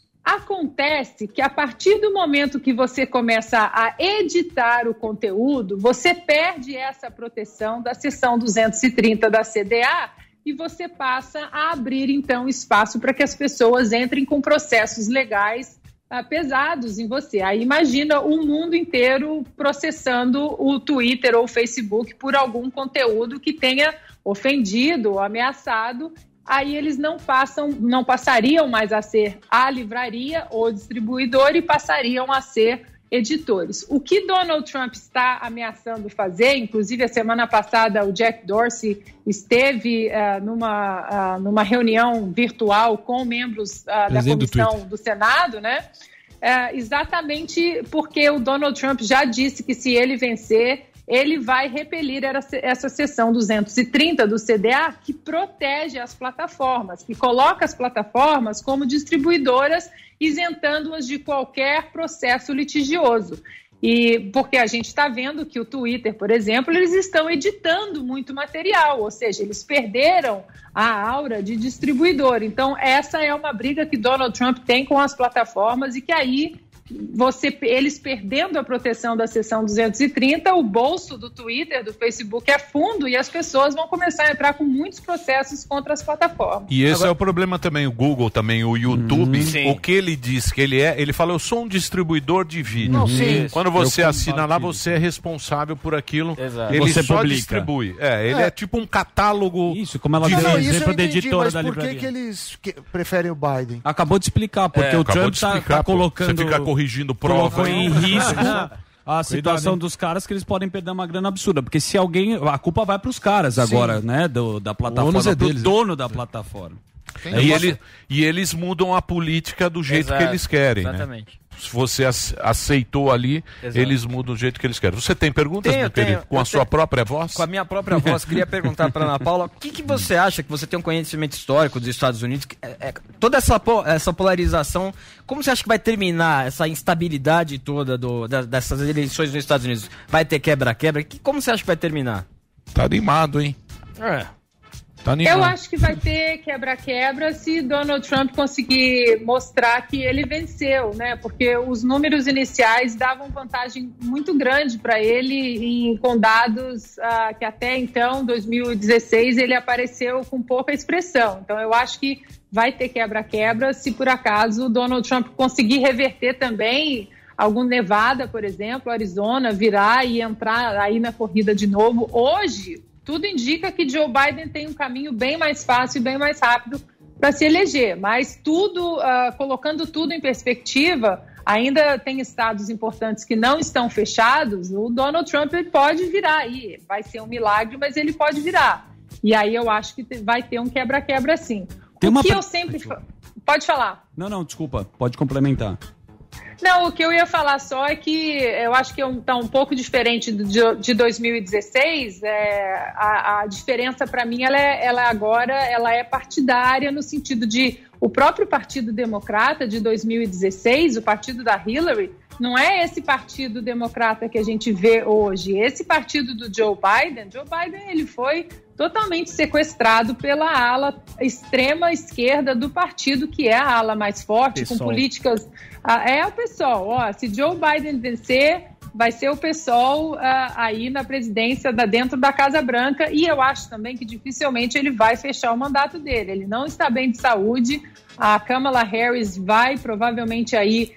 Speaker 5: Acontece que a partir do momento que você começa a editar o conteúdo, você perde essa proteção da seção duzentos e trinta da C D A e você passa a abrir, então, espaço para que as pessoas entrem com processos legais uh, pesados em você. Aí imagina o mundo inteiro processando o Twitter ou o Facebook por algum conteúdo que tenha ofendido ou ameaçado. Aí eles não passam, não passariam mais a ser a livraria ou distribuidor e passariam a ser editores. O que Donald Trump está ameaçando fazer, inclusive a semana passada o Jack Dorsey esteve uh, numa, uh, numa reunião virtual com membros uh, da comissão do, do Senado, né? Uh, exatamente porque o Donald Trump já disse que se ele vencer, ele vai repelir essa seção duzentos e trinta do C D A que protege as plataformas, que coloca as plataformas como distribuidoras, isentando-as de qualquer processo litigioso. E porque a gente está vendo que o Twitter, por exemplo, eles estão editando muito material, ou seja, eles perderam a aura de distribuidor. Então, essa é uma briga que Donald Trump tem com as plataformas e que aí... Você, eles perdendo a proteção da seção duzentos e trinta, o bolso do Twitter, do Facebook é fundo e as pessoas vão começar a entrar com muitos processos contra as plataformas.
Speaker 6: E esse
Speaker 5: Agora...
Speaker 6: é o problema também, o Google também, o YouTube, hum, o que ele diz que ele é, ele fala, eu sou um distribuidor de vídeo.
Speaker 5: Não, sim.
Speaker 6: Quando você assina lá, você é responsável por aquilo.
Speaker 7: Exato.
Speaker 6: Ele
Speaker 7: você
Speaker 6: só
Speaker 7: publica.
Speaker 6: distribui. É, ele é. é tipo um catálogo.
Speaker 7: Isso, como ela
Speaker 10: Não,
Speaker 7: deu
Speaker 10: não,
Speaker 7: o
Speaker 10: isso
Speaker 7: exemplo
Speaker 10: eu
Speaker 7: da
Speaker 10: entendi,
Speaker 7: editora
Speaker 10: mas
Speaker 7: da
Speaker 10: por que
Speaker 7: livraria.
Speaker 10: que eles que- preferem o Biden?
Speaker 7: Acabou de explicar, porque
Speaker 6: É,
Speaker 7: o
Speaker 6: acabou
Speaker 7: Trump
Speaker 6: de
Speaker 7: tá,
Speaker 6: explicar,
Speaker 7: tá
Speaker 6: pô.
Speaker 7: colocando...
Speaker 6: Você fica corrigindo prova.
Speaker 7: Colocou em risco a situação
Speaker 6: hein?
Speaker 7: dos caras que eles podem perder uma grana absurda. Porque se alguém... A culpa vai para os caras
Speaker 8: Sim.
Speaker 7: agora, né? Do, da plataforma,
Speaker 8: ônus é
Speaker 7: pro
Speaker 8: deles, né?
Speaker 7: dono da plataforma.
Speaker 6: E, ele, e eles mudam a política do jeito
Speaker 21: Exato,
Speaker 6: que eles querem,
Speaker 21: exatamente.
Speaker 6: né? Se você ace- aceitou ali,
Speaker 21: Exato.
Speaker 6: eles mudam do jeito que eles querem. Você tem perguntas,
Speaker 21: Tenho,
Speaker 6: meu querido?
Speaker 21: tenho.
Speaker 6: Com a
Speaker 21: Eu
Speaker 6: sua
Speaker 21: tenho.
Speaker 6: própria voz?
Speaker 21: Com a minha própria voz, queria perguntar para Ana Paula, o que, que você acha, que você tem um conhecimento histórico dos Estados Unidos, que é, é, toda essa, po- essa polarização, como você acha que vai terminar essa instabilidade toda do, da- dessas eleições nos Estados Unidos? Vai ter quebra-quebra? Que- Como você acha que vai terminar?
Speaker 6: Tá animado, hein?
Speaker 21: É.
Speaker 6: Tá animado.
Speaker 5: Eu acho que vai ter quebra-quebra se Donald Trump conseguir mostrar que ele venceu, né? Porque os números iniciais davam vantagem muito grande para ele em condados ah, que até então, dois mil e dezesseis, ele apareceu com pouca expressão. Então eu acho que vai ter quebra-quebra se por acaso Donald Trump conseguir reverter também algum Nevada, por exemplo, Arizona, virar e entrar aí na corrida de novo. Hoje, tudo indica que Joe Biden tem um caminho bem mais fácil e bem mais rápido para se eleger, mas tudo, uh, colocando tudo em perspectiva, ainda tem estados importantes que não estão fechados, o Donald Trump ele pode virar aí, vai ser um milagre, mas ele pode virar. E aí eu acho que vai ter um quebra-quebra sim.
Speaker 7: Tem
Speaker 5: o
Speaker 7: uma
Speaker 5: que
Speaker 7: pre-
Speaker 5: eu sempre... fa- Pode falar.
Speaker 7: Não, não, desculpa. Pode complementar.
Speaker 5: Não, o que eu ia falar só é que eu acho que está um pouco diferente do- de, de dois mil e dezesseis. É, a, a diferença, para mim, ela, é, ela agora ela é partidária no sentido de o próprio Partido Democrata de dois mil e dezesseis, o partido da Hillary, não é esse partido democrata que a gente vê hoje. Esse partido do Joe Biden, Joe Biden ele foi totalmente sequestrado pela ala extrema esquerda do partido, que é a ala mais forte, com
Speaker 1: Pessoal.
Speaker 5: políticas... Ah, é o pessoal, ó, se Joe Biden vencer, vai ser o pessoal ah, aí na presidência da, dentro da Casa Branca, e eu acho também que dificilmente ele vai fechar o mandato dele. Ele não está bem de saúde, a Kamala Harris vai provavelmente aí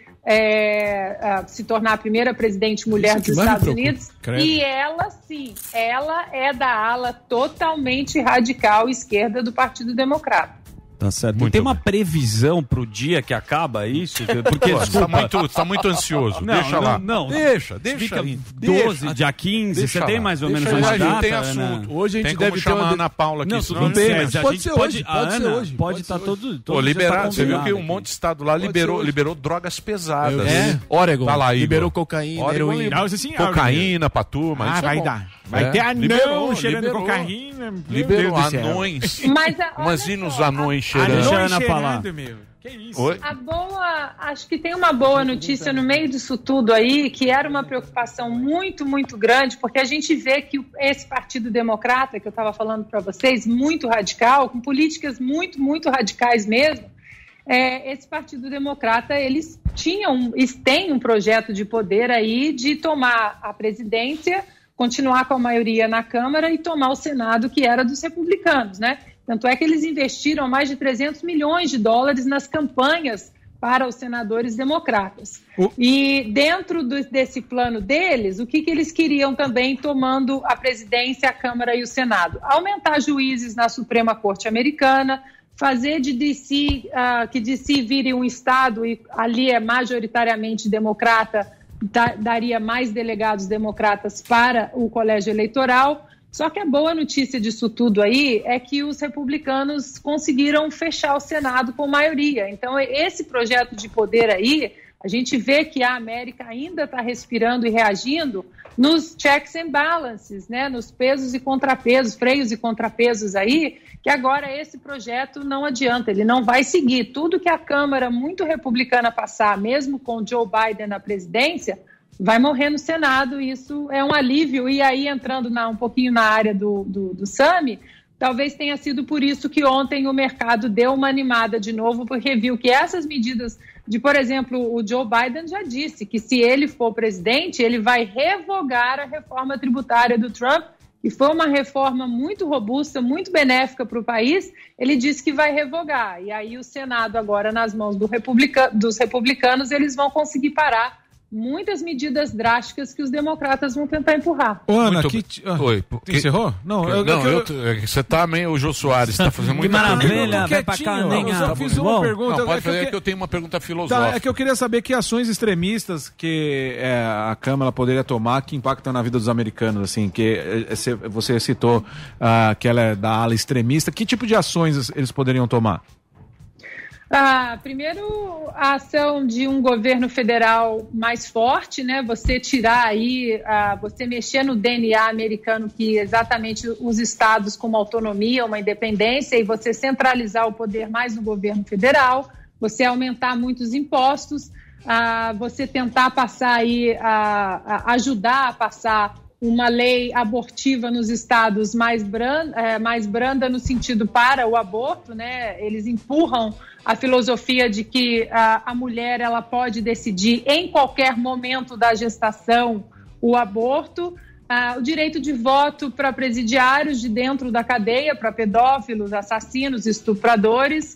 Speaker 5: é, ah, se tornar a primeira presidente mulher
Speaker 8: Isso que
Speaker 5: dos
Speaker 8: mais me
Speaker 5: Estados
Speaker 8: preocupa.
Speaker 5: Unidos,
Speaker 8: Credo.
Speaker 5: e ela sim, ela é da ala totalmente radical esquerda do Partido Democrata.
Speaker 7: Tá certo.
Speaker 6: Muito
Speaker 7: Tem uma
Speaker 6: bem.
Speaker 7: previsão pro dia que acaba isso? Porque,
Speaker 6: Pô,
Speaker 7: desculpa,
Speaker 6: tá muito, tá muito ansioso.
Speaker 7: Não,
Speaker 6: deixa lá.
Speaker 7: não, não.
Speaker 6: Deixa, deixa.
Speaker 7: Fica
Speaker 6: aí.
Speaker 7: doze,
Speaker 6: Deixa.
Speaker 7: dia quinze,
Speaker 6: Deixa
Speaker 7: você tem
Speaker 6: lá.
Speaker 7: mais ou
Speaker 6: Deixa
Speaker 7: menos
Speaker 6: lá,
Speaker 7: uma
Speaker 6: a gente
Speaker 7: data?
Speaker 6: tem
Speaker 7: né?
Speaker 6: assunto.
Speaker 8: Hoje a gente
Speaker 6: tem como
Speaker 8: deve ter
Speaker 6: chamar
Speaker 8: uma
Speaker 6: a
Speaker 8: de-
Speaker 6: Ana Paula aqui.
Speaker 7: Não,
Speaker 6: senão
Speaker 7: tudo
Speaker 6: não
Speaker 7: bem,
Speaker 6: serve.
Speaker 7: mas a
Speaker 8: Pode
Speaker 7: gente
Speaker 8: ser
Speaker 7: pode,
Speaker 8: hoje,
Speaker 7: a
Speaker 8: pode ser
Speaker 7: Ana
Speaker 8: hoje,
Speaker 7: pode
Speaker 8: pode
Speaker 7: estar
Speaker 8: ser
Speaker 7: todo,
Speaker 8: hoje.
Speaker 7: todo
Speaker 6: Pô,
Speaker 7: dia
Speaker 6: liberar,
Speaker 7: tá
Speaker 6: você viu que
Speaker 7: convidado
Speaker 6: um
Speaker 7: aqui.
Speaker 6: monte de estado lá
Speaker 8: Pode
Speaker 6: liberou,
Speaker 8: ser hoje.
Speaker 6: liberou drogas pesadas.
Speaker 8: É, Oregon.
Speaker 6: Tá lá, Igor.
Speaker 8: Liberou cocaína,
Speaker 6: Oregon
Speaker 8: heroína.
Speaker 6: liberou
Speaker 1: Não, sim,
Speaker 6: cocaína pra turma.
Speaker 1: Ah,
Speaker 6: isso é
Speaker 1: vai
Speaker 6: bom.
Speaker 1: dar. Vai
Speaker 6: É.
Speaker 1: ter anão
Speaker 6: Liberou,
Speaker 1: cheirando
Speaker 6: liberou.
Speaker 1: cocaína. Meu
Speaker 6: Liberou
Speaker 1: Deus do céu.
Speaker 6: anões.
Speaker 5: Mas a- olha
Speaker 6: Imagina os
Speaker 5: só,
Speaker 6: anões
Speaker 1: Anão
Speaker 6: cheirando.
Speaker 7: Deixa a Ana falar.
Speaker 1: cheirando, meu.
Speaker 6: Que isso? Oi?
Speaker 5: A boa, acho que tem uma boa notícia no meio disso tudo aí, que era uma preocupação muito, muito grande, porque a gente vê que esse Partido Democrata, que eu estava falando para vocês, muito radical, com políticas muito, muito radicais mesmo, é, esse Partido Democrata, eles tinham, eles têm um projeto de poder aí de tomar a presidência, continuar com a maioria na Câmara e tomar o Senado, que era dos republicanos, né? Tanto é que eles investiram mais de trezentos milhões de dólares nas campanhas para os senadores democratas. Uh. E dentro do, desse plano deles, o que, que eles queriam também, tomando a presidência, a Câmara e o Senado? Aumentar juízes na Suprema Corte Americana, fazer de D C, uh, que D C vire um estado, e ali é majoritariamente democrata, da, daria mais delegados democratas para o colégio eleitoral. Só que a boa notícia disso tudo aí é que os republicanos conseguiram fechar o Senado com maioria. Então, esse projeto de poder aí, a gente vê que a América ainda está respirando e reagindo nos checks and balances, né? Nos pesos e contrapesos, freios e contrapesos aí, que agora esse projeto não adianta, ele não vai seguir. Tudo que a Câmara muito republicana passar, mesmo com Joe Biden na presidência, vai morrer no Senado. Isso é um alívio. E aí, entrando na, um pouquinho na área do, do, do Sami, talvez tenha sido por isso que ontem o mercado deu uma animada de novo, porque viu que essas medidas de, por exemplo, o Joe Biden já disse que se ele for presidente, ele vai revogar a reforma tributária do Trump, que foi uma reforma muito robusta, muito benéfica para o país. Ele disse que vai revogar. E aí o Senado, agora nas mãos do republica, dos republicanos, eles vão conseguir parar muitas medidas drásticas que os democratas vão tentar empurrar.
Speaker 4: Ô, Ana,
Speaker 6: Muito
Speaker 4: que...
Speaker 6: bem. Oi, porque...
Speaker 4: Encerrou? Não, eu,
Speaker 6: não
Speaker 4: eu,
Speaker 6: eu, eu, é que você tá meio... O Jô Soares tá fazendo muita
Speaker 7: maravilha,
Speaker 6: pergunta.
Speaker 7: vai pra cá, nem
Speaker 4: eu só fiz uma
Speaker 6: Bom,
Speaker 4: pergunta.
Speaker 6: Não, pode
Speaker 4: é
Speaker 6: fazer
Speaker 4: que eu,
Speaker 6: que eu tenho uma pergunta filosófica.
Speaker 4: Tá, é que eu queria saber que ações extremistas que é, a Câmara poderia tomar que impactam na vida dos americanos, assim, que é, você citou uh, que ela é da ala extremista. Que tipo de ações eles poderiam tomar?
Speaker 5: Ah, primeiro, a ação de um governo federal mais forte, né? Você tirar aí, ah, você mexer no D N A americano, que exatamente os estados com uma autonomia, uma independência, e você centralizar o poder mais no governo federal, você aumentar muitos impostos, ah, você tentar passar aí, ah, ah, ajudar a passar uma lei abortiva nos estados mais branda, é, mais branda no sentido para o aborto, né? Eles empurram a filosofia de que a, a mulher ela pode decidir em qualquer momento da gestação o aborto, ah, o direito de voto para presidiários de dentro da cadeia, para pedófilos, assassinos, estupradores,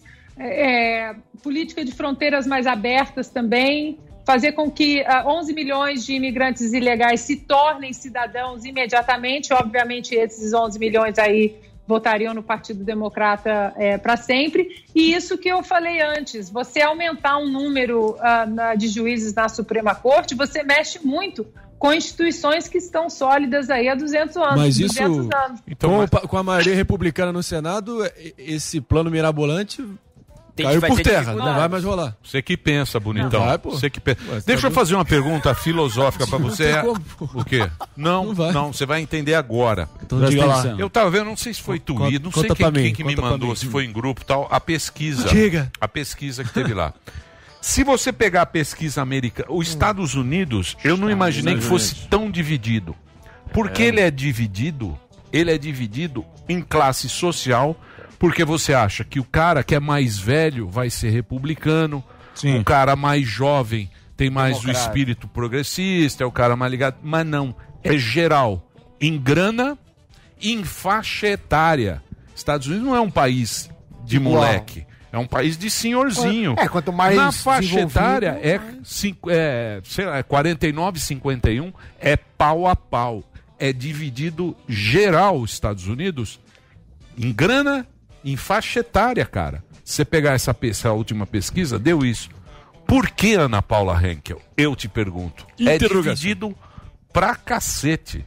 Speaker 5: é, política de fronteiras mais abertas também, fazer com que uh, onze milhões de imigrantes ilegais se tornem cidadãos imediatamente. Obviamente, esses onze milhões aí votariam no Partido Democrata é, para sempre. E isso que eu falei antes, você aumentar um número uh, na, de juízes na Suprema Corte, você mexe muito com instituições que estão sólidas aí há duzentos anos.
Speaker 8: Mas isso,
Speaker 5: duzentos anos.
Speaker 8: Então, com, com a maioria republicana no Senado, esse plano mirabolante... Tem caiu por terra, não vai mais rolar.
Speaker 6: Você que pensa, bonitão.
Speaker 8: Não vai, pô.
Speaker 6: Você que pensa.
Speaker 8: Ué,
Speaker 6: Deixa
Speaker 8: tá
Speaker 6: eu fazer uma pergunta filosófica pra você.
Speaker 8: Não tem como,
Speaker 6: o quê? Não, não, vai. não, você vai entender agora.
Speaker 8: Então, diga lá.
Speaker 6: Eu tava vendo, não sei se foi Twitter, não sei quem, quem que me mandou, se foi em grupo e tal, a pesquisa.
Speaker 8: Diga.
Speaker 6: A pesquisa que teve lá. Se você pegar a pesquisa americana, os Estados Unidos, eu não imaginei que fosse tão dividido. Porque ele é dividido, ele é dividido em classe social. Porque você acha que o cara que é mais velho vai ser republicano, Sim. o cara mais jovem tem mais Democrata. O espírito progressista, é o cara mais ligado. Mas não, é geral. Em grana e em faixa etária. Estados Unidos não é um país de Igual. moleque, é um país de senhorzinho.
Speaker 10: É, quanto mais
Speaker 6: na faixa etária é, cinco, é, sei lá, é quarenta e nove, cinquenta e um, é pau a pau. É dividido geral os Estados Unidos em grana, em faixa etária, cara. Se você pegar essa, essa última pesquisa, deu isso. Por que, Ana Paula Henkel? Eu te pergunto. É dividido pra cacete.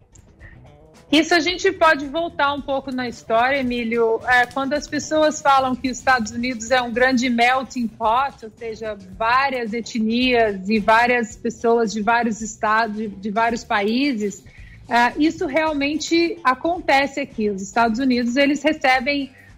Speaker 5: Isso a gente pode voltar um pouco na história, Emílio. É, quando as pessoas falam que os Estados Unidos é um grande melting pot, ou seja, várias etnias e várias pessoas de vários estados, de, de vários países, é, isso realmente acontece aqui. Os Estados Unidos, eles recebem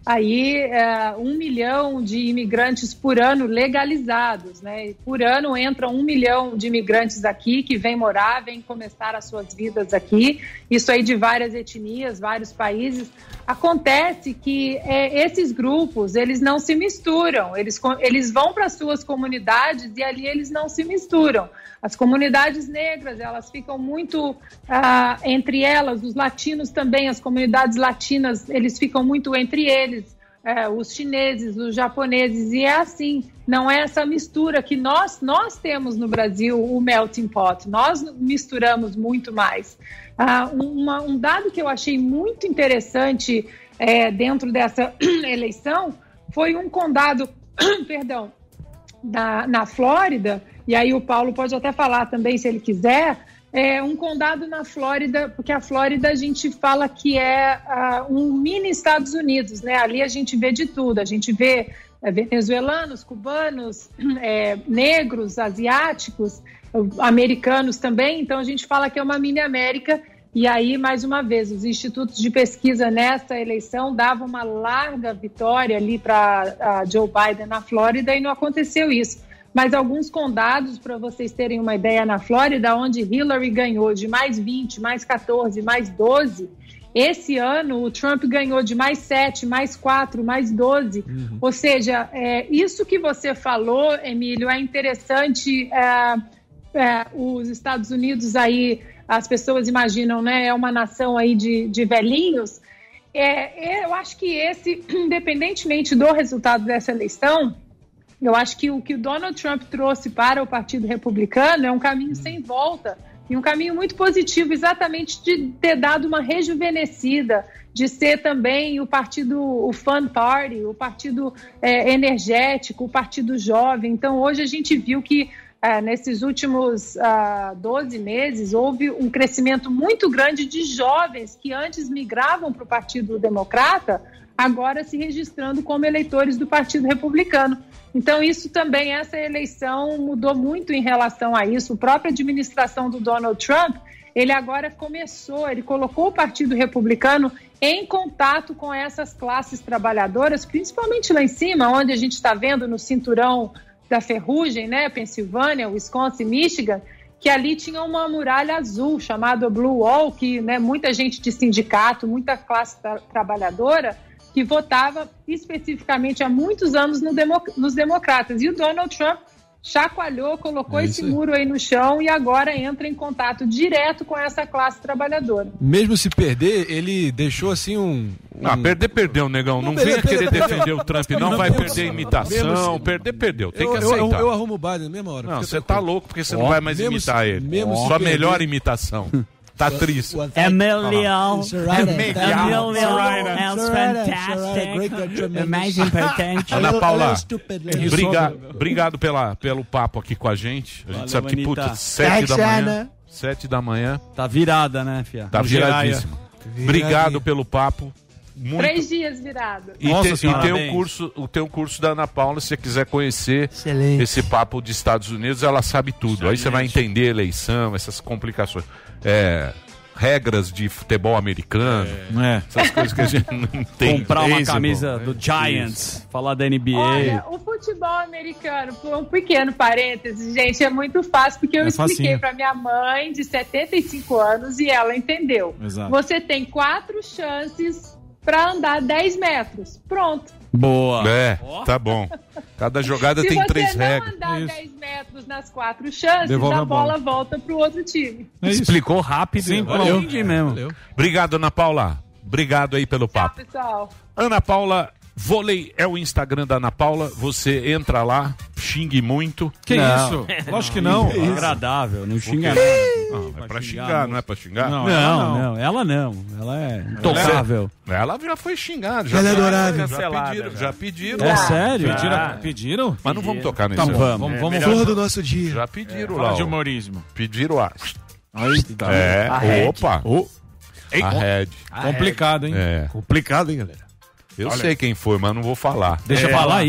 Speaker 5: aí é, um milhão de imigrantes por ano legalizados, né? E por ano entram um milhão de imigrantes aqui que vêm morar, vêm começar as suas vidas aqui, isso aí de várias etnias, vários países. Acontece que é, esses grupos, eles não se misturam, eles, eles vão para suas comunidades e ali eles não se misturam. As comunidades negras, elas ficam muito ah, entre elas, os latinos também, as comunidades latinas, eles ficam muito entre eles, é, os chineses, os japoneses, e é assim, não é essa mistura que nós, nós temos no Brasil, o melting pot, nós misturamos muito mais. Ah, uma, um dado que eu achei muito interessante é, dentro dessa eleição foi um condado, perdão, na, na Flórida, e aí o Paulo pode até falar também, se ele quiser, é um condado na Flórida, porque a Flórida a gente fala que é uh, um mini Estados Unidos, né? Ali a gente vê de tudo, a gente vê é, venezuelanos, cubanos, é, negros, asiáticos, americanos também, então a gente fala que é uma mini América. E aí, mais uma vez, os institutos de pesquisa nessa eleição davam uma larga vitória ali para uh, Joe Biden na Flórida e não aconteceu isso. Mas alguns condados, para vocês terem uma ideia, na Flórida, onde Hillary ganhou de mais vinte, mais quatorze, mais doze, esse ano o Trump ganhou de mais sete, mais quatro, mais doze. Uhum. Ou seja, é, isso que você falou, Emílio, é interessante. É, é, os Estados Unidos aí, as pessoas imaginam, né, é uma nação aí de, de velhinhos. É, eu acho que esse, independentemente do resultado dessa eleição, eu acho que o que o Donald Trump trouxe para o Partido Republicano é um caminho sem volta e um caminho muito positivo, exatamente de ter dado uma rejuvenescida, de ser também o partido, o Fun Party, o partido é, energético, o partido jovem. Então, hoje a gente viu que é, nesses últimos uh, doze meses houve um crescimento muito grande de jovens que antes migravam para o Partido Democrata, agora se registrando como eleitores do Partido Republicano. Então, isso também, essa eleição mudou muito em relação a isso. A própria administração do Donald Trump, ele agora começou, ele colocou o Partido Republicano em contato com essas classes trabalhadoras, principalmente lá em cima, onde a gente está vendo no cinturão da ferrugem, né, Pensilvânia, Wisconsin, Michigan, que ali tinha uma muralha azul chamada Blue Wall, que, né, muita gente de sindicato, muita classe tra- trabalhadora, que votava especificamente há muitos anos no demo, nos democratas. E o Donald Trump chacoalhou, colocou é esse aí. muro aí no chão e agora entra em contato direto com essa classe trabalhadora.
Speaker 8: Mesmo se perder, ele deixou assim um... um...
Speaker 6: Ah, perder, perdeu, negão. Não, não venha querer defender o Trump, não, não vai perder a imitação. Se... Perder, perdeu. Tem
Speaker 8: eu,
Speaker 6: que aceitar.
Speaker 8: Eu, eu, eu arrumo o Biden na mesma hora.
Speaker 6: Não, você tá louco porque você oh, não vai mais imitar se, ele. Mesmo oh. Sua perder... melhor imitação. Tá triste.
Speaker 26: É meu leal. É meu leal. É fantástico. É mais importante.
Speaker 6: Ana Paula, obrigado, obrigado pela, pelo papo aqui com a gente. A gente Valeu, sabe que, puta, sete da manhã. Sete da manhã.
Speaker 7: Tá virada, né, fia?
Speaker 6: Tá viradíssima. Obrigado pelo papo. Muito...
Speaker 5: Três dias virado.
Speaker 6: E, Nossa, te, e tem o curso, o tem um curso da Ana Paula, se você quiser conhecer Excelente. Esse papo de Estados Unidos, ela sabe tudo. Excelente. Aí você vai entender a eleição, essas complicações. É, regras de futebol americano,
Speaker 4: é.
Speaker 6: essas coisas que a gente não entende.
Speaker 7: Comprar uma camisa do Giants, Isso. falar da N B A.
Speaker 5: Olha, o futebol americano, por um pequeno parênteses, gente, é muito fácil, porque eu é expliquei para minha mãe de setenta e cinco anos e ela entendeu. Exato. Você tem quatro chances para andar dez metros. Pronto.
Speaker 6: Boa. É, tá bom. Cada jogada tem três regras.
Speaker 5: Se você não andar dez metros nas quatro chances, Devolve a bola, bola volta pro outro time.
Speaker 6: É Explicou rápido.
Speaker 4: Sim, valeu. mesmo.
Speaker 6: Valeu. Obrigado, Ana Paula. Obrigado aí pelo papo.
Speaker 5: Tchau, pessoal.
Speaker 6: Ana Paula Vôlei é o Instagram da Ana Paula. Você entra lá, xingue muito.
Speaker 4: Que não. isso? Lógico que não.
Speaker 7: É agradável, não xinga
Speaker 6: nada. Não, é pra xingar, xingar, não é pra xingar?
Speaker 7: Não, não, não, não. Ela não. Ela é intocável.
Speaker 6: Ela já foi xingada. Já,
Speaker 10: ela é adorável.
Speaker 6: Já pediram. Já pediram.
Speaker 7: É sério?
Speaker 4: Pediram?
Speaker 7: Ah.
Speaker 4: pediram?
Speaker 6: Mas não vamos tocar nesse.
Speaker 4: Então vamos. Vamos, vamos
Speaker 10: é, flor do nosso dia.
Speaker 6: Já pediram
Speaker 4: é,
Speaker 6: lá.
Speaker 4: de humorismo.
Speaker 6: Pediram a...
Speaker 4: Aí tá.
Speaker 6: É,
Speaker 4: a
Speaker 6: opa.
Speaker 4: Oh.
Speaker 6: A Red.
Speaker 4: Complicado, hein?
Speaker 6: É.
Speaker 8: Complicado, hein, galera?
Speaker 6: Eu Olha. sei quem foi, mas não vou falar.
Speaker 7: Deixa é, falar aí.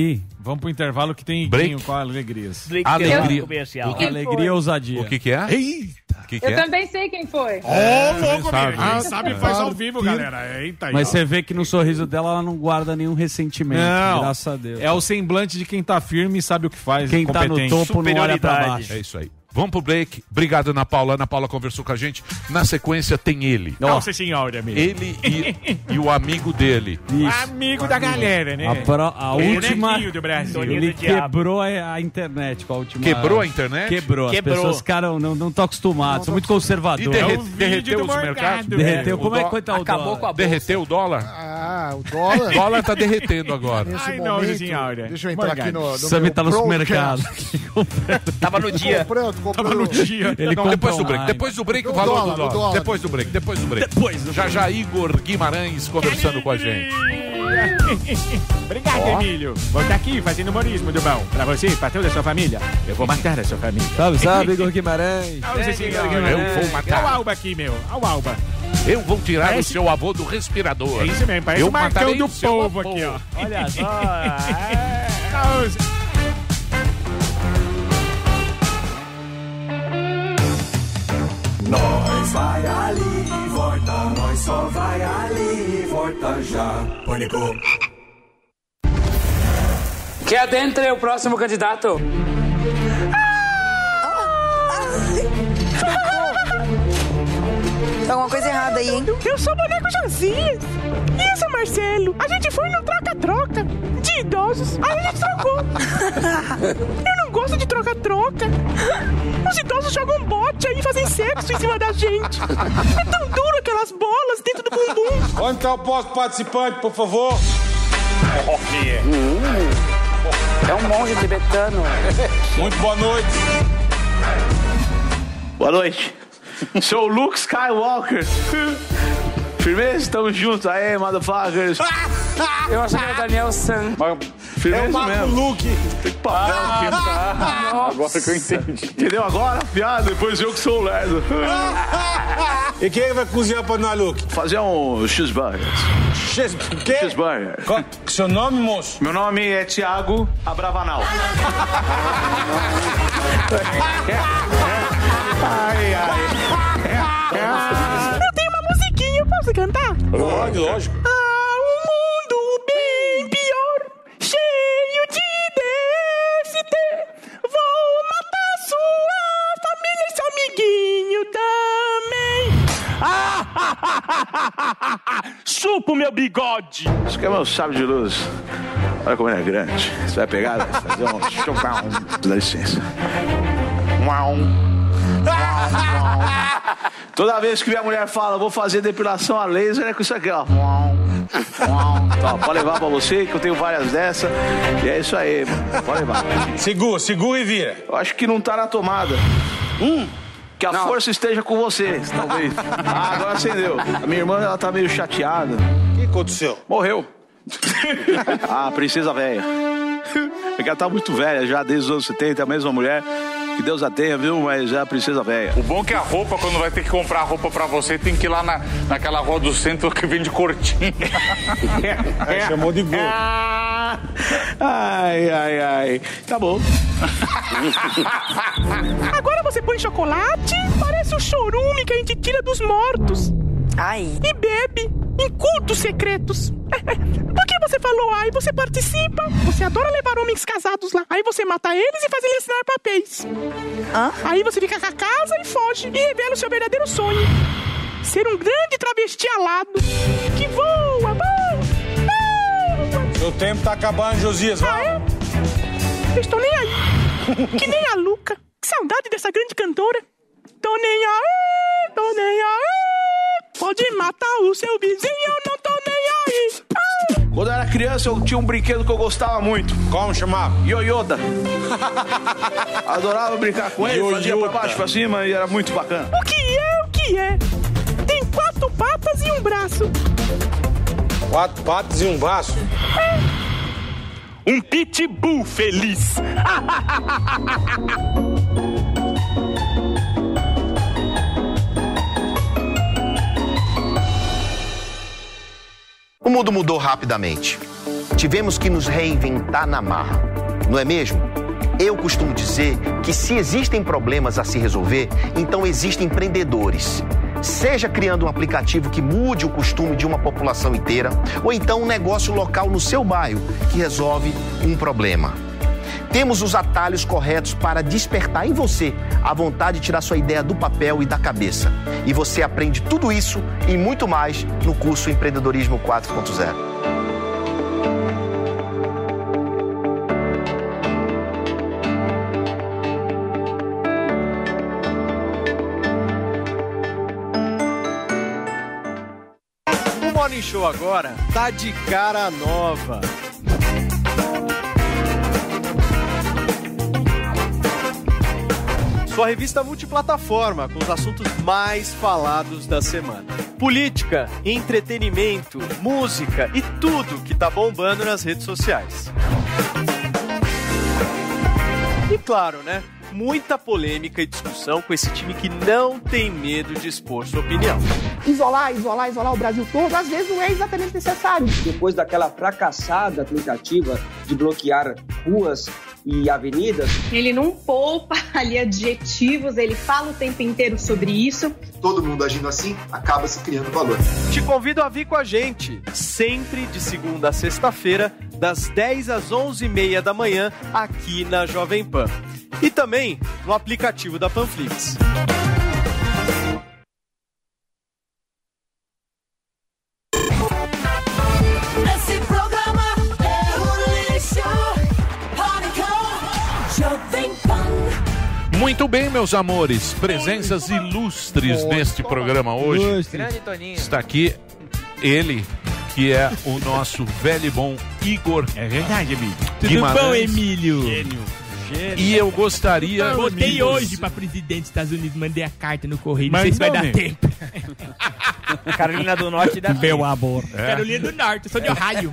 Speaker 4: Vamos pro intervalo que tem
Speaker 6: Break.
Speaker 4: Iguinho com alegrias.
Speaker 6: Break. Alegria.
Speaker 5: Comercial.
Speaker 4: Quem
Speaker 5: Alegria
Speaker 4: foi?
Speaker 5: e
Speaker 7: ousadia.
Speaker 6: O que que é?
Speaker 4: Eita.
Speaker 6: O que que
Speaker 5: Eu
Speaker 6: é?
Speaker 5: também sei quem foi.
Speaker 1: Ô, louco,
Speaker 4: sabe.
Speaker 1: menino. Quem
Speaker 4: Ah,
Speaker 1: sabe
Speaker 4: é.
Speaker 1: faz ao vivo, galera. Eita aí.
Speaker 7: Mas
Speaker 1: ó.
Speaker 7: você vê que no sorriso dela ela não guarda nenhum ressentimento.
Speaker 4: Não,
Speaker 7: Graças a Deus.
Speaker 4: é o semblante de quem tá firme e sabe o que faz.
Speaker 7: Quem tá no
Speaker 4: competente.
Speaker 7: topo não olha pra baixo.
Speaker 6: É isso aí. Vamos pro break. Obrigado, Ana Paula. Ana Paula conversou com a gente. Na sequência tem ele.
Speaker 1: Nossa senhora, amigo.
Speaker 6: Ele e, e o amigo dele.
Speaker 1: Amigo da galera, né?
Speaker 7: A, pro- a última.
Speaker 1: Bonequinho do Brasil.
Speaker 7: Ele
Speaker 1: do diabo.
Speaker 7: quebrou a, a internet com a última.
Speaker 6: Quebrou a internet?
Speaker 7: Quebrou. As
Speaker 1: Quebrou.
Speaker 7: pessoas ficaram, não estão acostumadas, são muito conservadores.
Speaker 6: E derre-
Speaker 1: É o vídeo
Speaker 6: derreteu
Speaker 1: do
Speaker 6: os
Speaker 1: mercado,
Speaker 6: mercados?
Speaker 1: velho.
Speaker 7: Derreteu.
Speaker 6: O
Speaker 7: Como é
Speaker 6: dó-
Speaker 7: que foi tal
Speaker 21: Acabou
Speaker 7: dólar?
Speaker 21: com a bolsa.
Speaker 6: Derreteu o dólar?
Speaker 10: Ah, o
Speaker 6: O
Speaker 10: dólar.
Speaker 6: dólar tá derretendo agora.
Speaker 10: Nesse
Speaker 1: Ai, não,
Speaker 10: momento,
Speaker 1: senhora.
Speaker 10: deixa eu entrar aqui no, no
Speaker 7: Sammy
Speaker 10: meu broadcast.
Speaker 7: supermercado.
Speaker 21: Tava no dia.
Speaker 10: Comprando, comprando.
Speaker 1: Tava no dia.
Speaker 7: Ele
Speaker 6: Não,
Speaker 7: compra
Speaker 6: depois do break.
Speaker 7: online.
Speaker 6: Depois do break, o
Speaker 10: O
Speaker 6: valor
Speaker 10: dólar,
Speaker 6: do
Speaker 10: o
Speaker 6: dólar.
Speaker 10: dólar.
Speaker 6: Depois do break. Depois do break.
Speaker 7: Depois do
Speaker 6: Já já Igor Guimarães conversando com a gente.
Speaker 1: Obrigado, Emílio. Vou estar aqui fazendo humorismo do bom. Pra você, pra toda a sua família. Eu vou matar a sua família.
Speaker 8: Sabe, sabe, Igor Guimarães?
Speaker 1: Ah, você senhor,
Speaker 6: Eu vou
Speaker 1: Olha o
Speaker 6: matar.
Speaker 1: Alba aqui, meu. Olha o Alba.
Speaker 6: Eu vou tirar
Speaker 1: Parece-
Speaker 6: o seu avô do respirador.
Speaker 1: É isso mesmo, parece
Speaker 6: Eu
Speaker 1: o Marcão
Speaker 6: matarei
Speaker 1: do
Speaker 6: o seu
Speaker 1: povo
Speaker 6: avô.
Speaker 1: aqui, ó.
Speaker 21: Olha só.
Speaker 2: Nós vai ali e volta, nós só vai ali e volta já. Pânico.
Speaker 11: Que adentre o próximo candidato.
Speaker 12: Tá alguma coisa errada aí, hein?
Speaker 13: Eu sou o boneco Josias. E esse é o Marcelo. A gente foi no troca-troca de idosos. Aí a gente trocou. Eu não gosto de troca-troca. Os idosos jogam bote aí e fazem sexo em cima da gente. É tão duro aquelas bolas dentro do bumbum.
Speaker 14: Onde está o próximo participante, por favor?
Speaker 11: É um monge tibetano.
Speaker 14: Muito boa noite.
Speaker 15: Boa noite. Sou o Luke Skywalker. Firmeza? Estamos juntos. Aê, motherfuckers.
Speaker 11: Eu acho que é o Daniel San.
Speaker 15: Firmeza
Speaker 14: É o Marco
Speaker 15: mesmo.
Speaker 14: Luke.
Speaker 15: Tem papel aqui, tá?
Speaker 14: Agora que eu entendi.
Speaker 15: Entendeu agora, piada? Depois eu que sou o lerdo.
Speaker 14: E quem vai cozinhar pra nós, Luke?
Speaker 15: Fazer um cheeseburger.
Speaker 14: X... Quê?
Speaker 15: Cheeseburger.
Speaker 14: Qual que é seu nome, moço?
Speaker 15: Meu nome é Thiago Abravanal. Ai, ai.
Speaker 13: Eu tenho uma musiquinha, posso cantar?
Speaker 14: Pode, lógico.
Speaker 13: Há um mundo bem pior, cheio de D S T. Vou matar sua família e seu amiguinho também.
Speaker 15: Chupa o meu bigode. Isso aqui é meu sábio de luz. Olha como ele é grande. Você vai pegar, vai fazer um chupão. Dá licença. Uau. Toda vez que minha mulher fala, vou fazer depilação a laser, é com isso aqui, ó. Então, pode levar pra você, que eu tenho várias dessas. E é isso aí, mano. Pode levar.
Speaker 14: Segura, segura e vira.
Speaker 15: Eu acho que não tá na tomada. Hum. Que a força esteja com você, talvez. Ah, agora acendeu. A minha irmã, ela tá meio chateada.
Speaker 14: O que aconteceu?
Speaker 15: Morreu. Ah, princesa velha. Porque ela tá muito velha já, desde os anos setenta, a mesma mulher. Que Deus a tenha, viu? Mas é a princesa velha.
Speaker 14: O bom é que a roupa, quando vai ter que comprar roupa pra você, tem que ir lá na, naquela rua do centro que vende cortinho. É, chamou de gol.
Speaker 15: Ai, ai, ai. Tá bom.
Speaker 13: Agora você põe chocolate, parece o chorume que a gente tira dos mortos.
Speaker 12: Ai.
Speaker 13: E bebe em cultos secretos. Por que você falou ai? Você participa. Você adora levar homens casados lá. Aí você mata eles e faz eles assinar papéis.
Speaker 12: Hã?
Speaker 13: Aí você fica com a casa e foge e revela o seu verdadeiro sonho. Ser um grande travesti alado que voa, voa, voa.
Speaker 14: Seu tempo tá acabando, Josias. Vai.
Speaker 13: Ah, é? Eu estou nem aí. Que nem a Luca. Que saudade dessa grande cantora. Tô nem aí, tô nem aí. Pode matar o seu vizinho, eu não tô nem aí. Ah.
Speaker 15: Quando eu era criança, eu tinha um brinquedo que eu gostava muito.
Speaker 14: Como chamava?
Speaker 15: Ioyoda. Adorava brincar com ele, fazia pra baixo, pra cima e era muito bacana.
Speaker 13: O que é, o que é? Tem quatro patas e um braço.
Speaker 14: Quatro patas e um braço?
Speaker 13: É. Um pitbull feliz.
Speaker 18: O mundo mudou rapidamente.
Speaker 16: Tivemos que nos reinventar na marra, não é mesmo? Eu costumo dizer que se existem problemas a se resolver, então existem empreendedores. Seja criando um aplicativo que mude o costume de uma população inteira, ou então um negócio local no seu bairro que resolve um problema. Temos os atalhos corretos para despertar em você a vontade de tirar sua ideia do papel e da cabeça. E você aprende tudo isso e muito mais no curso Empreendedorismo quatro ponto zero.
Speaker 17: O Morning Show agora tá de cara nova. Sua revista multiplataforma com os assuntos mais falados da semana. Política, entretenimento, música e tudo que tá bombando nas redes sociais. E claro, né? Muita polêmica e discussão com esse time que não tem medo de expor sua opinião.
Speaker 18: Isolar, isolar, isolar o Brasil todo, às vezes não é exatamente necessário.
Speaker 19: Depois daquela fracassada tentativa de bloquear ruas e avenidas...
Speaker 20: Ele não poupa ali adjetivos, ele fala o tempo inteiro sobre isso.
Speaker 19: Todo mundo agindo assim, acaba se criando valor.
Speaker 17: Te convido a vir com a gente, sempre de segunda a sexta-feira, das dez às onze e meia da manhã, aqui na Jovem Pan. E também no aplicativo da Panflix.
Speaker 2: Esse programa é um lixo. Pânico, Jovem Pan.
Speaker 6: Muito bem, meus amores. Presenças ilustres neste programa hoje.
Speaker 21: Grande Toninho.
Speaker 6: Está aqui ele, que é o nosso velho e bom Igor.
Speaker 22: É verdade, amigo.
Speaker 6: Tudo Guimarães.
Speaker 22: bom, Emílio?
Speaker 6: Gênio. Gênio. E eu gostaria...
Speaker 22: Votei
Speaker 6: de
Speaker 22: hoje
Speaker 6: você...
Speaker 22: para presidente dos Estados Unidos, mandei a carta no correio, não
Speaker 6: Mas
Speaker 22: sei se vai
Speaker 6: não,
Speaker 22: dar
Speaker 6: meu.
Speaker 22: tempo.
Speaker 21: Carolina do Norte da
Speaker 22: Meu amor.
Speaker 6: É.
Speaker 22: Carolina do Norte, eu sou de Ohio.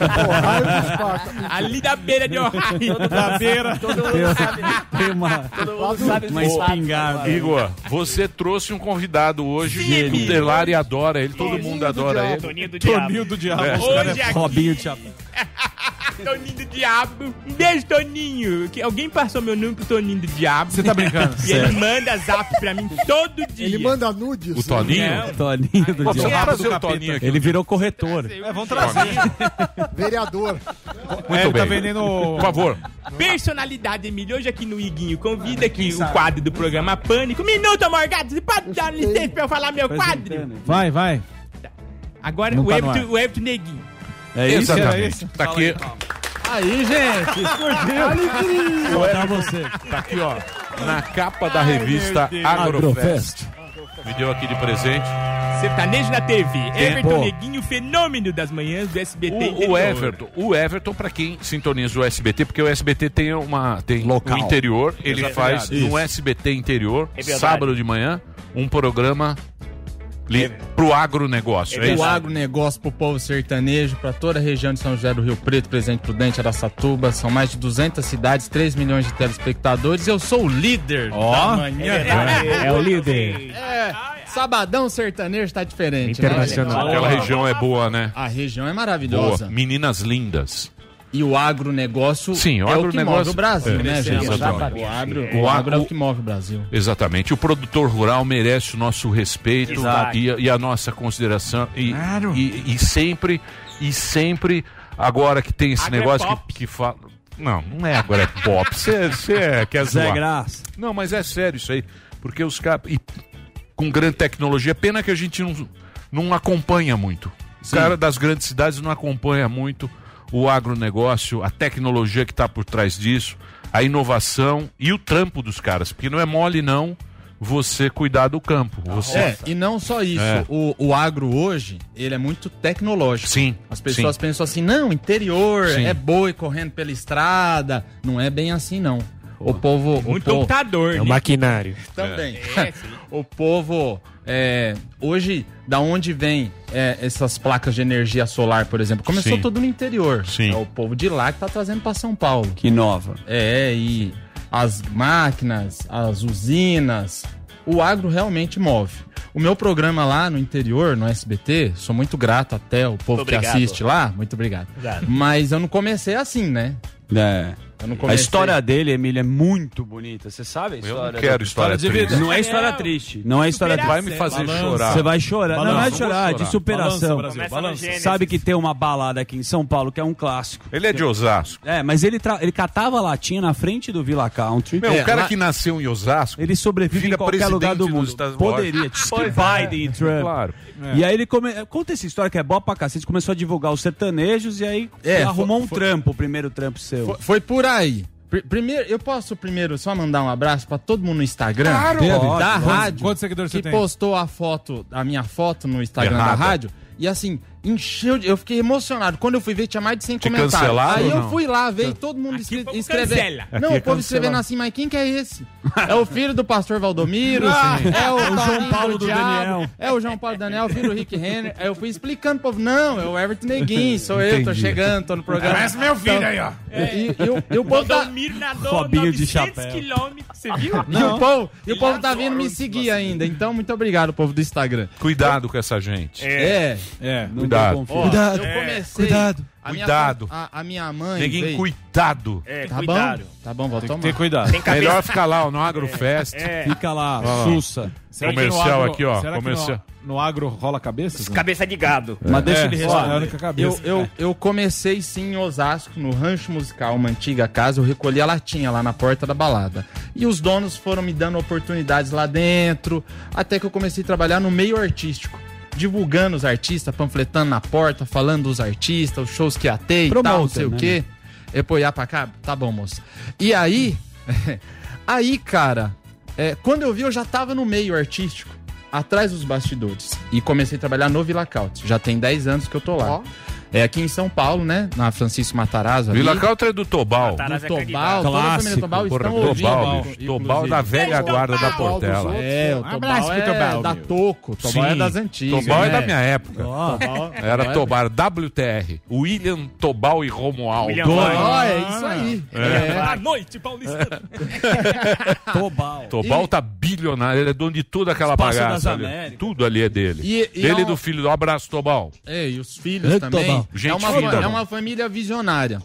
Speaker 22: Ali da beira de Ohio.
Speaker 4: Da beira.
Speaker 21: Todo mundo sabe.
Speaker 7: Tem uma,
Speaker 21: Todo mundo sabe
Speaker 7: uma
Speaker 21: dos fatos.
Speaker 7: espingarda.
Speaker 6: Igor, você trouxe um convidado hoje.
Speaker 22: Sim,
Speaker 6: o Delari adora ele, todo mundo adora ele.
Speaker 22: Toninho do Diabo.
Speaker 4: Toninho do Diabo.
Speaker 6: É.
Speaker 22: Hoje aqui...
Speaker 7: Robinho de Chapéu.
Speaker 22: Toninho do Diabo. Um beijo, Toninho. Que alguém passou meu número pro Toninho do Diabo.
Speaker 4: Você tá brincando?
Speaker 22: E ele manda zap pra mim todo dia.
Speaker 10: Ele manda nudes.
Speaker 6: O Toninho?
Speaker 22: Não.
Speaker 7: Toninho do
Speaker 6: Pô,
Speaker 7: Diabo.
Speaker 6: vamos trazer o
Speaker 4: capeta.
Speaker 6: Toninho aqui.
Speaker 7: Ele virou corretor.
Speaker 4: É, vamos trazer.
Speaker 10: Vereador.
Speaker 6: Muito
Speaker 4: É, ele
Speaker 6: bem.
Speaker 4: tá vendendo...
Speaker 6: Por favor.
Speaker 22: Personalidade, Emílio. Hoje aqui no Iguinho, convida aqui o quadro do programa Pânico. Minuto, Morgado. Você pode dar licença pra eu falar meu quadro?
Speaker 4: Vai, vai.
Speaker 22: Agora
Speaker 4: Não
Speaker 22: o
Speaker 4: tá
Speaker 22: Everton,
Speaker 4: no
Speaker 22: o Everton Neguinho.
Speaker 7: É isso?
Speaker 6: Exatamente. Tá aqui.
Speaker 4: Aí, gente. Explodiu. Vou botar você.
Speaker 6: Tá aqui, ó. Na capa da revista Agrofest. Me deu aqui de presente.
Speaker 22: Sertanejo na T V. Everton
Speaker 6: Pô.
Speaker 22: Neguinho, fenômeno das manhãs do S B T.
Speaker 6: O, o
Speaker 22: interior.
Speaker 6: Everton, o Everton, pra quem sintoniza o S B T, porque o S B T tem uma tem
Speaker 7: Local.
Speaker 6: no interior, ele
Speaker 22: Exato.
Speaker 6: faz
Speaker 22: Isso.
Speaker 6: no S B T interior,
Speaker 22: É verdade.
Speaker 6: sábado de manhã, um programa li, pro agronegócio. É
Speaker 23: O
Speaker 6: isso?
Speaker 23: agronegócio pro povo sertanejo, pra toda a região de São José do Rio Preto, Presidente Prudente, Araçatuba. São mais de duzentas cidades, três milhões de telespectadores. Eu sou o líder
Speaker 4: Ó.
Speaker 23: da manhã.
Speaker 22: É, É o líder.
Speaker 23: É, sabadão sertanejo tá diferente,
Speaker 22: Internacional.
Speaker 23: né?
Speaker 6: Aquela região é boa, né?
Speaker 23: A região é
Speaker 6: Boa.
Speaker 23: maravilhosa.
Speaker 6: Meninas lindas.
Speaker 23: E o agronegócio
Speaker 6: Sim, o
Speaker 23: é o que
Speaker 6: agronegócio-
Speaker 23: move o Brasil,
Speaker 6: é,
Speaker 23: né, gente?
Speaker 6: exatamente.
Speaker 23: O agro,
Speaker 6: O
Speaker 23: o agro é
Speaker 6: a-
Speaker 23: o que move o Brasil.
Speaker 6: Exatamente. O produtor rural merece o nosso respeito
Speaker 23: Exato.
Speaker 6: e, e a nossa consideração. E,
Speaker 22: Claro.
Speaker 6: e, e sempre, e sempre, agora que tem esse
Speaker 22: Agro é
Speaker 6: negócio
Speaker 22: pop.
Speaker 6: que, que fala. Não, não é agora é pop. Você quer
Speaker 7: Zé
Speaker 6: zoar.
Speaker 7: Graça.
Speaker 6: Não, mas é sério isso aí. Porque os caras. e Com grande tecnologia, pena que a gente não, não acompanha muito. O cara das grandes cidades não acompanha muito o agronegócio, a tecnologia que está por trás disso, a inovação e o trampo dos caras. Porque não é mole, não, você cuidar do campo. Você...
Speaker 23: É, e não só isso.
Speaker 6: É.
Speaker 23: O, o agro hoje, ele é muito tecnológico.
Speaker 6: Sim.
Speaker 23: As pessoas
Speaker 6: sim.
Speaker 23: pensam assim, não, interior,
Speaker 6: Sim.
Speaker 23: é boi correndo pela estrada. Não é bem assim, não. O povo...
Speaker 22: Muito
Speaker 23: o povo
Speaker 22: computador, né? maquinário.
Speaker 23: também.
Speaker 22: É, sim.
Speaker 23: O povo... é, hoje, da onde vem é, essas placas de energia solar, por exemplo? Começou
Speaker 6: Sim.
Speaker 23: tudo no interior.
Speaker 6: Sim.
Speaker 23: É o povo de lá que tá trazendo para São Paulo.
Speaker 7: Que nova.
Speaker 23: É, e as máquinas, as usinas, o agro realmente move. O meu programa lá no interior, no S B T, sou muito grato até o povo
Speaker 7: Muito
Speaker 23: que
Speaker 7: obrigado.
Speaker 23: assiste lá. Muito obrigado.
Speaker 7: Obrigado.
Speaker 23: Mas eu não comecei assim, né?
Speaker 7: É.
Speaker 23: Eu não
Speaker 7: A
Speaker 23: comecei...
Speaker 7: história dele, Emílio, é muito bonita. Você sabe a
Speaker 6: Eu
Speaker 7: história?
Speaker 6: não quero
Speaker 7: da-
Speaker 6: história
Speaker 7: de
Speaker 6: triste.
Speaker 7: vida. Não é história
Speaker 6: É,
Speaker 7: triste. Não é história triste.
Speaker 6: Vai me fazer chorar.
Speaker 7: Você vai chorar.
Speaker 6: Balança.
Speaker 7: Não, não é
Speaker 6: Vou
Speaker 7: chorar, é de
Speaker 6: chorar.
Speaker 7: superação.
Speaker 6: Balança, Brasil, balança.
Speaker 7: Sabe que tem uma balada aqui em São Paulo que é um clássico.
Speaker 6: Ele é de Osasco.
Speaker 7: É, mas ele, tra- ele catava latinha na frente do Villa Country.
Speaker 6: Meu,
Speaker 7: É,
Speaker 6: o cara
Speaker 7: lá-
Speaker 6: que nasceu em Osasco,
Speaker 7: ele sobrevive em
Speaker 6: vira
Speaker 7: qualquer lugar do
Speaker 6: presidente
Speaker 7: mundo.
Speaker 6: dos Estados
Speaker 7: Poderia.
Speaker 6: Unidos.
Speaker 7: Diz que
Speaker 6: Pois é.
Speaker 7: Biden e Trump.
Speaker 6: Claro.
Speaker 7: E aí ele come... conta essa história que é boa pra cacete. Começou a divulgar os sertanejos e aí
Speaker 23: É,
Speaker 7: arrumou
Speaker 23: foi-
Speaker 7: um
Speaker 23: foi-
Speaker 7: trampo, o primeiro trampo seu.
Speaker 23: Foi, foi por aí. Pr- Primeiro, eu posso primeiro só mandar um abraço pra todo mundo no Instagram
Speaker 4: Claro.
Speaker 23: da
Speaker 4: Pode.
Speaker 23: rádio,
Speaker 4: Quantos- quantos seguidores
Speaker 23: que
Speaker 4: você tem?
Speaker 23: postou a foto, a minha foto no Instagram
Speaker 6: Errada.
Speaker 23: da rádio. E assim, encheu de... Eu fiquei emocionado. Quando eu fui ver, tinha mais de cem
Speaker 6: Te
Speaker 23: comentários.
Speaker 6: cancelaram
Speaker 23: Aí
Speaker 6: ou
Speaker 23: eu
Speaker 6: não?
Speaker 23: fui lá ver e todo mundo escre-
Speaker 22: povo
Speaker 23: escrevendo.
Speaker 22: cancela.
Speaker 23: Não,
Speaker 6: Aqui
Speaker 23: o
Speaker 6: é
Speaker 23: povo escrevendo
Speaker 6: cancelado.
Speaker 23: assim, mas quem que é esse? É o filho do pastor Valdomiro?
Speaker 7: Ah,
Speaker 23: é o,
Speaker 7: o João
Speaker 23: Paulinho
Speaker 7: Paulo do
Speaker 23: Diabo,
Speaker 7: Daniel.
Speaker 23: É o João Paulo Daniel, filho do Rick Renner. Aí eu fui explicando pro povo, não, é o Everton Neguin, sou eu, tô
Speaker 6: Entendi.
Speaker 23: chegando, tô no programa.
Speaker 22: Parece meu filho aí, ó.
Speaker 23: E, e, e o- e o povo tá...
Speaker 22: Valdomiro nadou
Speaker 7: Robinho de
Speaker 22: novecentos
Speaker 7: chapéu.
Speaker 22: quilômetros, você viu?
Speaker 23: E o povo, e o povo tá vindo me seguir ainda. Então, muito obrigado, povo do Instagram.
Speaker 6: Cuidado com essa gente.
Speaker 23: É.
Speaker 4: É.
Speaker 7: Não
Speaker 6: Cuidado.
Speaker 7: deu confiança.
Speaker 23: Ó,
Speaker 4: Cuidado.
Speaker 23: Eu comecei.
Speaker 4: Cuidado.
Speaker 23: A minha,
Speaker 6: Cuidado.
Speaker 23: A, a minha mãe.
Speaker 6: Neguinho,
Speaker 23: veio-
Speaker 6: cuidado.
Speaker 22: É,
Speaker 23: Tá
Speaker 22: cuidado.
Speaker 23: bom? Tá bom, vou
Speaker 4: Tem que
Speaker 23: tomar.
Speaker 4: ter cuidado.
Speaker 22: Tem cabeça.
Speaker 6: Melhor ficar lá ó, no Agrofest.
Speaker 22: É,
Speaker 7: Fica lá,
Speaker 6: Ó.
Speaker 7: sussa.
Speaker 4: Será que no
Speaker 6: Comercial
Speaker 4: agro-
Speaker 6: aqui, ó.
Speaker 4: Será que
Speaker 6: Comercial.
Speaker 4: no, no agro rola cabeças? não?
Speaker 22: cabeça de gado.
Speaker 7: Mas deixa
Speaker 4: É,
Speaker 7: ele
Speaker 4: ó,
Speaker 7: responder.
Speaker 4: é a única
Speaker 23: Eu,
Speaker 4: cabeça.
Speaker 23: eu, eu comecei sim em Osasco, no Rancho Musical, uma antiga casa. Eu recolhi a latinha lá na porta da balada. E os donos foram me dando oportunidades lá dentro, até que eu comecei a trabalhar no meio artístico. Divulgando os artistas, panfletando na porta, falando dos artistas, os shows que ia ter e tal, não
Speaker 7: Promoter,
Speaker 23: sei o
Speaker 7: né?
Speaker 23: quê. Apoiar pra cá? Tá bom, moça. E aí, aí, cara, é, quando eu vi, eu já tava no meio artístico, atrás dos bastidores. E comecei a trabalhar no Villa Country. Já tem dez anos que eu tô lá.
Speaker 10: Ó.
Speaker 23: É aqui em São Paulo, né? Na Francisco Matarazzo. ali.
Speaker 6: Vila Country é do Tobal.
Speaker 23: Do
Speaker 22: Matarazzo é
Speaker 23: Tobal,
Speaker 22: candidato.
Speaker 23: toda a família
Speaker 4: Clássico.
Speaker 23: Tobal
Speaker 6: Porra,
Speaker 23: estão ouvindo.
Speaker 6: Tobal,
Speaker 23: inclusive.
Speaker 6: bicho. Tobal da velha guarda da Portela.
Speaker 23: É, o
Speaker 4: Um abraço
Speaker 23: Tobal
Speaker 4: pro
Speaker 23: é
Speaker 4: Tobal,
Speaker 23: da
Speaker 4: meu.
Speaker 23: Toco. Tobal é
Speaker 6: Sim.
Speaker 23: das antigas.
Speaker 6: Tobal é
Speaker 23: né?
Speaker 6: da minha época.
Speaker 23: Tobal-
Speaker 6: Era
Speaker 23: Tobal é-
Speaker 6: Tobal, W T R. William Tobal e Romualdo.
Speaker 22: William
Speaker 23: Ó,
Speaker 22: Vai.
Speaker 23: é isso aí.
Speaker 6: É.
Speaker 22: À noite, paulistano.
Speaker 7: Tobal.
Speaker 6: Tobal tá bilionário, ele é dono de toda aquela
Speaker 7: Espaço das
Speaker 6: bagaça. ali.
Speaker 7: Américas.
Speaker 6: Tudo ali é dele.
Speaker 23: E- e
Speaker 6: dele
Speaker 23: é
Speaker 6: e do
Speaker 23: um-
Speaker 6: filho. Um abraço, Tobal.
Speaker 23: É, e os filhos
Speaker 7: É,
Speaker 23: também.
Speaker 7: Tobal.
Speaker 6: Gente
Speaker 23: é, uma,
Speaker 6: fina.
Speaker 23: é uma família visionária.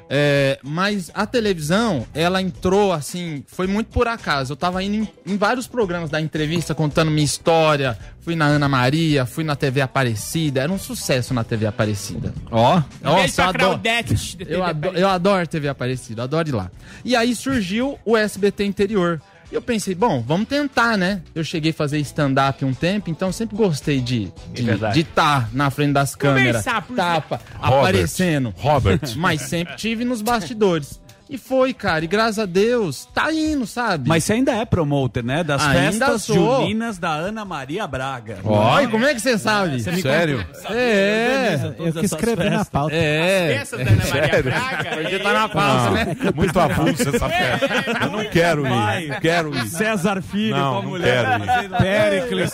Speaker 23: É, mas a televisão, ela entrou assim, foi muito por acaso. Eu tava indo em, em vários programas da entrevista contando minha história. Fui na Ana Maria, fui na T V Aparecida. Era um sucesso na T V Aparecida.
Speaker 7: Ó.
Speaker 23: Nossa,
Speaker 22: Beijo pra
Speaker 23: eu adoro.
Speaker 22: Claudete.
Speaker 23: Eu adoro, eu adoro T V Aparecida, adoro ir lá. E aí surgiu o S B T Interior. E eu pensei, bom, vamos tentar, né? Eu cheguei a fazer stand-up um tempo, então eu sempre gostei de de
Speaker 22: verdade.
Speaker 23: estar na frente das câmeras,
Speaker 22: Conversar por-
Speaker 23: tapa,
Speaker 6: Robert.
Speaker 23: aparecendo.
Speaker 6: Robert.
Speaker 23: Mas sempre tive nos bastidores. E foi, cara, e graças a Deus, tá indo, sabe?
Speaker 7: Mas você ainda é promoter, né? Das
Speaker 23: Ainda
Speaker 7: festas
Speaker 23: sou.
Speaker 7: juninas da Ana Maria Braga.
Speaker 23: Olha, como é que você sabe?
Speaker 6: Sério?
Speaker 23: É,
Speaker 7: Eu que escrevi na pauta.
Speaker 23: é.
Speaker 22: Essa da Ana Maria
Speaker 6: Sério?
Speaker 22: Braga.
Speaker 23: Porque tá na pauta, né?
Speaker 6: Muito avulso essa festa. Eu não quero ir. Não quero ir.
Speaker 7: César Filho
Speaker 6: Não,
Speaker 7: com a
Speaker 6: não
Speaker 7: mulher.
Speaker 6: quero ir.
Speaker 7: fazendo-
Speaker 4: Péricles.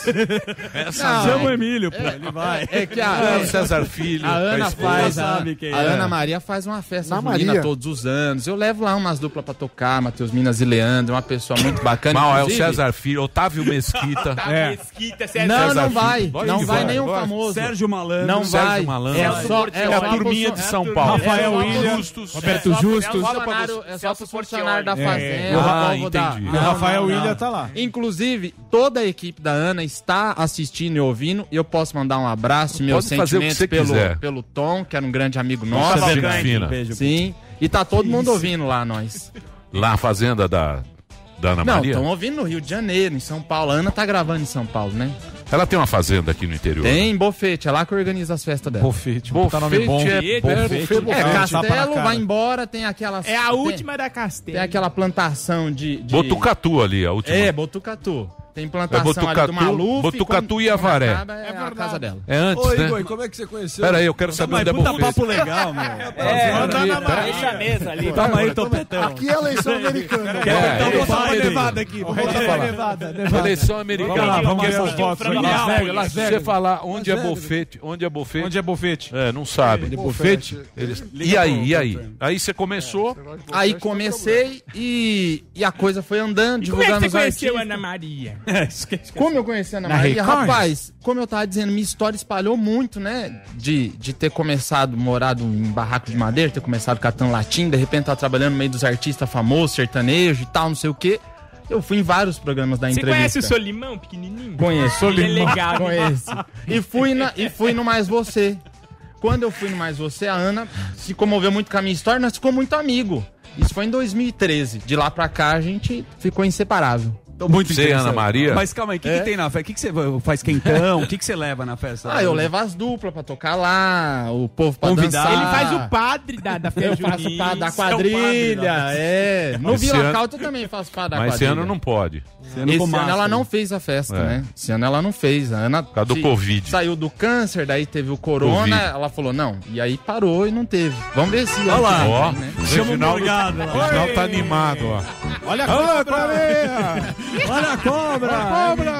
Speaker 6: Essa
Speaker 7: Chama o Emílio, pô. Ele vai.
Speaker 23: É que a,
Speaker 6: É o César Filho.
Speaker 23: A Ana
Speaker 6: a esposa.
Speaker 23: faz,
Speaker 7: sabe
Speaker 23: a,
Speaker 7: quem
Speaker 23: a
Speaker 7: é.
Speaker 23: Ana Maria faz uma festa
Speaker 10: Na
Speaker 23: junina
Speaker 10: Maria.
Speaker 23: todos os anos. Eu levo lá umas duplas pra tocar, Matheus Minas e Leandro, uma pessoa muito bacana.
Speaker 6: Mal, é o
Speaker 23: inclusive.
Speaker 6: César Filho, Otávio Mesquita.
Speaker 22: Tá
Speaker 4: É.
Speaker 22: Mesquita, César.
Speaker 23: Não,
Speaker 6: César
Speaker 23: não vai.
Speaker 6: Filho. Vai
Speaker 23: Não
Speaker 6: que
Speaker 23: vai
Speaker 6: vai,
Speaker 23: nenhum
Speaker 6: vai.
Speaker 23: famoso.
Speaker 7: Sérgio Malandro.
Speaker 23: Não
Speaker 6: Sérgio
Speaker 23: vai.
Speaker 6: Malandro.
Speaker 23: É
Speaker 22: Celso
Speaker 23: só,
Speaker 22: Portiolli.
Speaker 23: é
Speaker 6: É
Speaker 23: só
Speaker 6: a
Speaker 23: pro
Speaker 6: turminha
Speaker 23: fun-
Speaker 6: de
Speaker 23: é
Speaker 6: São
Speaker 23: a
Speaker 6: Paulo.
Speaker 23: turminha-
Speaker 4: Rafael
Speaker 23: é só pro-
Speaker 4: William,
Speaker 22: Justus.
Speaker 4: Roberto
Speaker 23: é só-
Speaker 4: Justus.
Speaker 23: É só
Speaker 22: Celso
Speaker 23: funcionário, é só
Speaker 22: Celso
Speaker 23: pro funcionário da
Speaker 22: Portiolli.
Speaker 23: fazenda.
Speaker 6: É.
Speaker 23: o
Speaker 6: Ah,
Speaker 23: povo da-
Speaker 6: entendi.
Speaker 4: O
Speaker 23: Não,
Speaker 4: Rafael
Speaker 23: não, não.
Speaker 4: William tá lá.
Speaker 23: Inclusive, toda a equipe da Ana está assistindo e ouvindo. E eu posso mandar um abraço e meus
Speaker 6: Pode fazer o que
Speaker 23: sentimentos
Speaker 6: você
Speaker 23: pelo,
Speaker 6: quiser.
Speaker 23: pelo Tom, que era um grande amigo
Speaker 6: Nossa,
Speaker 23: nosso.
Speaker 6: gente fina.
Speaker 7: Beijo.
Speaker 23: Sim. E tá todo mundo ouvindo lá, nós.
Speaker 6: Lá na fazenda da, da Ana
Speaker 23: Não,
Speaker 6: Maria.
Speaker 23: estão ouvindo no Rio de Janeiro, em São Paulo. A Ana tá gravando em São Paulo, né?
Speaker 6: Ela tem uma fazenda aqui no interior.
Speaker 23: Tem em Bofete, é lá que organiza as festas dela.
Speaker 4: Bofete. Tá nome bom.
Speaker 6: Bofete é
Speaker 23: É,
Speaker 4: Bofete.
Speaker 23: Castelo, vai embora, tem aquelas...
Speaker 22: É a
Speaker 23: tem-
Speaker 22: última da
Speaker 23: Tem
Speaker 22: Castelo.
Speaker 23: aquela plantação de... de...
Speaker 6: Botucatu ali, a última.
Speaker 23: É, Botucatu. Tem plantação
Speaker 6: É Botucatu,
Speaker 23: ali do Maluf.
Speaker 6: Botucatu
Speaker 23: quando-
Speaker 6: e Avaré.
Speaker 23: quando acaba, É, a casa dela.
Speaker 6: É antes,
Speaker 8: Ô,
Speaker 6: né?
Speaker 8: Igor, como é que você conheceu?
Speaker 6: Pera aí, eu quero saber onde é
Speaker 7: Puta
Speaker 6: Bofete.
Speaker 7: papo legal, meu.
Speaker 22: É,
Speaker 7: Manda
Speaker 22: Ana
Speaker 7: na
Speaker 22: Maria. Deixa a mesa ali.
Speaker 7: Toma aí, topetão.
Speaker 10: Aqui é eleição americana.
Speaker 6: É,
Speaker 4: Então vou
Speaker 6: eleição
Speaker 4: botar uma
Speaker 6: americana.
Speaker 4: nevada aqui. Vou
Speaker 6: Deixa eu
Speaker 4: botar uma
Speaker 6: falar.
Speaker 4: nevada. nevada.
Speaker 6: Eleição
Speaker 4: Vamos lá,
Speaker 6: americana.
Speaker 4: vamos ver
Speaker 22: Porque
Speaker 4: as fotos.
Speaker 22: frango
Speaker 4: Las
Speaker 22: não,
Speaker 4: Vegas, Las
Speaker 6: Se você
Speaker 4: Vegas.
Speaker 6: falar onde é
Speaker 8: Vegas.
Speaker 6: Bofete, onde é Bofete,
Speaker 4: Onde é Bofete?
Speaker 6: é, não sabe.
Speaker 8: De
Speaker 4: Bofete?
Speaker 6: Eles- E aí, e aí? Aí você começou,
Speaker 23: Aí comecei e, e a coisa foi andando,
Speaker 22: E como é que
Speaker 23: divulgando
Speaker 22: você
Speaker 23: os
Speaker 22: conheceu
Speaker 23: artistas.
Speaker 22: Ana Maria?
Speaker 23: Como eu conheci a Ana
Speaker 1: Na
Speaker 23: Maria,
Speaker 1: Record?
Speaker 23: rapaz, como eu tava dizendo, minha história espalhou muito, né? De, de ter começado, morado em barraco de madeira, ter começado catando latim, de repente tá trabalhando no meio dos artistas famosos, sertanejo e tal, não sei o quê. Eu fui em vários programas da
Speaker 22: Você
Speaker 23: entrevista.
Speaker 22: conhece o Solimão, pequenininho?
Speaker 23: Conheço.
Speaker 22: Ele é legal.
Speaker 23: Conheço. E fui, na, e fui no Mais Você. Quando eu fui no Mais Você, a Ana se comoveu muito com a minha história, nós ficamos muito amigos. Isso foi em dois mil e treze. De lá pra cá, a gente ficou inseparável.
Speaker 7: Muito
Speaker 6: Você e Ana Maria?
Speaker 7: Mas calma aí, o que,
Speaker 23: É?
Speaker 7: que tem na festa? O que, que você faz quentão? O que, que você leva na festa?
Speaker 23: Ah, eu levo as duplas pra tocar lá, o povo pra
Speaker 7: Convidar.
Speaker 23: dançar.
Speaker 22: Ele faz o padre da, da
Speaker 23: Eu
Speaker 22: festa
Speaker 23: faço
Speaker 22: junina.
Speaker 23: parte da
Speaker 22: Você é o padre
Speaker 23: quadrilha,
Speaker 22: da-
Speaker 23: é. No
Speaker 6: Esse
Speaker 23: Vila
Speaker 6: ano-
Speaker 23: Calta eu também faço parte da
Speaker 6: Mas esse
Speaker 23: quadrilha.
Speaker 6: ano não pode.
Speaker 23: Esse ano, ela não fez a festa,
Speaker 6: É.
Speaker 23: né? Esse ano ela não fez. A Ana
Speaker 6: Por causa do
Speaker 23: fi-
Speaker 6: Covid.
Speaker 23: Saiu do câncer, daí teve o corona,
Speaker 6: Covid.
Speaker 23: ela falou não. E aí parou e não teve. Vamos ver se...
Speaker 6: Olha lá. Ó,
Speaker 23: né?
Speaker 6: Chama o Reginaldo- Morgado lá.
Speaker 23: O
Speaker 6: Reginaldo tá animado, ó.
Speaker 4: Olha a
Speaker 23: Olha
Speaker 4: cobra!
Speaker 7: Olha a cobra!
Speaker 23: A cobra!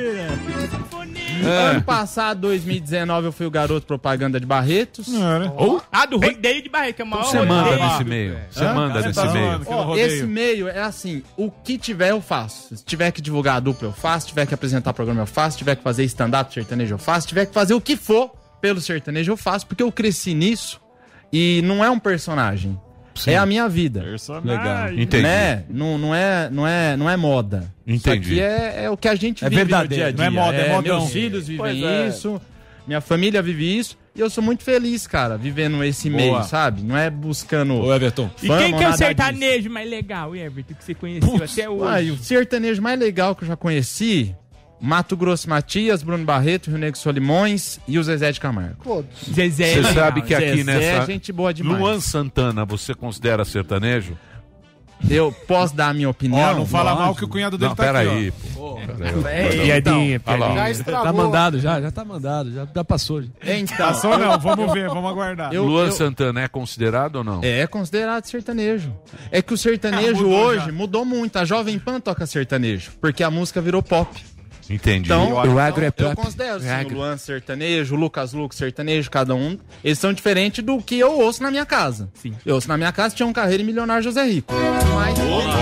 Speaker 6: É.
Speaker 23: Ano passado, dois mil e dezenove, eu fui o garoto propaganda de Barretos.
Speaker 22: Oh. Ah, do rodeio de Barreto, que é o maior
Speaker 6: Você manda
Speaker 22: rodeio.
Speaker 6: nesse meio. Você
Speaker 23: Hã?
Speaker 6: manda
Speaker 23: Você
Speaker 6: nesse
Speaker 23: tá
Speaker 6: meio.
Speaker 23: zoando, Ó, esse meio é assim, o que tiver eu faço. Se tiver que divulgar a dupla eu faço, se tiver que apresentar programa eu faço, se tiver que fazer stand-up sertanejo eu faço, se tiver que fazer o que for pelo sertanejo eu faço, porque eu cresci nisso e não é um personagem.
Speaker 6: Sim.
Speaker 23: É a minha vida.
Speaker 7: Legal.
Speaker 6: Entendi.
Speaker 23: Né? Não, não, é, não, é, não é moda.
Speaker 6: Entendi.
Speaker 23: Isso aqui é, é o que a gente
Speaker 7: É
Speaker 23: vive
Speaker 7: verdadeiro,
Speaker 23: no dia a dia.
Speaker 7: não é moda, é modão.
Speaker 23: Meus filhos vivem
Speaker 7: Pois é.
Speaker 23: isso, minha família vive isso. E eu sou muito feliz, cara, vivendo esse
Speaker 7: Boa.
Speaker 23: meio, sabe? Não é buscando...
Speaker 8: Ô, Everton.
Speaker 22: E
Speaker 23: fama
Speaker 22: quem
Speaker 23: ou
Speaker 22: que é o
Speaker 23: nada
Speaker 22: sertanejo mais legal, Everton, que você conheceu até hoje?
Speaker 23: Ai, o sertanejo mais legal que eu já conheci... Mato Grosso Matias, Bruno Barreto, Rio Negro Solimões e o Zezé de Camargo.
Speaker 10: Todos.
Speaker 22: Zezé.
Speaker 6: Você sabe que aqui
Speaker 23: Zezé
Speaker 6: nessa...
Speaker 23: é gente boa demais.
Speaker 6: Luan Santana, você considera sertanejo?
Speaker 23: Eu posso dar a minha opinião?
Speaker 4: Ó, não fala
Speaker 23: Lógico.
Speaker 4: mal que o cunhado dele
Speaker 6: Não,
Speaker 4: tá
Speaker 6: pera
Speaker 4: aqui,
Speaker 6: aí,
Speaker 4: ó.
Speaker 6: pô.
Speaker 23: Piadinha,
Speaker 6: Olha lá.
Speaker 10: Já estragou.
Speaker 3: Tá mandado já, já tá mandado, já, já passou. Já.
Speaker 23: Então,
Speaker 4: Passou não, vamos ver, vamos aguardar.
Speaker 23: Eu-
Speaker 6: Luan
Speaker 23: eu-
Speaker 6: Santana é considerado ou não?
Speaker 23: É considerado sertanejo. É que o sertanejo
Speaker 4: Ah, mudou
Speaker 23: hoje
Speaker 4: já.
Speaker 23: mudou muito. A Jovem Pan toca sertanejo, porque a música virou pop.
Speaker 6: Entendi.
Speaker 23: Então,
Speaker 6: o agro é
Speaker 23: eu
Speaker 6: pop.
Speaker 23: considero assim,
Speaker 6: Agro.
Speaker 23: o Luan sertanejo, o Lucas Lucas sertanejo, cada um. Eles são diferentes do que eu ouço na minha casa.
Speaker 22: Sim.
Speaker 23: Eu ouço na minha casa, tinha um carreiro e milionário José Rico. Mas...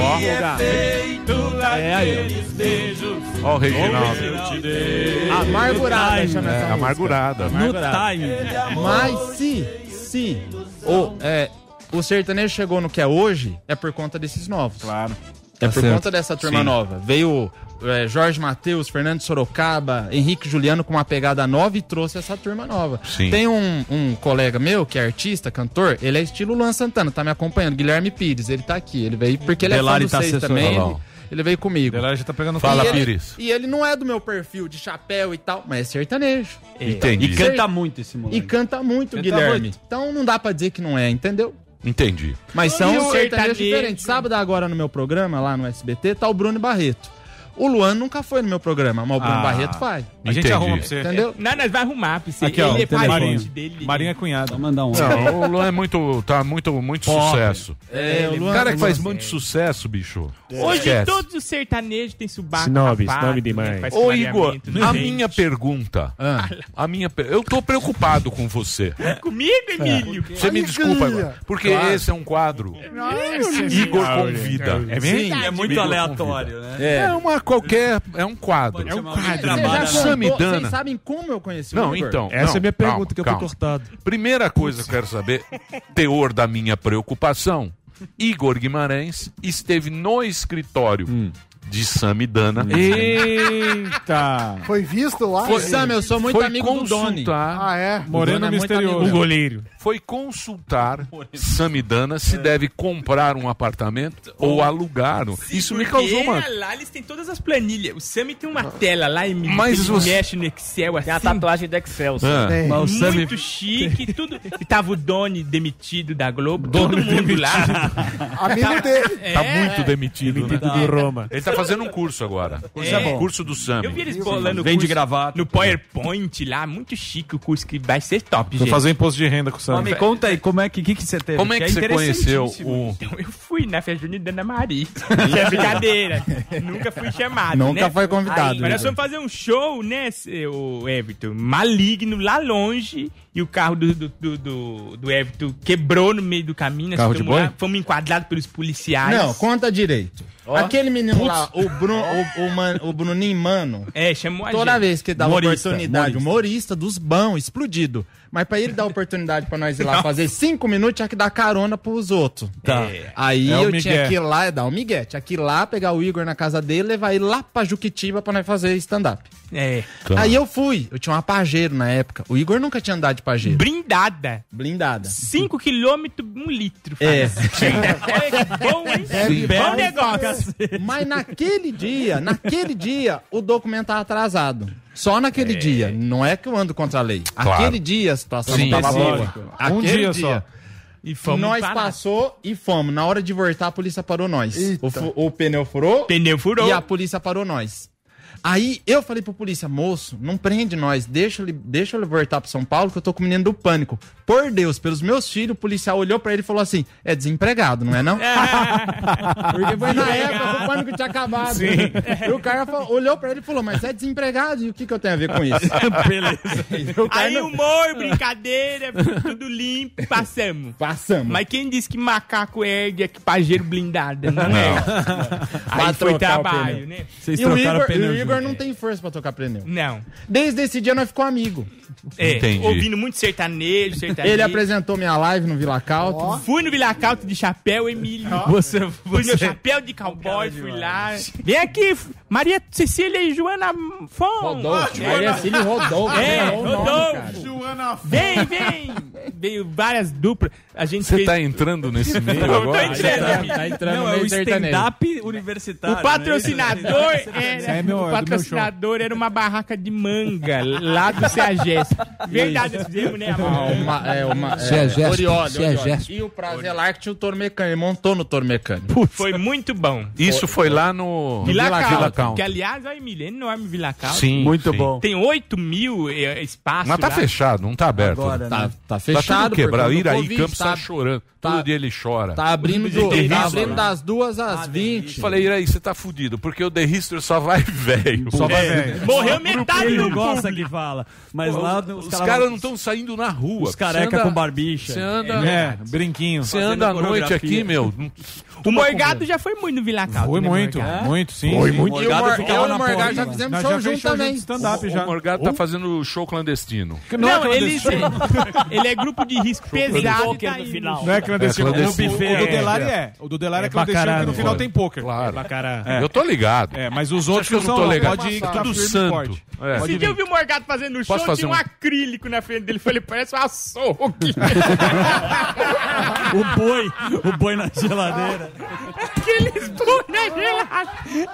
Speaker 7: É aí,
Speaker 6: Ó o Reginaldo.
Speaker 23: Amargurada chama essa
Speaker 6: É,
Speaker 23: música.
Speaker 6: amargurada.
Speaker 7: ó. No time.
Speaker 23: Mas se, se o, é, o sertanejo chegou no que é hoje, é por conta desses novos.
Speaker 4: Claro.
Speaker 23: É
Speaker 8: Tá
Speaker 23: por
Speaker 8: certo.
Speaker 23: conta dessa turma
Speaker 6: Sim.
Speaker 23: nova. Veio é, Jorge Mateus, Fernando Sorocaba, Henrique Juliano com uma pegada nova e trouxe essa turma nova.
Speaker 6: Sim.
Speaker 23: Tem um, um colega meu que é artista, cantor, ele é estilo Luan Santana, tá me acompanhando, Guilherme Pires, ele tá aqui. Ele veio porque ele
Speaker 7: Delari
Speaker 23: é fã
Speaker 7: tá
Speaker 23: do seis
Speaker 7: assessorando.
Speaker 23: também.
Speaker 6: Olha
Speaker 23: Ele,
Speaker 6: lá.
Speaker 23: ele veio comigo.
Speaker 4: Delari já tá pegando
Speaker 6: Fala,
Speaker 23: e ele,
Speaker 6: Pires.
Speaker 23: E ele não é do meu perfil de chapéu e tal, mas é sertanejo.
Speaker 6: Entendi.
Speaker 7: E canta muito esse
Speaker 23: E
Speaker 7: moleque.
Speaker 23: canta muito,
Speaker 7: Canta
Speaker 23: Guilherme.
Speaker 7: muito.
Speaker 23: Então não dá pra dizer que não é, entendeu?
Speaker 6: Entendi.
Speaker 23: Mas são
Speaker 22: E o
Speaker 23: sertanejos
Speaker 22: sertanejo?
Speaker 23: diferentes. Sábado agora no meu programa, lá no S B T, tá o Bruno Barreto. O Luan nunca foi no meu programa, mas o Bruno
Speaker 4: Ah.
Speaker 23: Barreto vai.
Speaker 4: A gente
Speaker 6: Entendi.
Speaker 4: arruma pra você.
Speaker 23: Entendeu?
Speaker 22: Não, nós vamos arrumar pra você.
Speaker 4: Aqui, ó,
Speaker 22: Ele é
Speaker 4: telefone.
Speaker 22: parente dele.
Speaker 4: Marinha é cunhado.
Speaker 7: Vou mandar um.
Speaker 6: Não, o Luan é muito, tá muito, muito sucesso.
Speaker 23: É, o
Speaker 6: O
Speaker 23: Luan,
Speaker 6: cara que faz
Speaker 23: Luan-
Speaker 6: muito sucesso, bicho.
Speaker 22: Hoje
Speaker 6: Esquece.
Speaker 22: todos os sertanejos têm subaco
Speaker 3: Sinobis,
Speaker 22: rapado,
Speaker 3: nome de
Speaker 22: né,
Speaker 3: mãe.
Speaker 22: faz
Speaker 6: Ô, Igor,
Speaker 22: clareamento no
Speaker 6: a
Speaker 22: dente.
Speaker 6: minha pergunta.
Speaker 23: Ah.
Speaker 6: A minha per- Eu tô preocupado com você.
Speaker 22: Comigo, Emílio?
Speaker 6: Você me desculpa agora. Porque
Speaker 23: Claro.
Speaker 6: esse é um quadro. Igor convida.
Speaker 4: É mesmo?
Speaker 23: Sim,
Speaker 7: É muito
Speaker 6: Igor
Speaker 7: aleatório, né?
Speaker 23: é.
Speaker 6: É uma qualquer. É um quadro.
Speaker 7: É um
Speaker 23: Vocês já
Speaker 7: trabalho.
Speaker 23: contou-
Speaker 6: Samidana.
Speaker 23: Vocês sabem como eu conheci
Speaker 6: Não,
Speaker 23: o Igor?
Speaker 6: então.
Speaker 3: Essa
Speaker 6: não,
Speaker 3: é a minha
Speaker 6: calma,
Speaker 3: pergunta que eu
Speaker 6: calma.
Speaker 3: fui cortado.
Speaker 6: Primeira coisa que eu quero saber, teor da minha preocupação. Igor Guimarães esteve no escritório de Samidana.
Speaker 4: Eita!
Speaker 10: Foi visto lá?
Speaker 23: Ô, Sam, eu sou muito
Speaker 6: Foi
Speaker 23: amigo do Doni.
Speaker 6: consultar,
Speaker 10: Ah, é?
Speaker 4: Moreno
Speaker 23: Dona é muito
Speaker 4: misterioso.
Speaker 23: amigo
Speaker 3: O goleiro.
Speaker 6: foi consultar Samidana se deve comprar um apartamento ou alugar. um. Isso me
Speaker 22: Porque
Speaker 6: causou uma...
Speaker 22: lá eles têm todas as planilhas. O Sammy tem uma tela lá, Emílio,
Speaker 6: Mas
Speaker 22: que ele
Speaker 6: você-
Speaker 22: mexe no Excel assim.
Speaker 21: Tem a tatuagem do Excel.
Speaker 6: Ah.
Speaker 10: Tem.
Speaker 7: Mas o Sammy-
Speaker 22: Muito chique, tudo. E tava o Doni demitido da Globo, todo mundo lá.
Speaker 10: Amigo dele.
Speaker 6: Tá
Speaker 22: É.
Speaker 6: muito demitido, né?
Speaker 3: Do Roma.
Speaker 6: Ele tá fazendo um curso agora.
Speaker 22: Curso é bom.
Speaker 6: Curso do Sami.
Speaker 22: Eu vi eles bolando o
Speaker 7: Vem de
Speaker 22: curso
Speaker 7: gravata.
Speaker 22: no PowerPoint lá, muito chique o curso que vai ser top,
Speaker 4: Vou
Speaker 22: gente.
Speaker 4: fazer imposto de renda com o
Speaker 7: Mas
Speaker 4: Sam.
Speaker 7: me conta aí, como é que, que, que você teve?
Speaker 6: Como é que você conheceu o...
Speaker 22: Então, eu fui na festa junina da Ana Maria. Que é brincadeira. Nunca fui chamado,
Speaker 23: Nunca
Speaker 22: né?
Speaker 23: foi convidado,
Speaker 22: Aí, mas nós
Speaker 23: Igor.
Speaker 22: fomos fazer um show, né, o Everton? Maligno, lá longe. E o carro do, do, do, do, do Everton quebrou no meio do caminho. nós
Speaker 8: Carro de
Speaker 22: fomos
Speaker 8: boi?
Speaker 22: lá, Fomos enquadrados pelos policiais.
Speaker 23: Não, conta direito. Ó. Aquele menino Putz. lá, o, Bru, o, o, Man, o Bruninho Mano.
Speaker 22: É, chamou a
Speaker 23: Toda
Speaker 22: gente.
Speaker 23: vez que dá
Speaker 22: Humorista,
Speaker 23: oportunidade,
Speaker 22: humorista.
Speaker 23: humorista dos bons, explodido. Mas pra ele dar oportunidade pra nós ir lá fazer cinco minutos, tinha que dar carona pros outros.
Speaker 4: Tá.
Speaker 23: É. Aí
Speaker 4: É o
Speaker 23: eu
Speaker 4: migué.
Speaker 23: tinha que ir lá e dar o migué. Tinha que ir lá, pegar o Igor na casa dele, levar ele lá pra Juquitiba pra nós fazer stand-up.
Speaker 22: É.
Speaker 23: Claro. Aí eu fui. Eu tinha uma Pajero na época. O Igor nunca tinha andado de Pajero.
Speaker 22: Blindada.
Speaker 23: Blindada.
Speaker 22: cinco quilômetros, um litro.
Speaker 23: É.
Speaker 22: Olha que bom, hein?
Speaker 23: Sim.
Speaker 22: Bom negócio.
Speaker 23: Mas naquele dia, naquele dia, o documento tava atrasado. Só naquele
Speaker 22: É.
Speaker 23: dia. Não é que eu ando contra a lei.
Speaker 6: Claro.
Speaker 23: Aquele dia a situação
Speaker 6: Sim,
Speaker 23: não tava
Speaker 6: sim.
Speaker 23: boa.
Speaker 4: Um
Speaker 23: Aquele
Speaker 4: dia só.
Speaker 22: E fomos
Speaker 23: nós
Speaker 22: parar.
Speaker 23: passou e fomos. Na hora de voltar, a polícia parou nós. O, fu- o pneu furou.
Speaker 22: Pneu furou.
Speaker 23: E a polícia parou nós. Aí eu falei pro polícia, moço, não prende nós, deixa ele, deixa ele voltar pro São Paulo que eu tô com o menino do pânico. Por Deus, pelos meus filhos, o policial olhou pra ele e falou assim, é desempregado, não é não? Porque foi na época que o pânico tinha acabado.
Speaker 4: Sim.
Speaker 23: E o cara falou- olhou pra ele e falou, mas é desempregado, e o que que eu tenho a ver com isso?
Speaker 22: Beleza.
Speaker 23: O cara
Speaker 22: Aí
Speaker 23: não-
Speaker 22: humor, brincadeira, tudo limpo, passamos.
Speaker 23: Passamos.
Speaker 22: Mas quem disse que macaco herda é que pajeiro blindada? Não,
Speaker 23: Não.
Speaker 22: é.
Speaker 23: Pra
Speaker 22: Aí foi
Speaker 23: trocar o
Speaker 22: trabalho,
Speaker 23: pneu.
Speaker 22: né?
Speaker 23: E o Igor, e o Igor não tem força pra tocar pneu.
Speaker 22: Não.
Speaker 23: Desde esse dia nós ficamos amigos.
Speaker 22: É,
Speaker 23: Entendi.
Speaker 22: ouvindo muito sertanejo, sertanejo.
Speaker 23: Ele apresentou minha live no Vila Calto.
Speaker 22: Fui no Vila Calto de chapéu, Emílio.
Speaker 23: Você-
Speaker 22: Fui
Speaker 23: você-
Speaker 22: no chapéu de cowboy, fui lá. Vem aqui, Maria Cecília e Joana Fon.
Speaker 23: Rodolfo.
Speaker 22: É,
Speaker 23: Maria Cecília e Rodolfo.
Speaker 22: É,
Speaker 23: É, o nome,
Speaker 22: Rodolfo.
Speaker 23: cara.
Speaker 22: Joana Fon. Vem, vem. Veio várias duplas. A gente
Speaker 6: Você
Speaker 22: fez...
Speaker 6: tá entrando nesse meio
Speaker 22: Eu tô
Speaker 6: agora?
Speaker 22: entrando,
Speaker 6: Tá-
Speaker 22: Emílio.
Speaker 23: tá entrando
Speaker 22: Não,
Speaker 23: no
Speaker 22: é
Speaker 23: meio
Speaker 22: o
Speaker 23: sertanejo.
Speaker 22: stand-up
Speaker 7: universitário.
Speaker 22: O patrocinador
Speaker 7: né?
Speaker 22: era,
Speaker 7: Esse é meu-
Speaker 22: o
Speaker 7: é do meu
Speaker 22: patrocinador era uma barraca de manga lá do CEAGES. Verdade, nós fizemos, né, amor?
Speaker 23: Ah, uma, é, uma, Se é gesto, Oriole, se é Oriole. gesto. E o Prazelar que tinha o touro mecânico, ele montou no touro mecânico.
Speaker 22: Foi muito bom.
Speaker 6: Isso foi lá no
Speaker 22: Vila
Speaker 6: Vila
Speaker 22: Calto,
Speaker 6: Calto.
Speaker 22: que aliás, olha, Emílio, é enorme Vila Calto.
Speaker 6: Sim, Muito sim. bom.
Speaker 22: Tem oito mil eh, espaços
Speaker 6: Mas tá
Speaker 22: lá.
Speaker 6: fechado, não tá aberto.
Speaker 23: Agora,
Speaker 6: tá,
Speaker 23: né?
Speaker 6: tá
Speaker 23: fechado
Speaker 6: Tá tudo
Speaker 23: por
Speaker 6: quebrado.
Speaker 23: causa do
Speaker 6: Iraí
Speaker 23: Covid,
Speaker 6: Campos tá,
Speaker 23: tá-
Speaker 6: chorando.
Speaker 23: tá-
Speaker 6: Todo dia ele chora.
Speaker 23: Tá abrindo, do,
Speaker 6: The
Speaker 23: tá
Speaker 6: History.
Speaker 23: abrindo das duas às vinte.
Speaker 6: Falei, Iraí, você tá fudido, porque o The History só vai velho.
Speaker 23: Só vai
Speaker 6: É.
Speaker 23: velho.
Speaker 22: Morreu metade
Speaker 7: Ele
Speaker 22: do
Speaker 7: não gosta
Speaker 22: público.
Speaker 7: que fala. Mas
Speaker 6: Pô,
Speaker 7: lá
Speaker 6: os
Speaker 7: os
Speaker 6: caras
Speaker 7: caras
Speaker 6: não estão saindo na rua.
Speaker 7: Os careca
Speaker 6: Você anda-
Speaker 7: com barbicha.
Speaker 6: Você anda.
Speaker 4: É, brinquinho.
Speaker 6: Você anda à noite aqui, meu.
Speaker 22: O Morgado já foi muito no Vila Calto.
Speaker 4: Foi
Speaker 22: né,
Speaker 4: muito,
Speaker 22: Morgado?
Speaker 4: muito, sim.
Speaker 6: Foi
Speaker 4: sim.
Speaker 6: muito.
Speaker 23: E o, Mor
Speaker 7: ficava
Speaker 23: eu e
Speaker 7: na
Speaker 23: o Morgado
Speaker 7: porta,
Speaker 23: já
Speaker 7: lá.
Speaker 23: fizemos
Speaker 4: Nós
Speaker 23: show
Speaker 4: já fez
Speaker 23: junto
Speaker 4: show
Speaker 23: também.
Speaker 4: junto de stand-up
Speaker 6: O
Speaker 4: já.
Speaker 6: Morgado tá fazendo show clandestino.
Speaker 4: Que
Speaker 22: Não,
Speaker 4: é
Speaker 22: ele,
Speaker 4: clandestino.
Speaker 22: ele é grupo de risco pesado.
Speaker 7: poker
Speaker 22: tá
Speaker 7: no
Speaker 22: indo.
Speaker 7: final.
Speaker 4: Não é clandestino.
Speaker 6: É
Speaker 4: o,
Speaker 6: clandestino.
Speaker 4: o do Delari é. O do Delari é,
Speaker 7: É
Speaker 4: clandestino,
Speaker 7: bacana,
Speaker 4: porque no final
Speaker 6: pô.
Speaker 4: tem poker.
Speaker 6: Claro.
Speaker 7: Bacana.
Speaker 4: É.
Speaker 6: Eu tô ligado.
Speaker 4: É, mas os outros
Speaker 6: Acho que eu não
Speaker 4: são
Speaker 6: tô ligado.
Speaker 4: pode
Speaker 6: Tá
Speaker 4: tá
Speaker 6: tudo
Speaker 4: firme e
Speaker 6: santo.
Speaker 4: forte.
Speaker 6: É.
Speaker 22: Esse dia eu vi o Morgado fazendo show,
Speaker 6: Posso fazer
Speaker 22: tinha um
Speaker 6: um-
Speaker 22: acrílico na frente dele. Falei, parece um açougue.
Speaker 7: O boi, o boi na geladeira.
Speaker 22: Aqueles boi na geladeira.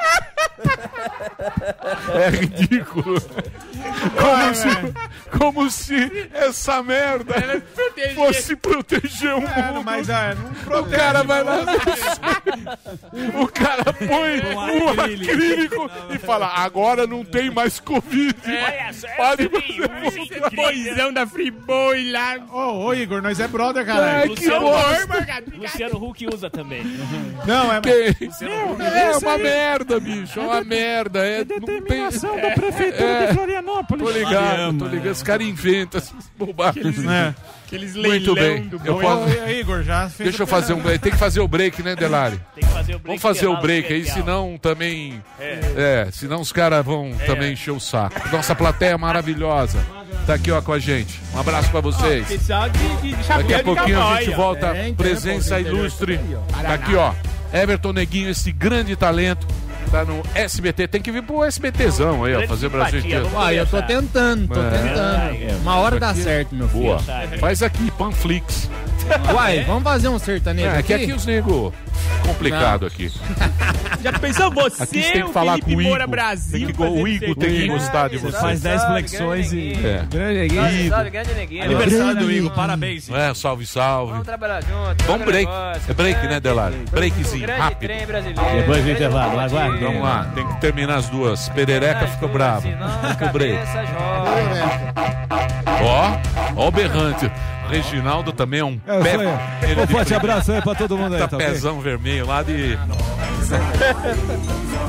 Speaker 6: É ridículo. Como se, como se essa merda fosse proteger o
Speaker 4: É,
Speaker 6: mundo.
Speaker 4: mas é, não
Speaker 6: O
Speaker 4: protege.
Speaker 6: cara vai lá. O cara põe um acrílico e fala: agora não tem mais Covid. Pode fazer.
Speaker 22: Boizão da Friboi lá.
Speaker 4: Ô, ô, Igor, nós é brother, cara.
Speaker 6: É, que
Speaker 22: Luciano
Speaker 6: bosta.
Speaker 22: Morgado.
Speaker 5: Luciano Huck usa também.
Speaker 4: Não, é...
Speaker 6: Que- É uma merda, bicho. É uma merda. É, não tem...
Speaker 7: da prefeitura
Speaker 6: É.
Speaker 7: de Florianópolis.
Speaker 6: Tô ligado, tô ligado. Os caras inventam essas bobagens.
Speaker 4: É.
Speaker 22: Aqueles
Speaker 6: Muito
Speaker 22: leilão
Speaker 6: bem.
Speaker 22: do
Speaker 6: Eu
Speaker 22: boi.
Speaker 6: posso-
Speaker 4: Ô, Igor, já fez
Speaker 6: Deixa eu
Speaker 4: o
Speaker 6: fazer um break. Tem que fazer o break, né, Delari?
Speaker 5: Tem que fazer o break.
Speaker 6: Vamos fazer o
Speaker 5: intervalo
Speaker 6: break aí,
Speaker 5: comercial.
Speaker 6: senão também. É, senão os caras vão também encher o saco. Nossa plateia maravilhosa. Tá aqui, ó, com a gente. Um abraço pra vocês.
Speaker 22: Pessoal de, de
Speaker 6: Daqui
Speaker 22: chapéu
Speaker 6: a
Speaker 22: de
Speaker 6: pouquinho a
Speaker 22: cowboy,
Speaker 6: gente
Speaker 22: ó.
Speaker 6: volta.
Speaker 23: É, então,
Speaker 6: Presença
Speaker 23: pô,
Speaker 6: ilustre. Tá aqui, ó. Everton Neguinho, esse grande talento. Tá no S B T. Tem que vir pro SBTzão aí, ó.
Speaker 5: Grande
Speaker 6: Fazer Brasil
Speaker 5: simpatia,
Speaker 6: inteiro.
Speaker 5: vamos
Speaker 23: Ah, eu tô
Speaker 5: conversar.
Speaker 23: tentando, tô
Speaker 6: É.
Speaker 23: tentando. Uma hora dá certo, meu filho.
Speaker 6: Boa. Faz aqui, Panflix.
Speaker 23: Uai, vamos fazer um sertanejo
Speaker 6: É, que
Speaker 23: aqui?
Speaker 6: aqui os nego complicado aqui.
Speaker 22: Já pensou você,
Speaker 6: Aqui você tem que
Speaker 22: o
Speaker 6: falar
Speaker 22: Felipe
Speaker 6: com o
Speaker 22: Moura
Speaker 6: Igor.
Speaker 22: Brasil?
Speaker 6: Tem que, o Igor tem que gostar de
Speaker 7: Você
Speaker 6: você.
Speaker 7: faz dez
Speaker 21: Salve,
Speaker 7: flexões
Speaker 21: grande
Speaker 7: e.
Speaker 6: É.
Speaker 4: Grande
Speaker 21: Salve,
Speaker 4: Igor.
Speaker 21: salve, grande neguinho.
Speaker 7: Aniversário do Igor, parabéns.
Speaker 6: É, salve, salve.
Speaker 21: Vamos trabalhar junto.
Speaker 6: Vamos break.
Speaker 21: negócio,
Speaker 6: É break,
Speaker 21: grande-
Speaker 6: né, Delari? Breakzinho,
Speaker 21: grande
Speaker 6: rápido.
Speaker 21: trem brasileiro.
Speaker 7: Depois do
Speaker 21: grande
Speaker 7: intervalo,
Speaker 21: locomotiva.
Speaker 7: aguarde.
Speaker 6: Vamos lá, tem que terminar as duas. Perereca fica bravo. Fica o break.
Speaker 21: Cabeça jovem.
Speaker 6: Ó, ó o berrante. Reginaldo também é um
Speaker 3: É,
Speaker 6: pé.
Speaker 3: isso aí.
Speaker 6: ele é
Speaker 3: Um
Speaker 6: de
Speaker 3: forte
Speaker 6: frente.
Speaker 3: abraço aí pra todo mundo aí,
Speaker 6: Tá
Speaker 3: tá ok?
Speaker 6: pezão vermelho lá de.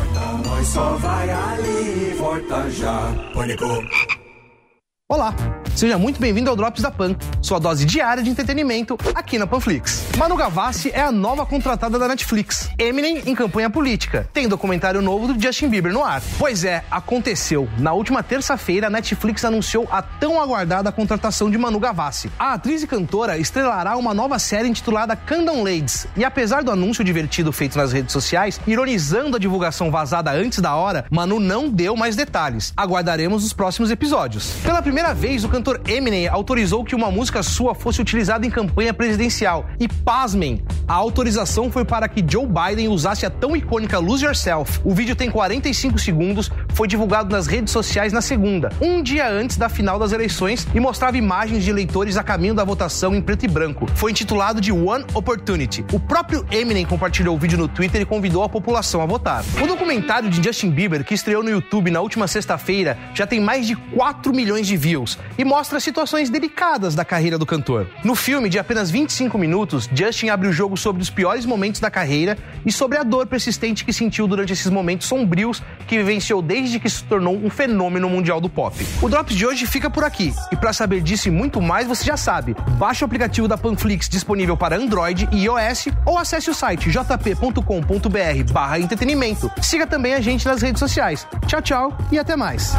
Speaker 2: Nós só vai ali, volta já. Pânico.
Speaker 10: Olá,
Speaker 5: Seja muito bem-vindo ao Drops da Pan, sua dose diária de entretenimento aqui na Panflix. Manu Gavassi é a nova contratada da Netflix. Eminem em campanha política. Tem documentário novo do Justin Bieber no ar. Pois é, aconteceu. Na última terça-feira, a Netflix anunciou a tão aguardada contratação de Manu Gavassi. A atriz e cantora estrelará uma nova série intitulada Countdown Ladies. E apesar do anúncio divertido feito nas redes sociais, ironizando a divulgação vazada antes da hora, Manu não deu mais detalhes. Aguardaremos os próximos episódios. Pela primeira vez, o cantor Eminem autorizou que uma música sua fosse utilizada em campanha presidencial. E pasmem, a autorização foi para que Joe Biden usasse a tão icônica Lose Yourself. O vídeo tem quarenta e cinco segundos, foi divulgado nas redes sociais na segunda, um dia antes da final das eleições, e mostrava imagens de eleitores a caminho da votação em preto e branco. Foi intitulado de One Opportunity. O próprio Eminem compartilhou o vídeo no Twitter e convidou a população a votar. O documentário de Justin Bieber, que estreou no YouTube na última sexta-feira, já tem mais de quatro milhões de views e mostra situações delicadas da carreira do cantor. No filme, de apenas vinte e cinco minutos, Justin abre o jogo sobre os piores momentos da carreira e sobre a dor persistente que sentiu durante esses momentos sombrios que vivenciou desde que se tornou um fenômeno mundial do pop. O Drops de hoje fica por aqui. E para saber disso e muito mais, você já sabe. Baixe o aplicativo da Panflix disponível para Android e iOS ou acesse o site j p ponto com ponto b r barra entretenimento. Siga também a gente nas redes sociais. Tchau, tchau e até mais.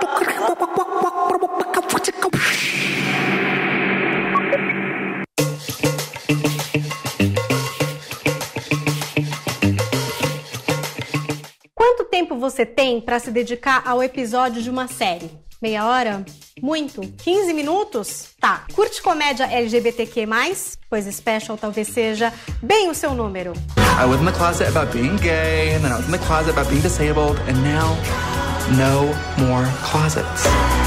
Speaker 9: Quanto tempo você tem para se dedicar ao episódio de uma série? Meia hora? Muito? quinze minutos? Tá. Curte comédia L G B T Q mais? Pois Special talvez seja bem o seu número.
Speaker 11: I was in the closet about being gay, and then I was in the closet about being disabled, and now, no more closets.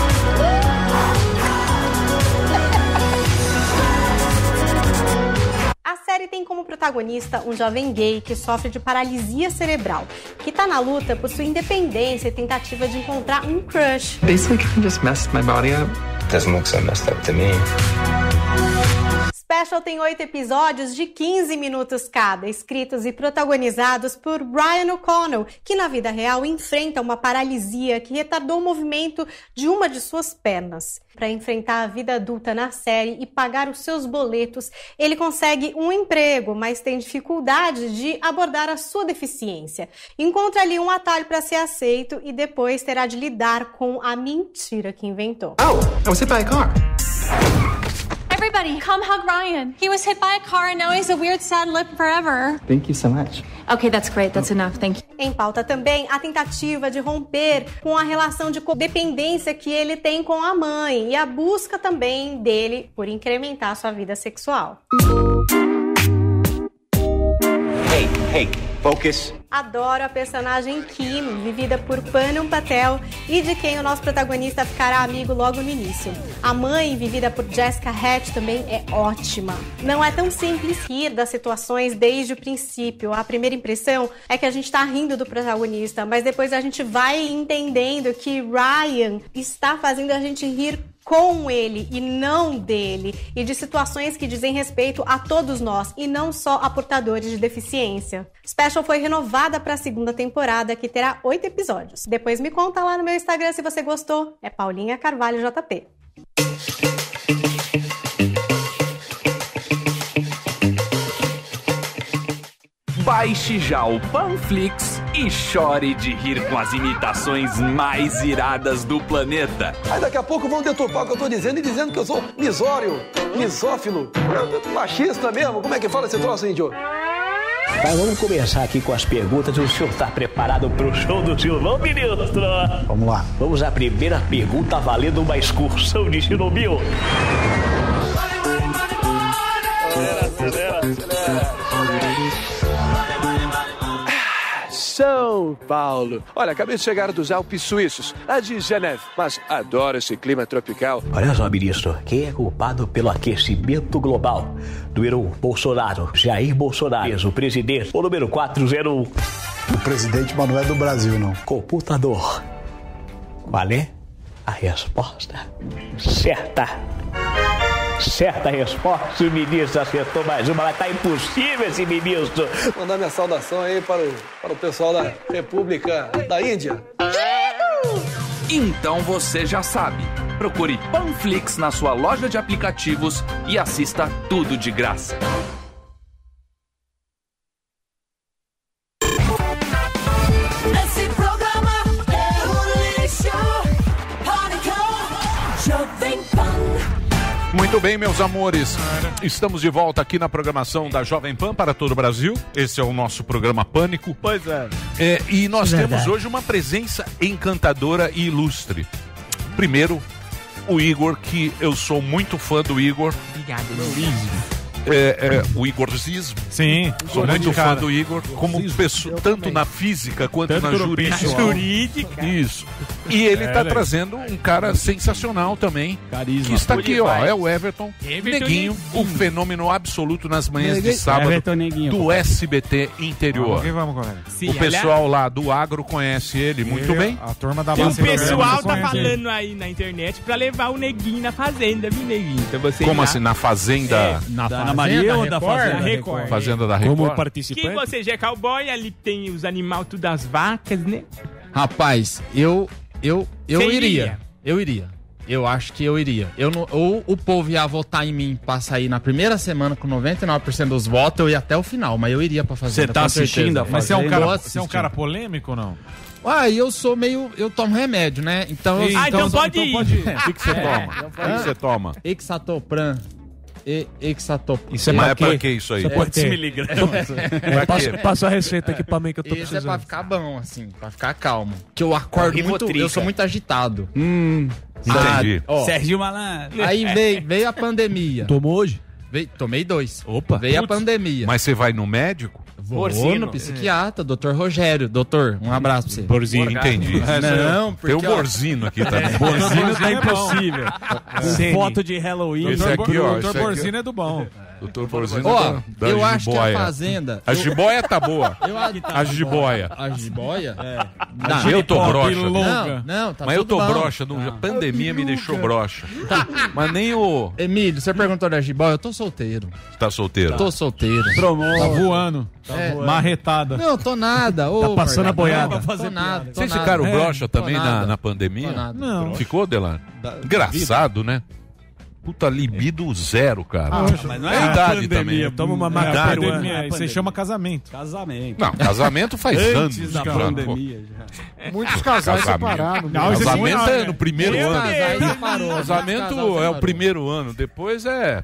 Speaker 9: A série tem como protagonista um jovem gay que sofre de paralisia cerebral, que tá na luta por sua independência e tentativa de encontrar um crush.
Speaker 11: Basically, I just messed my body up. Doesn't look so messed up to me.
Speaker 9: Special tem oito episódios de quinze minutos cada, escritos e protagonizados por Ryan O'Connell, que na vida real enfrenta uma paralisia que retardou o movimento de uma de suas pernas. Para enfrentar a vida adulta na série e pagar os seus boletos, ele consegue um emprego, mas tem dificuldade de abordar a sua deficiência. Encontra ali um atalho para ser aceito e depois terá de lidar com a mentira que inventou.
Speaker 11: Oh, I was hit by a car.
Speaker 24: Everybody, come hug Ryan. He was hit by a car and now he's a weird, sad lip forever.
Speaker 11: Thank you so much.
Speaker 24: Okay, that's great. That's enough. Thank you.
Speaker 9: Em pauta também a tentativa de romper com a relação de codependência que ele tem com a mãe e a busca também dele por incrementar sua vida sexual.
Speaker 25: Hey, hey, focus.
Speaker 9: Adoro a personagem Kim, vivida por Panam Patel, e de quem o nosso protagonista ficará amigo logo no início. A mãe, vivida por Jessica Hatch, também é ótima. Não é tão simples rir das situações desde o princípio. A primeira impressão é que a gente tá rindo do protagonista, mas depois a gente vai entendendo que Ryan está fazendo a gente rir com ele e não dele, e de situações que dizem respeito a todos nós e não só a portadores de deficiência. Special foi renovada para a segunda temporada, que terá oito episódios. Depois me conta lá no meu Instagram se você gostou. É Paulinha Carvalho J P.
Speaker 26: Baixe já o Panflix e chore de rir com as imitações mais iradas do planeta.
Speaker 27: Aí daqui a pouco vão deturpar o que eu tô dizendo e dizendo que eu sou misório, misófilo, machista mesmo. Como é que fala esse troço, índio?
Speaker 28: Mas vamos começar aqui com as perguntas. O senhor está preparado para o show do Silvão, ministro? Vamos lá. Vamos à primeira pergunta, valendo uma excursão de Chernobyl.
Speaker 27: Acelera, acelera, acelera. São Paulo. Olha, acabei de chegar dos Alpes Suíços, lá de Geneve, mas adoro esse clima tropical.
Speaker 28: Olha só, ministro, quem é culpado pelo aquecimento global? Número um, Bolsonaro, Jair Bolsonaro, o presidente. O número quatro zero um.
Speaker 29: O presidente, mas não é do Brasil, não.
Speaker 28: Computador. Qual é a resposta certa? Certa resposta, o ministro acertou mais uma, mas tá impossível esse ministro.
Speaker 27: Vou mandar minha saudação aí para o, para o pessoal da República da Índia.
Speaker 26: Então você já sabe, Procure Panflix na sua loja de aplicativos e assista tudo de graça.
Speaker 2: Esse programa é um lixo. Pânico, Jovem Pan.
Speaker 6: Muito bem, meus amores. Estamos de volta aqui na programação da Jovem Pan para todo o Brasil. Esse é o nosso programa Pânico.
Speaker 1: Pois é.
Speaker 6: É, e nós
Speaker 1: Verdade.
Speaker 6: temos hoje uma presença encantadora e ilustre. Primeiro, o Igor, que eu sou muito fã do Igor.
Speaker 22: Obrigado,
Speaker 6: É, é, o Igorzismo.
Speaker 4: Sim,
Speaker 6: sou
Speaker 4: grande
Speaker 6: muito fã
Speaker 4: cara.
Speaker 6: do Igor, como pessoa, tanto na física quanto
Speaker 4: Tanto
Speaker 6: na
Speaker 4: no
Speaker 6: jurídica.
Speaker 4: pessoal.
Speaker 22: Jurídica.
Speaker 6: Isso. E ele
Speaker 4: É,
Speaker 6: tá
Speaker 4: né?
Speaker 6: trazendo um cara sensacional também.
Speaker 3: Carisma.
Speaker 6: Que está aqui, ó. É o Everton,
Speaker 22: Everton
Speaker 6: Neguinho, o fenômeno absoluto nas manhãs de
Speaker 7: Neguinho.
Speaker 6: sábado
Speaker 7: Everton Neguinho.
Speaker 6: do S B T Interior.
Speaker 4: Vamos que vamos, colega.
Speaker 22: Sim,
Speaker 6: O pessoal lá do agro conhece ele muito
Speaker 4: E
Speaker 6: bem.
Speaker 4: A turma da
Speaker 22: E o
Speaker 4: Bacia do
Speaker 22: pessoal
Speaker 4: Grama
Speaker 22: tá
Speaker 4: conhece.
Speaker 22: falando aí na internet pra levar o Neguinho na fazenda, viu, Neguinho? Então você
Speaker 6: Como
Speaker 22: já-
Speaker 6: assim? Na fazenda.
Speaker 22: É,
Speaker 7: Na,
Speaker 3: Da
Speaker 7: da
Speaker 3: Ana Maria ou da
Speaker 7: Record?
Speaker 3: Fazenda?
Speaker 22: Da Record.
Speaker 6: Fazenda da Record.
Speaker 3: Como
Speaker 22: Que
Speaker 3: participante?
Speaker 22: você já é cowboy, ali tem os animais, tudo as vacas, né?
Speaker 23: Rapaz, eu eu eu
Speaker 22: Você
Speaker 23: iria.
Speaker 22: iria?
Speaker 23: Eu iria. Eu acho que eu iria. Eu não, ou o povo ia votar em mim pra sair na primeira semana com noventa e nove por cento dos votos, eu ia até o final, mas eu iria pra fazer.
Speaker 3: Você tá assistindo a
Speaker 4: Mas você é, um
Speaker 23: Fazenda?
Speaker 4: cara,
Speaker 23: Tô
Speaker 4: você é um
Speaker 23: assistindo.
Speaker 4: cara polêmico ou não?
Speaker 23: Ah, eu sou meio. Eu tomo remédio, né? Então eu.
Speaker 22: Ah, então pode ir.
Speaker 6: O que que você toma? O que que você toma?
Speaker 23: Exatopran. E, exatopran.
Speaker 4: Isso é
Speaker 6: Mas
Speaker 4: pra
Speaker 6: é pra
Speaker 4: quê?
Speaker 6: que isso aí?
Speaker 3: Isso é
Speaker 22: Quantos miligramas?
Speaker 6: Pra
Speaker 3: Passa,
Speaker 6: quê?
Speaker 3: passa a receita aqui pra mim que eu tô
Speaker 23: Esse é
Speaker 3: precisando.
Speaker 23: pra ficar bom, assim, pra ficar calmo. Que eu acordo muito.
Speaker 22: Rivotril,
Speaker 23: Eu sou
Speaker 22: cara.
Speaker 23: muito agitado.
Speaker 3: Hum,
Speaker 6: Entendi.
Speaker 23: ó,
Speaker 22: Sérgio Malandro.
Speaker 23: aí veio, veio a pandemia.
Speaker 3: tomou hoje?
Speaker 23: Veio- tomei dois.
Speaker 3: Opa.
Speaker 23: Veio a
Speaker 3: Putz.
Speaker 23: pandemia.
Speaker 6: Mas você vai no médico?
Speaker 23: Vou
Speaker 22: Porcino.
Speaker 23: no psiquiatra, doutor Rogério. Doutor, um abraço pra você.
Speaker 3: Borzinho.
Speaker 6: Entendi.
Speaker 23: Não,
Speaker 6: Tem o
Speaker 23: porque, ó,
Speaker 6: Borzino aqui também.
Speaker 3: Borzinho tá
Speaker 4: é bom.
Speaker 3: impossível. Com foto de Halloween.
Speaker 6: Esse aqui, ó.
Speaker 4: O
Speaker 6: esse
Speaker 4: doutor
Speaker 6: aqui-
Speaker 4: Borzino é do bom.
Speaker 6: Doutor Borzino
Speaker 23: Ó,
Speaker 6: da, da
Speaker 23: eu acho que a
Speaker 6: jiboia.
Speaker 23: Fazenda...
Speaker 6: A
Speaker 23: eu-
Speaker 6: jiboia tá boa.
Speaker 23: Eu, a,
Speaker 6: A jiboia.
Speaker 23: a jiboia? É.
Speaker 6: Não, eu tô broxa.
Speaker 23: Não, não, tá
Speaker 6: Mas eu
Speaker 23: tudo
Speaker 6: tô
Speaker 23: bom.
Speaker 6: broxa. não- A pandemia me deixou broxa. Mas nem o...
Speaker 23: Emílio, você perguntou da jiboia? Eu tô solteiro.
Speaker 6: Tá solteiro?
Speaker 23: Tô solteiro.
Speaker 4: Tá voando.
Speaker 23: É.
Speaker 4: Marretada.
Speaker 23: Não, tô nada. Ô,
Speaker 3: Tá passando a
Speaker 23: Morgado,
Speaker 3: boiada.
Speaker 23: não, Tô nada. Tô
Speaker 6: Vocês
Speaker 23: nada.
Speaker 6: ficaram
Speaker 23: É,
Speaker 6: broxa
Speaker 23: tô
Speaker 6: também na,
Speaker 23: nada.
Speaker 6: na pandemia?
Speaker 23: Tô nada.
Speaker 4: Não.
Speaker 6: Ficou, Delano? Engraçado, né? Puta, libido zero, cara.
Speaker 3: Mas não
Speaker 6: É
Speaker 3: é
Speaker 6: idade
Speaker 3: pandemia,
Speaker 6: também.
Speaker 3: Toma uma
Speaker 4: É,
Speaker 3: maca
Speaker 4: a
Speaker 3: peruana.
Speaker 4: pandemia,
Speaker 3: É,
Speaker 4: aí você
Speaker 3: pandemia.
Speaker 4: chama casamento.
Speaker 3: Casamento.
Speaker 6: Não, casamento faz anos.
Speaker 3: Antes da
Speaker 6: já,
Speaker 3: pandemia. Já.
Speaker 10: Muitos casais
Speaker 6: Casamento.
Speaker 10: separaram.
Speaker 4: Não,
Speaker 10: né?
Speaker 4: isso
Speaker 6: Casamento
Speaker 4: não,
Speaker 6: é
Speaker 4: né?
Speaker 6: no primeiro
Speaker 22: Meu
Speaker 6: ano.
Speaker 22: Deus.
Speaker 23: Separou,
Speaker 6: Casamento
Speaker 23: casal
Speaker 6: é o
Speaker 23: separou.
Speaker 6: primeiro ano, depois é.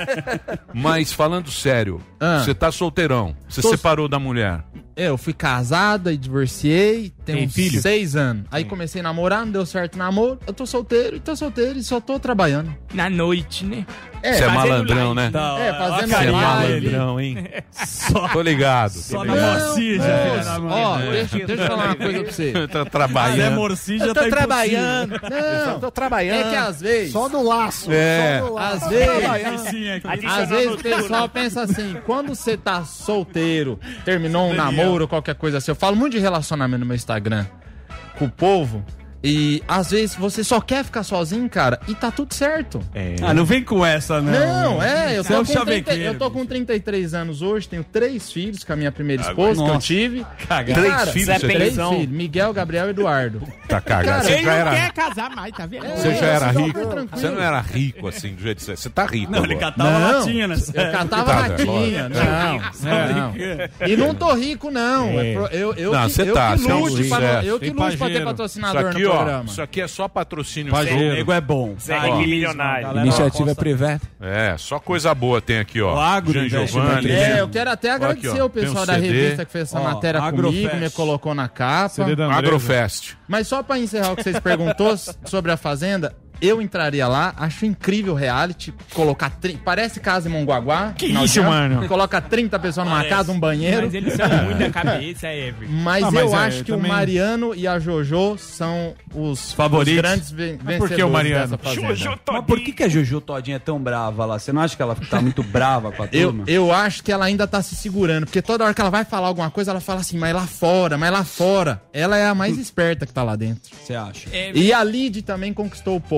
Speaker 6: Mas falando sério,
Speaker 23: Ah.
Speaker 6: você tá solteirão, você
Speaker 23: Tô-
Speaker 6: separou da mulher.
Speaker 23: É, eu fui casada e divorciei, tem,
Speaker 4: Tem
Speaker 23: uns
Speaker 4: filho?
Speaker 23: seis anos. Aí comecei a namorar, não deu certo o namoro. Eu tô solteiro e tô solteiro e só tô trabalhando.
Speaker 22: Na noite, né?
Speaker 23: É,
Speaker 6: Você é
Speaker 22: fazendo
Speaker 6: malandrão,
Speaker 22: live.
Speaker 6: né?
Speaker 3: Tá,
Speaker 23: É,
Speaker 3: ó,
Speaker 23: fazendo
Speaker 3: a
Speaker 6: Você é
Speaker 3: carinha
Speaker 23: live.
Speaker 3: dele.
Speaker 6: malandrão, hein?
Speaker 3: Só,
Speaker 6: Tô ligado.
Speaker 3: só
Speaker 6: tô
Speaker 3: na
Speaker 6: ligado.
Speaker 3: morcija.
Speaker 23: Não,
Speaker 3: filha da mãe.
Speaker 23: ó,
Speaker 3: É.
Speaker 23: deixa, deixa eu falar uma coisa pra você.
Speaker 6: Tá
Speaker 3: Zé
Speaker 6: trabalhando.
Speaker 3: Morcija
Speaker 23: Eu
Speaker 3: tá
Speaker 23: tô trabalhando.
Speaker 3: impossível.
Speaker 23: Não,
Speaker 6: Tô trabalhando.
Speaker 23: é que às vezes...
Speaker 10: Só no laço.
Speaker 6: É.
Speaker 10: Só no laço.
Speaker 23: Às vezes,
Speaker 3: Sim, é que-
Speaker 23: às vezes o pessoal pensa assim, quando você tá solteiro, terminou um namoro ou qualquer coisa assim, eu falo muito de relacionamento no meu Instagram com o povo, e às vezes você só quer ficar sozinho, cara, e tá tudo certo.
Speaker 3: Ah, não vem com essa, não.
Speaker 23: Não, é, eu
Speaker 3: Você é
Speaker 23: tô,
Speaker 3: um
Speaker 23: com trinta,
Speaker 3: chavequeiro,
Speaker 23: eu tô com trinta e três anos hoje, tenho três filhos com a minha primeira
Speaker 3: Agora-
Speaker 23: esposa que eu
Speaker 3: Nossa.
Speaker 23: tive.
Speaker 3: Cagado.
Speaker 23: E,
Speaker 6: Três
Speaker 23: cara,
Speaker 6: filhos
Speaker 23: três
Speaker 6: você tem?
Speaker 23: filhos, Miguel, Gabriel e Eduardo.
Speaker 6: Tá cagado.
Speaker 23: Cara,
Speaker 6: Você
Speaker 22: Ele
Speaker 6: já
Speaker 22: não
Speaker 6: era.
Speaker 22: quer casar mais, tá vendo?
Speaker 6: Você já era
Speaker 23: Não,
Speaker 6: rico?
Speaker 23: fica tranquilo.
Speaker 6: Você não era rico assim, do jeito que você. Você tá rico.
Speaker 3: Não, ele
Speaker 6: agora.
Speaker 3: catava
Speaker 23: Não,
Speaker 3: latinha, né?
Speaker 23: eu catava
Speaker 6: Tá,
Speaker 23: latinha, não, não. E não tô rico, não. É pro- eu, eu,
Speaker 6: Não,
Speaker 23: que-
Speaker 6: você
Speaker 23: eu
Speaker 6: tá,
Speaker 23: que
Speaker 6: você é um
Speaker 23: lute pra,
Speaker 6: sucesso.
Speaker 23: eu que
Speaker 4: Tem
Speaker 23: lute pra ter
Speaker 4: pajeiro.
Speaker 6: Isso
Speaker 23: patrocinador
Speaker 6: aqui,
Speaker 23: no
Speaker 6: ó.
Speaker 23: programa.
Speaker 6: Isso aqui é só patrocínio
Speaker 3: O
Speaker 6: sério.
Speaker 3: nego é bom.
Speaker 22: Segue milionário.
Speaker 3: Galera, Iniciativa privada.
Speaker 6: É, só coisa boa tem aqui, ó.
Speaker 3: O agro
Speaker 6: Jean
Speaker 3: investe
Speaker 6: Giovanni.
Speaker 23: É, eu quero até agradecer
Speaker 6: Aqui, ó,
Speaker 23: o pessoal
Speaker 6: tem
Speaker 23: da
Speaker 6: um C D.
Speaker 23: revista que fez essa
Speaker 3: Ó,
Speaker 23: matéria
Speaker 3: Agrofest.
Speaker 23: comigo, me colocou na capa.
Speaker 4: C D da Andresa.
Speaker 6: Agrofest.
Speaker 23: Mas só pra encerrar o que vocês perguntou sobre a Fazenda, eu entraria lá, acho incrível o reality, colocar... Tri... Parece casa em Mongaguá.
Speaker 4: Que
Speaker 23: final de
Speaker 4: isso,
Speaker 23: ano,
Speaker 4: mano?
Speaker 23: Coloca trinta pessoas numa
Speaker 22: Parece.
Speaker 23: casa, um banheiro.
Speaker 22: Mas eles são muito da cabeça, Ever.
Speaker 23: Mas
Speaker 4: Ah,
Speaker 23: eu
Speaker 4: mas é,
Speaker 23: acho
Speaker 4: eu
Speaker 23: que
Speaker 4: também-
Speaker 23: o Mariano e a Jojo são os,
Speaker 3: Favoritos.
Speaker 23: os grandes ven-
Speaker 4: Mas
Speaker 23: vencedores
Speaker 4: por que o Mariano?
Speaker 23: dessa Fazenda.
Speaker 22: Jojo
Speaker 3: Mas por que, que a Juju Todinha é tão brava lá? Você não acha que ela tá muito brava com a
Speaker 23: Eu,
Speaker 3: turma?
Speaker 23: eu acho que ela ainda tá se segurando, porque toda hora que ela vai falar alguma coisa, ela fala assim, mas lá fora, mas lá fora. Ela é a mais esperta que tá lá dentro.
Speaker 3: Você acha?
Speaker 23: E a Lid também conquistou o povo.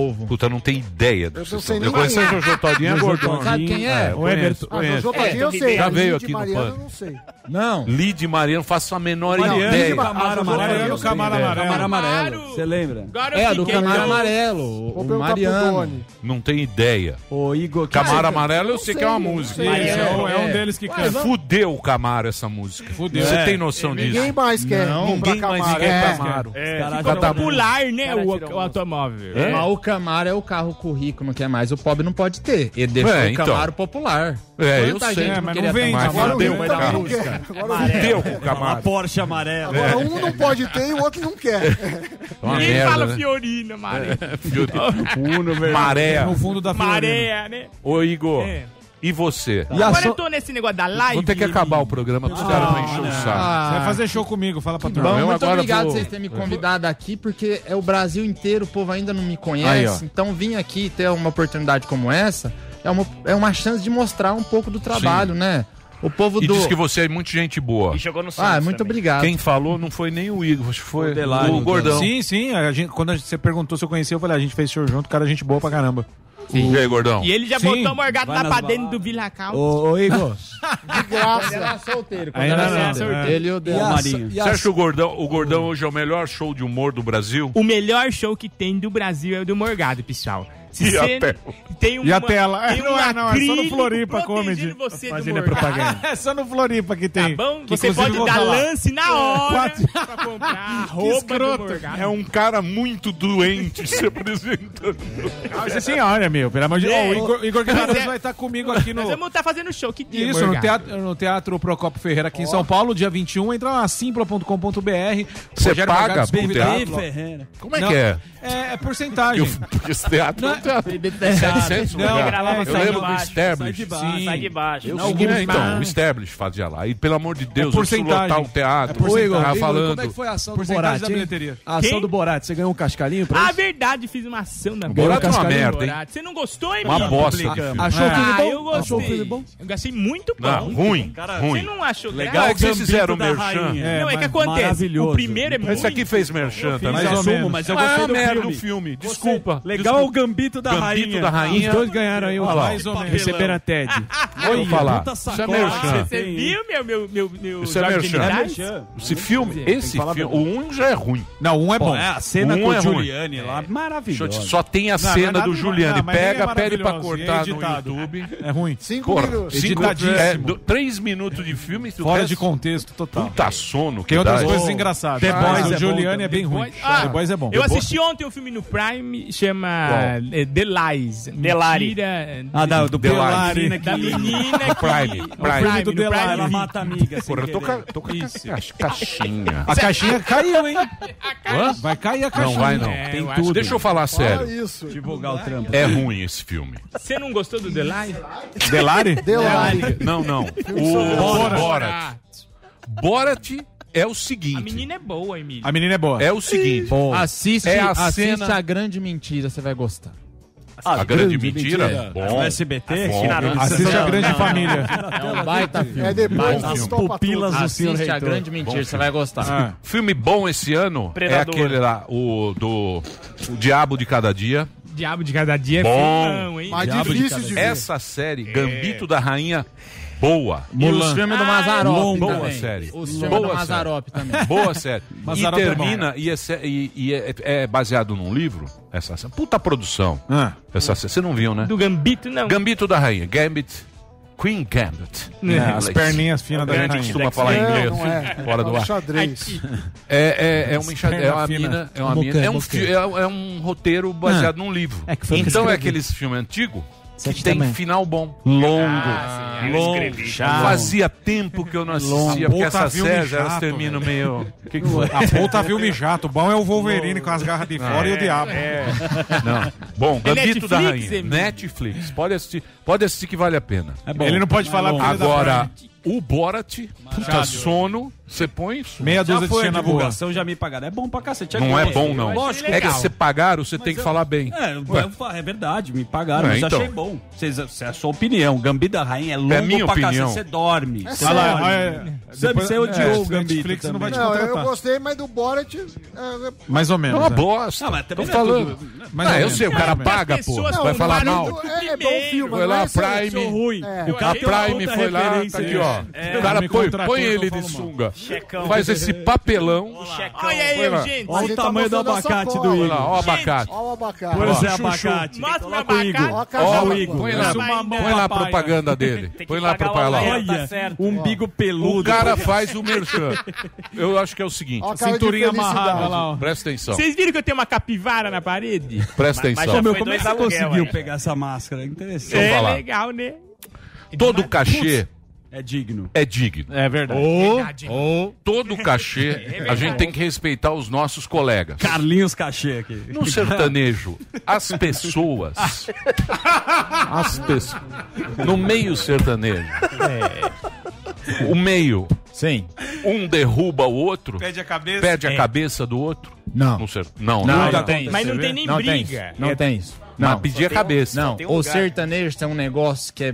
Speaker 23: povo.
Speaker 6: Puta, não tem ideia do
Speaker 10: Eu
Speaker 6: que
Speaker 10: não
Speaker 6: vocês
Speaker 10: sei
Speaker 6: estão-
Speaker 10: nem
Speaker 6: Eu conheço
Speaker 10: quem
Speaker 6: a
Speaker 10: é.
Speaker 6: Jojo Todinho, é gordão.
Speaker 23: Sabe quem é?
Speaker 6: O Everton.
Speaker 10: Ah, Jojo Todinho eu sei.
Speaker 6: Já
Speaker 10: a
Speaker 6: veio
Speaker 10: Lid
Speaker 6: aqui no
Speaker 10: Mariano,
Speaker 6: Pânico.
Speaker 10: eu não sei.
Speaker 23: Não.
Speaker 6: Lid Mariano, faço a menor
Speaker 7: Mariano,
Speaker 6: ideia.
Speaker 7: Camaro Amarelo.
Speaker 4: Camaro Amarelo.
Speaker 7: Camaro Amarelo. Você lembra?
Speaker 23: É, a do Camaro Amarelo. O,
Speaker 10: Vou
Speaker 23: o
Speaker 10: perguntar pro
Speaker 23: Mariano.
Speaker 10: Doni.
Speaker 6: Não tem ideia.
Speaker 7: Ô, Igor,
Speaker 6: Camaro Amarelo eu sei que é uma
Speaker 10: sei,
Speaker 6: música.
Speaker 10: não sei.
Speaker 4: É, um- é um
Speaker 23: É.
Speaker 4: deles que
Speaker 23: Ué,
Speaker 4: canta.
Speaker 6: Fudeu o Camaro essa música.
Speaker 4: Fudeu.
Speaker 6: Você
Speaker 4: É.
Speaker 6: tem noção disso?
Speaker 10: Ninguém mais quer
Speaker 23: Não,
Speaker 10: comprar
Speaker 6: ninguém mais
Speaker 10: Camaro.
Speaker 6: quer
Speaker 10: É.
Speaker 6: Camaro.
Speaker 22: É,
Speaker 7: Caraca,
Speaker 22: ficou
Speaker 6: tá bom.
Speaker 22: popular, né,
Speaker 7: Cara,
Speaker 22: o,
Speaker 7: tirou
Speaker 22: o automóvel.
Speaker 6: É?
Speaker 23: Mas o Camaro é o carro com o rico, não quer mais. O pobre não pode ter. Ele deixou
Speaker 6: É,
Speaker 23: o
Speaker 6: então.
Speaker 23: Camaro popular.
Speaker 6: É, eu
Speaker 23: Quanta
Speaker 6: sei.
Speaker 23: gente
Speaker 4: É, mas
Speaker 23: queria
Speaker 4: não vende.
Speaker 23: ter mais.
Speaker 10: Agora o
Speaker 6: Fudeu
Speaker 10: Rio
Speaker 6: o
Speaker 10: também
Speaker 6: carro.
Speaker 10: não quer. Agora o Rio-
Speaker 6: Fudeu com o
Speaker 7: A
Speaker 6: Camaro.
Speaker 7: Porsche amarela.
Speaker 10: Agora um não pode ter e o outro não quer.
Speaker 6: É uma
Speaker 22: Ninguém
Speaker 6: merda,
Speaker 22: fala
Speaker 6: né?
Speaker 22: Fiorino, Maré.
Speaker 6: Uno, Maré.
Speaker 4: No fundo da Fiorina.
Speaker 22: Maré, né?
Speaker 6: Ô, Igor,
Speaker 22: É.
Speaker 6: e você?
Speaker 23: E a
Speaker 22: Agora
Speaker 23: so-
Speaker 22: eu tô nesse negócio da live.
Speaker 6: Vou ter que acabar o programa para os caras não encher o saco.
Speaker 23: Ah,
Speaker 4: Você vai fazer show comigo, fala pra
Speaker 23: Bom,
Speaker 4: turma.
Speaker 6: Eu
Speaker 23: muito
Speaker 6: agora
Speaker 23: obrigado
Speaker 6: vou-
Speaker 23: por vocês terem me convidado aqui, porque é o Brasil inteiro, o povo ainda não me
Speaker 6: Aí,
Speaker 23: conhece.
Speaker 6: ó.
Speaker 23: Então, vir aqui e ter uma oportunidade como essa é uma, é uma chance de mostrar um pouco do trabalho, né? O povo
Speaker 6: E
Speaker 23: do.
Speaker 6: diz que você é muito gente boa.
Speaker 22: E jogou no Santos
Speaker 23: Ah, muito
Speaker 22: também.
Speaker 23: obrigado.
Speaker 6: Quem falou não foi nem o Igor, acho que foi
Speaker 7: O Delari,
Speaker 6: o Gordão.
Speaker 4: Sim, sim. A gente, quando a gente- você perguntou se eu conhecia, eu falei, a gente fez show junto, cara, gente boa pra caramba.
Speaker 6: E aí, Gordão?
Speaker 22: E ele já
Speaker 4: Sim,
Speaker 22: botou o Morgado
Speaker 7: vai
Speaker 22: lá
Speaker 7: nas
Speaker 22: pra dentro
Speaker 7: baladas.
Speaker 22: do Vila Cal.
Speaker 7: Ô, ô, Igor.
Speaker 10: De graça.
Speaker 23: Quando era solteiro. Quando
Speaker 4: Ainda
Speaker 23: era
Speaker 4: não,
Speaker 23: solteiro.
Speaker 4: é.
Speaker 23: Ele e o
Speaker 7: E
Speaker 23: Del
Speaker 7: a-
Speaker 23: Marinho.
Speaker 7: e a-
Speaker 6: Você acha que o Gordão, o Gordão hoje é o melhor show de humor do Brasil?
Speaker 22: O melhor show que tem do Brasil é o do Morgado, pessoal. Se
Speaker 6: E a
Speaker 22: você
Speaker 6: tela?
Speaker 22: tem uma,
Speaker 4: E a tela?
Speaker 22: tem
Speaker 4: Não
Speaker 22: um
Speaker 4: é, não, é só no
Speaker 22: acrílico
Speaker 4: Floripa
Speaker 22: protegendo
Speaker 4: Comedy.
Speaker 22: você do
Speaker 4: Fazendo a
Speaker 22: Morgado.
Speaker 4: propaganda. É só no Floripa que tem.
Speaker 22: Tá bom?
Speaker 4: Que,
Speaker 22: Você
Speaker 4: inclusive,
Speaker 22: pode
Speaker 4: vou
Speaker 22: dar
Speaker 4: falar.
Speaker 22: lance na hora
Speaker 4: Quatro-
Speaker 22: pra comprar a roupa do
Speaker 4: escroto.
Speaker 22: Morgado.
Speaker 6: É um cara muito doente se apresentando.
Speaker 4: Nossa senhora, meu, pelo amor de Deus.
Speaker 22: É.
Speaker 4: Ô, o Igor, Igor Guimarães
Speaker 22: Mas é-
Speaker 4: vai estar comigo aqui no...
Speaker 22: Nós vamos estar fazendo show. Que dia,
Speaker 4: Isso, no
Speaker 22: Morgado?
Speaker 4: teatro, no teatro Procopio Ferreira aqui em São Paulo, dia vinte e um. Entra lá, simpla ponto com ponto b r.
Speaker 6: Você
Speaker 4: Rogério
Speaker 6: paga
Speaker 4: Morgado,
Speaker 6: pro
Speaker 4: convidado.
Speaker 6: teatro?
Speaker 7: Ferreira.
Speaker 6: Como é
Speaker 4: Não,
Speaker 6: que é?
Speaker 4: É, é porcentagem.
Speaker 6: Eu, porque esse teatro não, é teatro. setecentos
Speaker 4: Não,
Speaker 6: lugar.
Speaker 4: gravava
Speaker 6: Eu
Speaker 4: sai de
Speaker 6: lembro do
Speaker 4: baixo,
Speaker 6: Establish.
Speaker 7: sai de baixo,
Speaker 6: Sim.
Speaker 22: Sai de baixo.
Speaker 6: Eu
Speaker 22: Não,
Speaker 6: sei,
Speaker 22: o
Speaker 6: então, o Establish fazia lá. E pelo amor de Deus, eu preciso
Speaker 4: porcentagem.
Speaker 6: lotar o teatro.
Speaker 4: É porcentagem.
Speaker 6: Tava
Speaker 4: Igor,
Speaker 6: falando.
Speaker 8: Como é que foi a ação do
Speaker 4: Porcentagem
Speaker 8: Borat,
Speaker 4: da
Speaker 8: hein?
Speaker 4: bilheteria.
Speaker 8: A ação
Speaker 22: Quem?
Speaker 8: do Borat, você ganhou um cascalhinho pra
Speaker 22: Ah,
Speaker 8: isso?
Speaker 22: verdade, fiz uma ação na
Speaker 6: Borat é uma
Speaker 8: cascalinho,
Speaker 6: merda, hein?
Speaker 22: Borat. Você não gostou, hein,
Speaker 6: Uma
Speaker 22: menino?
Speaker 6: bosta de
Speaker 7: Complicamos.
Speaker 6: filme.
Speaker 8: Achou o filme
Speaker 22: Ah,
Speaker 8: bom?
Speaker 22: eu gostei.
Speaker 8: Achou o filme bom?
Speaker 22: Eu gostei muito bom.
Speaker 6: Não, ruim,
Speaker 22: Você
Speaker 6: ruim.
Speaker 22: não achou
Speaker 7: Legal,
Speaker 6: É
Speaker 22: graça?
Speaker 6: que vocês fizeram o
Speaker 7: da
Speaker 6: merchan.
Speaker 7: rainha.
Speaker 4: É,
Speaker 22: Não, é que
Speaker 4: mas
Speaker 22: acontece.
Speaker 7: maravilhoso.
Speaker 22: O primeiro é muito...
Speaker 6: Esse aqui fez merchan também.
Speaker 7: Mais
Speaker 4: ou
Speaker 7: ou menos,
Speaker 4: menos.
Speaker 7: mas eu
Speaker 6: Ah,
Speaker 7: gostei do
Speaker 6: merda
Speaker 7: filme.
Speaker 6: o filme. Desculpa.
Speaker 7: Legal o Gambito da
Speaker 6: Gambito
Speaker 7: Rainha.
Speaker 6: da Rainha.
Speaker 8: Os dois ganharam aí o
Speaker 6: Olha lá.
Speaker 4: Mais ou menos.
Speaker 8: receberam a T E D.
Speaker 6: Vou falar.
Speaker 7: puta
Speaker 6: Isso é
Speaker 7: sacola.
Speaker 6: merchan.
Speaker 22: Você viu meu, meu, meu, meu
Speaker 6: Isso é
Speaker 22: jogo de
Speaker 6: merchan.
Speaker 22: militares?
Speaker 6: Esse filme, esse filme, o um já é ruim.
Speaker 4: Não, um é bom.
Speaker 7: Pô, é a cena
Speaker 6: Um
Speaker 7: com
Speaker 6: é
Speaker 7: o
Speaker 6: ruim.
Speaker 7: Giuliani lá,
Speaker 6: Deixa eu
Speaker 7: maravilhosa.
Speaker 6: te- Só tem a
Speaker 4: Não,
Speaker 6: cena
Speaker 4: não é
Speaker 6: do
Speaker 4: nada-
Speaker 6: Giuliani.
Speaker 4: não, mas nem
Speaker 6: Pega,
Speaker 4: é
Speaker 6: pede pra
Speaker 4: maravilhoso,
Speaker 6: cortar
Speaker 4: e é
Speaker 6: no
Speaker 4: editado.
Speaker 6: YouTube.
Speaker 4: É ruim.
Speaker 10: Cinco
Speaker 6: Porra,
Speaker 10: minutos.
Speaker 6: cinco,
Speaker 4: Editadíssimo.
Speaker 6: é, do- três minutos de filme. o
Speaker 4: Fora
Speaker 6: resto-
Speaker 4: de contexto total.
Speaker 6: Puta sono. que
Speaker 4: Tem outras
Speaker 6: dá.
Speaker 4: coisas engraçadas.
Speaker 7: The
Speaker 4: Mas
Speaker 7: Boys
Speaker 4: o
Speaker 7: é bom
Speaker 4: Giuliani é
Speaker 7: também.
Speaker 4: bem ruim.
Speaker 22: Ah,
Speaker 4: The Boys é bom.
Speaker 22: Eu
Speaker 4: The Boys-
Speaker 22: assisti ontem um filme no Prime, chama eh, The Lies. Delari. Mentira,
Speaker 7: Ah, da, do
Speaker 6: Delari.
Speaker 7: Delari.
Speaker 22: da menina que...
Speaker 6: Prime,
Speaker 22: no
Speaker 6: Prime.
Speaker 22: Prime,
Speaker 7: do
Speaker 22: no
Speaker 7: Delari,
Speaker 22: Prime
Speaker 7: ela
Speaker 22: Video.
Speaker 7: mata a amiga. sem
Speaker 6: Porra, eu tô com a,
Speaker 7: querer.
Speaker 6: tô com a
Speaker 22: Isso.
Speaker 6: ca- caixinha.
Speaker 4: A caixinha caiu, hein?
Speaker 6: Hã?
Speaker 4: Vai cair a
Speaker 6: Não
Speaker 4: caixinha.
Speaker 6: vai, não.
Speaker 22: É,
Speaker 6: Tem
Speaker 22: eu acho
Speaker 6: tudo.
Speaker 22: que-
Speaker 6: Deixa eu falar
Speaker 10: Fala
Speaker 6: sério.
Speaker 10: isso.
Speaker 7: Divulgar o trampo.
Speaker 6: É ruim esse filme.
Speaker 22: Você não gostou do The Lies?
Speaker 4: Delari?
Speaker 10: Delari.
Speaker 6: Não, não. O
Speaker 22: Borat.
Speaker 6: Borat. Borat é o
Speaker 22: A
Speaker 6: seguinte.
Speaker 22: menina é boa, Emílio.
Speaker 4: A menina é boa.
Speaker 6: É o seguinte.
Speaker 23: Assiste,
Speaker 6: É a
Speaker 23: assiste
Speaker 6: cena-
Speaker 23: a grande mentira, você vai gostar.
Speaker 6: A grande mentira.
Speaker 7: No
Speaker 6: Bom.
Speaker 7: S B T?
Speaker 6: Bom.
Speaker 4: Assiste a grande família.
Speaker 23: É um baita filme.
Speaker 10: É depois
Speaker 6: Bom
Speaker 10: dos
Speaker 6: filme.
Speaker 10: topa
Speaker 7: Pupilas
Speaker 10: tudo.
Speaker 7: do senhor
Speaker 23: Assiste a
Speaker 7: reitor.
Speaker 23: grande mentira, você vai gostar.
Speaker 4: Ah.
Speaker 6: Filme bom esse ano
Speaker 22: Predador.
Speaker 6: é aquele lá, o do o Diabo de Cada Dia.
Speaker 22: Diabo de cada dia é
Speaker 6: Bom.
Speaker 22: filmão, hein?
Speaker 10: Mais
Speaker 23: Diabo de
Speaker 10: difícil
Speaker 23: cada
Speaker 10: de ver.
Speaker 6: Essa série, Gambito da Rainha, boa.
Speaker 23: E os filmes do Mazarop
Speaker 6: Boa
Speaker 23: também.
Speaker 6: série.
Speaker 23: Os filmes
Speaker 6: Boa
Speaker 23: do
Speaker 6: série.
Speaker 23: Mazarop também.
Speaker 6: Boa série. E
Speaker 4: Mazarop é
Speaker 6: termina, e, é, sé- e- e é- é baseado num livro, essa série. Puta produção.
Speaker 4: Ah.
Speaker 6: Essa série. Você não viu, né?
Speaker 22: Do Gambito, não.
Speaker 6: Gambito da Rainha, Gambit, Queen Gambit.
Speaker 4: É, as perninhas finas da
Speaker 6: A gente
Speaker 4: rainha.
Speaker 6: costuma falar
Speaker 10: Não,
Speaker 6: inglês
Speaker 10: não é.
Speaker 6: fora do
Speaker 10: É um
Speaker 6: ar.
Speaker 10: xadrez.
Speaker 6: É, é, é uma enxada, é uma
Speaker 4: Perna fina.
Speaker 6: mina, é uma
Speaker 8: Boca,
Speaker 6: mina, é um,
Speaker 8: boca.
Speaker 6: fi- é, é um roteiro baseado num livro.
Speaker 8: É que foi o que eu
Speaker 6: então é
Speaker 8: escrevi.
Speaker 6: aqueles filmes antigos que
Speaker 8: Sete
Speaker 6: tem
Speaker 8: também.
Speaker 6: final bom.
Speaker 4: Longo.
Speaker 22: Ah, sim, eu
Speaker 6: Longo.
Speaker 22: escrevi.
Speaker 4: Chato.
Speaker 6: Fazia tempo que eu não assistia,
Speaker 4: Longo.
Speaker 6: porque
Speaker 4: Puta
Speaker 6: essas
Speaker 4: filme
Speaker 6: séries elas
Speaker 4: chato,
Speaker 6: terminam
Speaker 4: velho.
Speaker 6: meio... O que, que foi?
Speaker 4: A puta filme chato. O bom é o Wolverine com as garras de fora e o diabo.
Speaker 6: Não. Bom,
Speaker 22: É
Speaker 6: Gambito da
Speaker 22: Netflix,
Speaker 6: Rainha.
Speaker 22: Emílio?
Speaker 6: Netflix. Pode assistir, pode assistir que vale a pena.
Speaker 7: É bom.
Speaker 4: Ele não pode falar porque ele é da
Speaker 6: Agora, o Borat, puta sono, você põe isso.
Speaker 4: Meia
Speaker 7: Já
Speaker 4: dúzia de
Speaker 7: foi a
Speaker 4: cena boa.
Speaker 7: divulgação, já me pagaram. É bom pra cacete.
Speaker 6: Não é bom, não.
Speaker 7: Lógico,
Speaker 6: É que
Speaker 7: legal.
Speaker 6: você pagaram, você
Speaker 7: Mas
Speaker 6: tem que
Speaker 7: eu-
Speaker 6: falar bem.
Speaker 7: É, eu-
Speaker 6: Ué.
Speaker 7: eu fa- é verdade, me pagaram,
Speaker 6: É,
Speaker 7: mas
Speaker 6: então.
Speaker 7: achei bom. Vocês, essa é a sua opinião. Gambito da Rainha é longo
Speaker 6: minha
Speaker 7: pra
Speaker 6: opinião.
Speaker 7: cacete, você dorme.
Speaker 10: É
Speaker 7: Você
Speaker 10: sério.
Speaker 7: dorme.
Speaker 4: Ah, é.
Speaker 7: Você,
Speaker 4: Depois-
Speaker 7: você odiou
Speaker 4: é,
Speaker 7: o Gambito
Speaker 4: Netflix não vai
Speaker 7: também.
Speaker 4: te
Speaker 10: Não, eu
Speaker 4: contratar.
Speaker 10: gostei, mas do Borat... é,
Speaker 4: Mais ou menos.
Speaker 6: É uma
Speaker 4: né?
Speaker 6: bosta.
Speaker 7: Não, mas
Speaker 6: Tô
Speaker 7: também não é
Speaker 6: falando.
Speaker 7: tudo-
Speaker 4: Mais
Speaker 6: Ah,
Speaker 4: ou
Speaker 6: eu
Speaker 4: menos.
Speaker 6: sei, o cara
Speaker 4: Mais ou
Speaker 6: paga, pô.
Speaker 22: pessoas
Speaker 6: Vai
Speaker 22: não
Speaker 6: falar
Speaker 22: param
Speaker 6: mal.
Speaker 22: do
Speaker 10: É, é bom filme,
Speaker 6: Foi
Speaker 10: mas
Speaker 6: lá,
Speaker 10: não é excelente.
Speaker 6: Prime.
Speaker 7: ruim.
Speaker 10: É.
Speaker 22: Eu
Speaker 6: A
Speaker 22: achei uma
Speaker 6: Prime
Speaker 22: outra
Speaker 6: foi lá, tá
Speaker 22: referência,
Speaker 6: aqui,
Speaker 22: né?
Speaker 6: ó.
Speaker 22: É.
Speaker 6: O cara
Speaker 4: Me
Speaker 6: põe,
Speaker 4: contratou,
Speaker 6: põe
Speaker 4: eu
Speaker 6: ele
Speaker 4: falo
Speaker 6: de
Speaker 4: mal.
Speaker 6: sunga.
Speaker 22: Checão.
Speaker 6: Faz esse papelão.
Speaker 22: Olha aí,
Speaker 6: Foi lá.
Speaker 22: gente.
Speaker 10: Mas
Speaker 7: Olha
Speaker 10: ele
Speaker 7: o
Speaker 10: tá
Speaker 7: tamanho do
Speaker 10: mostrando a
Speaker 7: abacate
Speaker 10: sacola.
Speaker 7: do
Speaker 6: Olha lá, ó o
Speaker 22: Gente.
Speaker 6: abacate.
Speaker 10: Olha o abacate.
Speaker 7: Põe esse
Speaker 6: Chuchu.
Speaker 7: abacate.
Speaker 22: Mostra o
Speaker 7: Coloca o
Speaker 22: abacate.
Speaker 7: Igor.
Speaker 10: Ó a
Speaker 6: Ó,
Speaker 10: caixa
Speaker 6: põe
Speaker 10: do Igor.
Speaker 6: lá,
Speaker 7: Parece uma mão
Speaker 6: põe lá a
Speaker 7: papai,
Speaker 6: propaganda dele. Põe lá a propaganda.
Speaker 7: Olha,
Speaker 22: tá certo.
Speaker 7: umbigo peludo.
Speaker 6: O cara faz o merchan. Eu acho que é o seguinte.
Speaker 10: Ó a cara de
Speaker 4: Cinturinha
Speaker 10: felicidade.
Speaker 4: amarrada lá, ó.
Speaker 6: Presta atenção.
Speaker 22: Vocês viram que eu tenho uma capivara na parede?
Speaker 6: Presta
Speaker 22: Mas- mas
Speaker 6: atenção.
Speaker 22: já
Speaker 7: Meu,
Speaker 22: foi
Speaker 7: como é
Speaker 22: dois
Speaker 7: que você
Speaker 22: aluguel,
Speaker 7: conseguiu
Speaker 22: aí.
Speaker 7: pegar essa máscara? Interessante.
Speaker 6: Deixa eu
Speaker 22: É
Speaker 6: falar.
Speaker 22: legal, né?
Speaker 6: Todo cachê
Speaker 7: É digno.
Speaker 6: é digno.
Speaker 4: É verdade.
Speaker 22: Verdade.
Speaker 6: Todo cachê, a gente tem que respeitar os nossos colegas.
Speaker 7: Carlinhos Cachê aqui.
Speaker 6: No sertanejo, as pessoas. As pessoas. No meio sertanejo. O meio.
Speaker 23: Sim.
Speaker 6: Um derruba o outro.
Speaker 4: Pede a cabeça.
Speaker 6: Pede a
Speaker 22: É.
Speaker 6: cabeça do outro.
Speaker 23: Não.
Speaker 6: No ser... Não,
Speaker 23: Não,
Speaker 6: não.
Speaker 23: não tem isso.
Speaker 22: Mas não
Speaker 23: Você
Speaker 22: tem
Speaker 23: vê?
Speaker 22: nem
Speaker 23: Não tem
Speaker 22: briga.
Speaker 23: isso. Não
Speaker 22: É-
Speaker 23: tem isso.
Speaker 6: Mas
Speaker 23: Não.
Speaker 6: pedir a cabeça.
Speaker 23: Não,
Speaker 22: tem um
Speaker 23: o
Speaker 22: lugar.
Speaker 23: sertanejo tem um negócio que é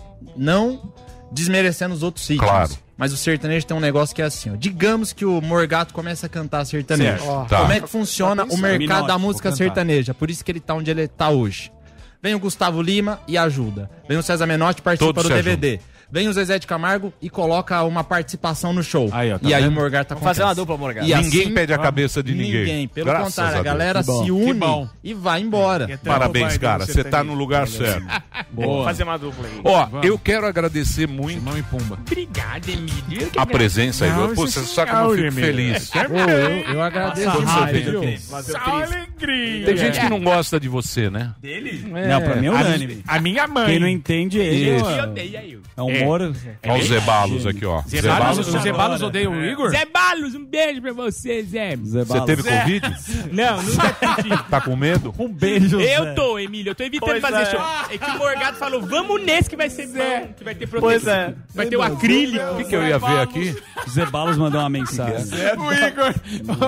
Speaker 23: não desmerecendo os outros ritmos.
Speaker 6: Claro.
Speaker 23: Mas o sertanejo tem um negócio que é assim, ó. Digamos que o Morgato começa a cantar sertanejo.
Speaker 10: Certo. Ó.
Speaker 6: Tá.
Speaker 23: Como é que funciona
Speaker 10: Tá
Speaker 23: o
Speaker 10: pensando.
Speaker 23: mercado
Speaker 7: Minote,
Speaker 23: da música
Speaker 7: vou cantar.
Speaker 23: sertaneja? Por isso que ele tá onde ele tá hoje. Vem o Gustavo Lima e ajuda. Vem o César Menotti e participa
Speaker 6: Todos
Speaker 23: do
Speaker 6: se
Speaker 23: D V D. Vem o Zezé de Camargo e coloca uma participação no show.
Speaker 4: Aí, ó, tá
Speaker 23: e aí
Speaker 4: vendo?
Speaker 23: o Morgato
Speaker 22: Vamos fazer
Speaker 23: acontece.
Speaker 22: uma dupla, Morgato.
Speaker 23: E
Speaker 6: Ninguém
Speaker 23: assim-
Speaker 6: pede a cabeça de ninguém.
Speaker 23: Ninguém. Pelo
Speaker 6: Graças
Speaker 23: contrário, a,
Speaker 6: a Deus.
Speaker 23: galera
Speaker 4: Que bom.
Speaker 23: se
Speaker 4: Que
Speaker 23: une
Speaker 4: bom.
Speaker 23: e vai embora.
Speaker 6: Parabéns, cara. Você tá no lugar certo.
Speaker 22: Vamos fazer uma dupla aí.
Speaker 6: Ó, eu quero agradecer muito
Speaker 4: Mão e pumba.
Speaker 22: Obrigado, Emílio. Eu que
Speaker 6: a presença aí.
Speaker 4: Não,
Speaker 6: Pô,
Speaker 4: isso
Speaker 6: você sabe como eu fico
Speaker 4: Emílio.
Speaker 6: feliz.
Speaker 23: Pô, eu, eu agradeço
Speaker 7: Passa
Speaker 23: demais,
Speaker 7: raiva,
Speaker 23: viu?
Speaker 7: ok.
Speaker 22: Só alegria.
Speaker 6: Tem gente que não gosta de você, né?
Speaker 7: Dele? Não, pra mim é
Speaker 22: A,
Speaker 7: unânime.
Speaker 22: a minha mãe.
Speaker 7: Quem não entende ele
Speaker 6: Isso.
Speaker 22: Me
Speaker 7: é,
Speaker 22: odeia eu.
Speaker 7: é humor.
Speaker 6: Olha os Zebalos aqui, ó.
Speaker 4: Zebalos,
Speaker 6: Zebalos.
Speaker 4: os Zebalos odeiam o Igor?
Speaker 22: Zé Balos, um beijo pra você, Zé.
Speaker 6: Você teve
Speaker 22: Zé.
Speaker 6: Covid?
Speaker 22: Não, nunca tive.
Speaker 6: Tá com medo?
Speaker 7: Um beijo,
Speaker 22: Eu
Speaker 7: Zé.
Speaker 22: tô, Emílio, eu tô evitando
Speaker 21: Pois
Speaker 22: fazer
Speaker 21: é.
Speaker 22: show. É que o Morgado falou, vamos nesse que vai ser bom, que vai ter proteção.
Speaker 21: Pois é.
Speaker 22: Vai ter o acrílico.
Speaker 6: O que, que eu ia ver aqui?
Speaker 7: Zé Balos mandou uma mensagem.
Speaker 4: O Igor.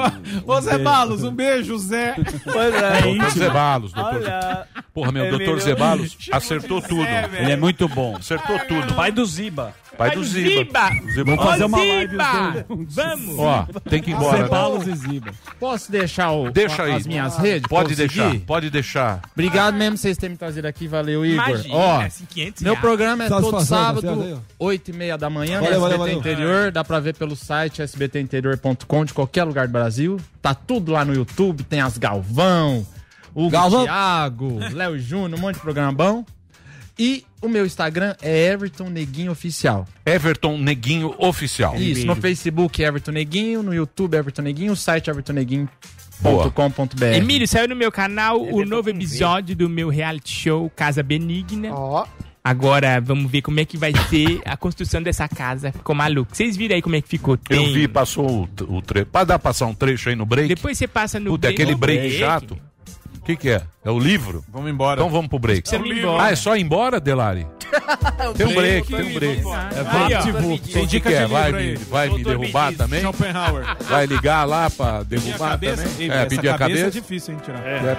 Speaker 4: Ô, Zé Balos, um beijo, Zé.
Speaker 21: Pois é.
Speaker 6: Doutor Zebalos, doutor.
Speaker 21: Olha.
Speaker 6: Porra, meu, doutor
Speaker 21: Emílio.
Speaker 6: Zebalos acertou tudo.
Speaker 7: Ele é muito bom.
Speaker 6: Acertou tudo.
Speaker 7: Pai do Ziba.
Speaker 6: Pai do Ziba.
Speaker 22: Ziba.
Speaker 6: Ziba.
Speaker 7: Vamos fazer
Speaker 22: Ô,
Speaker 7: uma live
Speaker 22: Ziba.
Speaker 7: os dois.
Speaker 22: Vamos.
Speaker 6: Ó, tem que ir embora.
Speaker 7: Zé Balos e Ziba.
Speaker 23: Posso deixar o,
Speaker 6: Deixa aí.
Speaker 23: as minhas redes?
Speaker 6: Pode
Speaker 23: pra eu
Speaker 6: deixar,
Speaker 23: seguir?
Speaker 6: pode deixar.
Speaker 23: Obrigado mesmo vocês terem me trazido aqui. Valeu, Igor.
Speaker 22: Imagina,
Speaker 23: Ó,
Speaker 22: assim, quinhentos
Speaker 23: meu
Speaker 22: reais.
Speaker 23: programa é todo
Speaker 8: Satisfação,
Speaker 23: sábado,
Speaker 8: Marcelo.
Speaker 23: oito e meia da manhã,
Speaker 8: Valeu,
Speaker 23: no
Speaker 8: valeu,
Speaker 23: S B T
Speaker 8: valeu.
Speaker 23: Interior. Dá pra ver pelo site s b t interior ponto com de qualquer lugar do Brasil. Tá tudo lá no YouTube. Tem as Galvão, o
Speaker 8: Galvão.
Speaker 23: Thiago, Léo Júnior, um monte de programa bom. E o meu Instagram é Everton Neguinho Oficial.
Speaker 6: Everton Neguinho Oficial.
Speaker 23: Isso, no Facebook Everton Neguinho, no YouTube Everton Neguinho, o site everton neguinho
Speaker 6: Boa.
Speaker 23: ponto com ponto b r.
Speaker 22: Emílio, saiu no meu canal o novo episódio do meu reality show Casa Benigna.
Speaker 10: Ó,
Speaker 22: Agora vamos ver como é que vai ser a construção dessa casa. Ficou maluco. Vocês viram aí como é que ficou?
Speaker 6: Eu
Speaker 22: Tem-
Speaker 6: vi, passou o, o trecho. Pode dar passar um trecho aí no break?
Speaker 22: Depois você passa no
Speaker 6: Puta,
Speaker 22: break.
Speaker 6: aquele
Speaker 22: no
Speaker 6: break chato. O que, que é? É o livro?
Speaker 4: Vamos embora.
Speaker 6: Então vamos pro break.
Speaker 22: Precisa ir embora.
Speaker 6: Ah, é só ir embora, Delari? Tem um break, tem um break.
Speaker 22: Aí, ó.
Speaker 6: Tem dica que é? Vai me, vai me derrubar também?
Speaker 4: Schopenhauer.
Speaker 6: Vai ligar lá pra
Speaker 4: Pedir a
Speaker 6: derrubar
Speaker 4: cabeça.
Speaker 6: também?
Speaker 4: Ei,
Speaker 6: É,
Speaker 4: essa
Speaker 6: pedir a
Speaker 4: cabeça é
Speaker 6: cabeça?
Speaker 4: difícil, hein, tirar.
Speaker 6: É,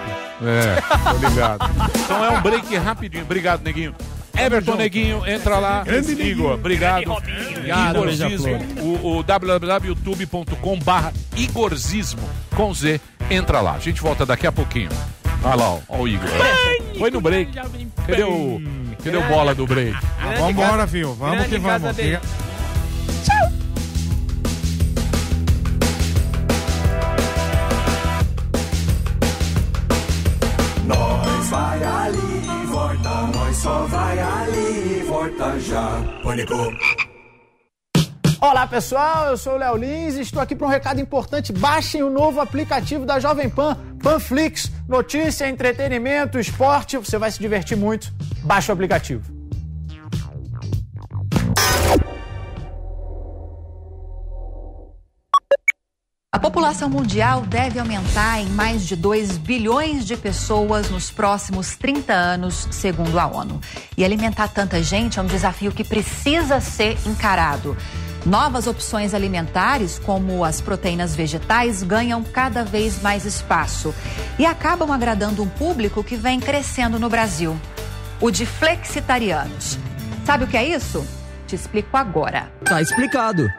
Speaker 6: é, tô ligado. Então é um break rapidinho. Obrigado, Neguinho. Everton Neguinho, entra lá. Igor, obrigado.
Speaker 23: Obrigado,
Speaker 6: Igorzismo. O, o w w w ponto youtube ponto com barra Igorzismo com Z. Entra lá. A gente volta daqui a pouquinho. Olha lá, ó, ó o Igor. Foi no break. Cadê o, cadê o bola do break?
Speaker 4: Vambora, filho. Vamos
Speaker 21: Grande
Speaker 4: que vamos.
Speaker 21: casa dele.
Speaker 2: Nós vai ali, volta, nós só vai ali, volta já. Pânico.
Speaker 12: Olá pessoal, eu sou o Léo Lins e estou aqui para um recado importante. Baixem o novo aplicativo da Jovem Pan, Panflix. Notícia, entretenimento, esporte, você vai se divertir muito. Baixe o aplicativo.
Speaker 5: A população mundial deve aumentar em mais de dois bilhões de pessoas nos próximos trinta anos, segundo a ONU. E alimentar tanta gente é um desafio que precisa ser encarado. Novas opções alimentares, como as proteínas vegetais, ganham cada vez mais espaço e acabam agradando um público que vem crescendo no Brasil, o de flexitarianos. Sabe o que é isso? Te explico agora.
Speaker 7: Tá explicado.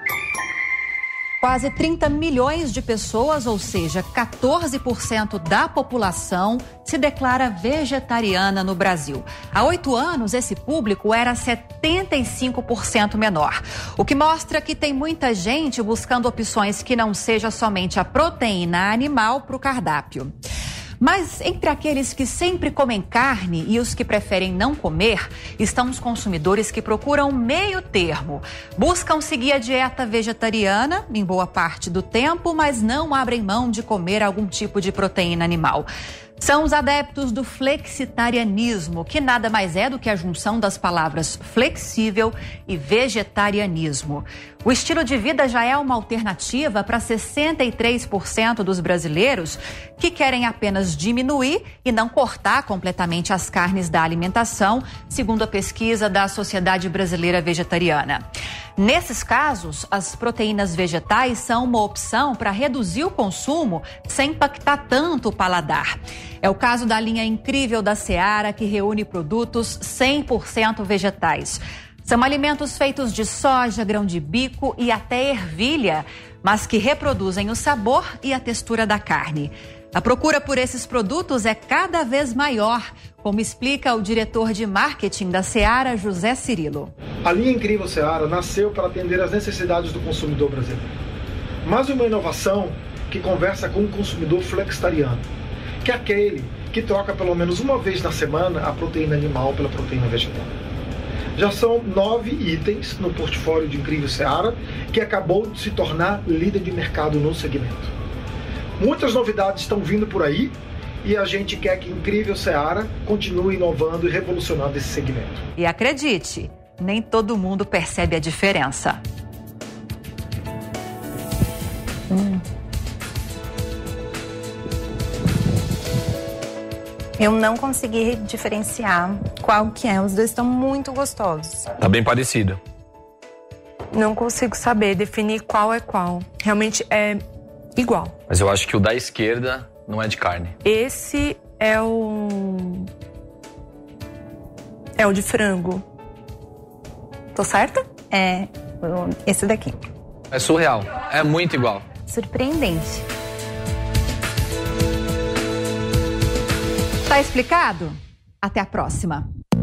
Speaker 5: Quase trinta milhões de pessoas, ou seja, quatorze por cento da população, se declara vegetariana no Brasil. Há oito anos, esse público era setenta e cinco por cento menor, o que mostra que tem muita gente buscando opções que não seja somente a proteína animal para o cardápio. Mas entre aqueles que sempre comem carne e os que preferem não comer, estão os consumidores que procuram meio termo. Buscam seguir a dieta vegetariana em boa parte do tempo, mas não abrem mão de comer algum tipo de proteína animal. São os adeptos do flexitarianismo, que nada mais é do que a junção das palavras flexível e vegetarianismo. O estilo de vida já é uma alternativa para sessenta e três por cento dos brasileiros que querem apenas diminuir e não cortar completamente as carnes da alimentação, segundo a pesquisa da Sociedade Brasileira Vegetariana. Nesses casos, as proteínas vegetais são uma opção para reduzir o consumo sem impactar tanto o paladar. É o caso da linha incrível da Seara, que reúne produtos cem por cento vegetais. São alimentos feitos de soja, grão de bico e até ervilha, mas que reproduzem o sabor e a textura da carne. A procura por esses produtos é cada vez maior, como explica o diretor de marketing da Seara, José Cirilo.
Speaker 13: A linha Incrível Seara nasceu para atender às necessidades do consumidor brasileiro. Mas uma inovação que conversa com o consumidor flexitariano, que é aquele que troca pelo menos uma vez na semana a proteína animal pela proteína vegetal. Já são nove itens no portfólio de Incrível Seara, que acabou de se tornar líder de mercado no segmento. Muitas novidades estão vindo por aí e a gente quer que Incrível Seara continue inovando e revolucionando esse segmento.
Speaker 5: E acredite, nem todo mundo percebe a diferença.
Speaker 14: Hum. Eu não consegui diferenciar qual que é. Os dois estão muito gostosos.
Speaker 15: Tá bem parecido.
Speaker 14: Não consigo saber, definir qual é qual. Realmente é igual.
Speaker 15: Mas eu acho que o da esquerda não é de carne.
Speaker 14: Esse é o... É o de frango. Tô certa? É esse daqui.
Speaker 15: É surreal. É muito igual.
Speaker 14: Surpreendente.
Speaker 5: Tá explicado? Até a próxima.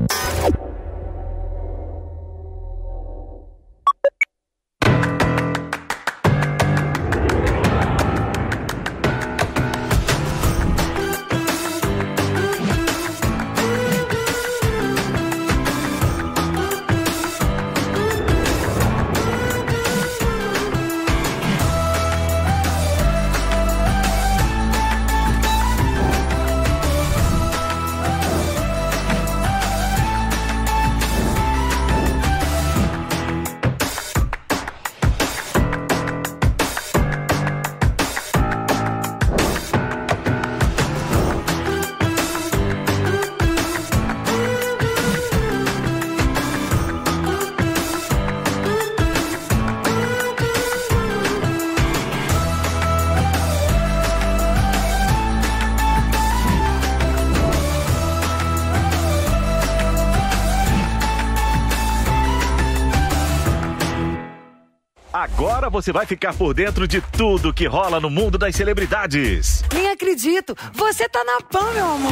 Speaker 16: Agora você vai ficar por dentro de tudo que rola no mundo das celebridades.
Speaker 17: Nem acredito, você tá na Pan, meu amor.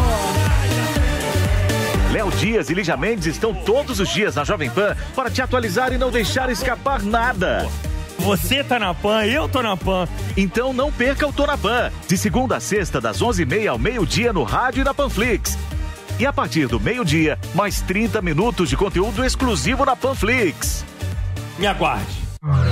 Speaker 16: Léo Dias e Lígia Mendes estão todos os dias na Jovem Pan para te atualizar e não deixar escapar nada.
Speaker 22: Você tá na Pan, eu tô na Pan.
Speaker 16: Então não perca o Tô na Pan, de segunda a sexta, das onze e meia ao meio-dia no rádio e na Panflix. E a partir do meio-dia, mais trinta minutos de conteúdo exclusivo na Panflix.
Speaker 22: Me aguarde.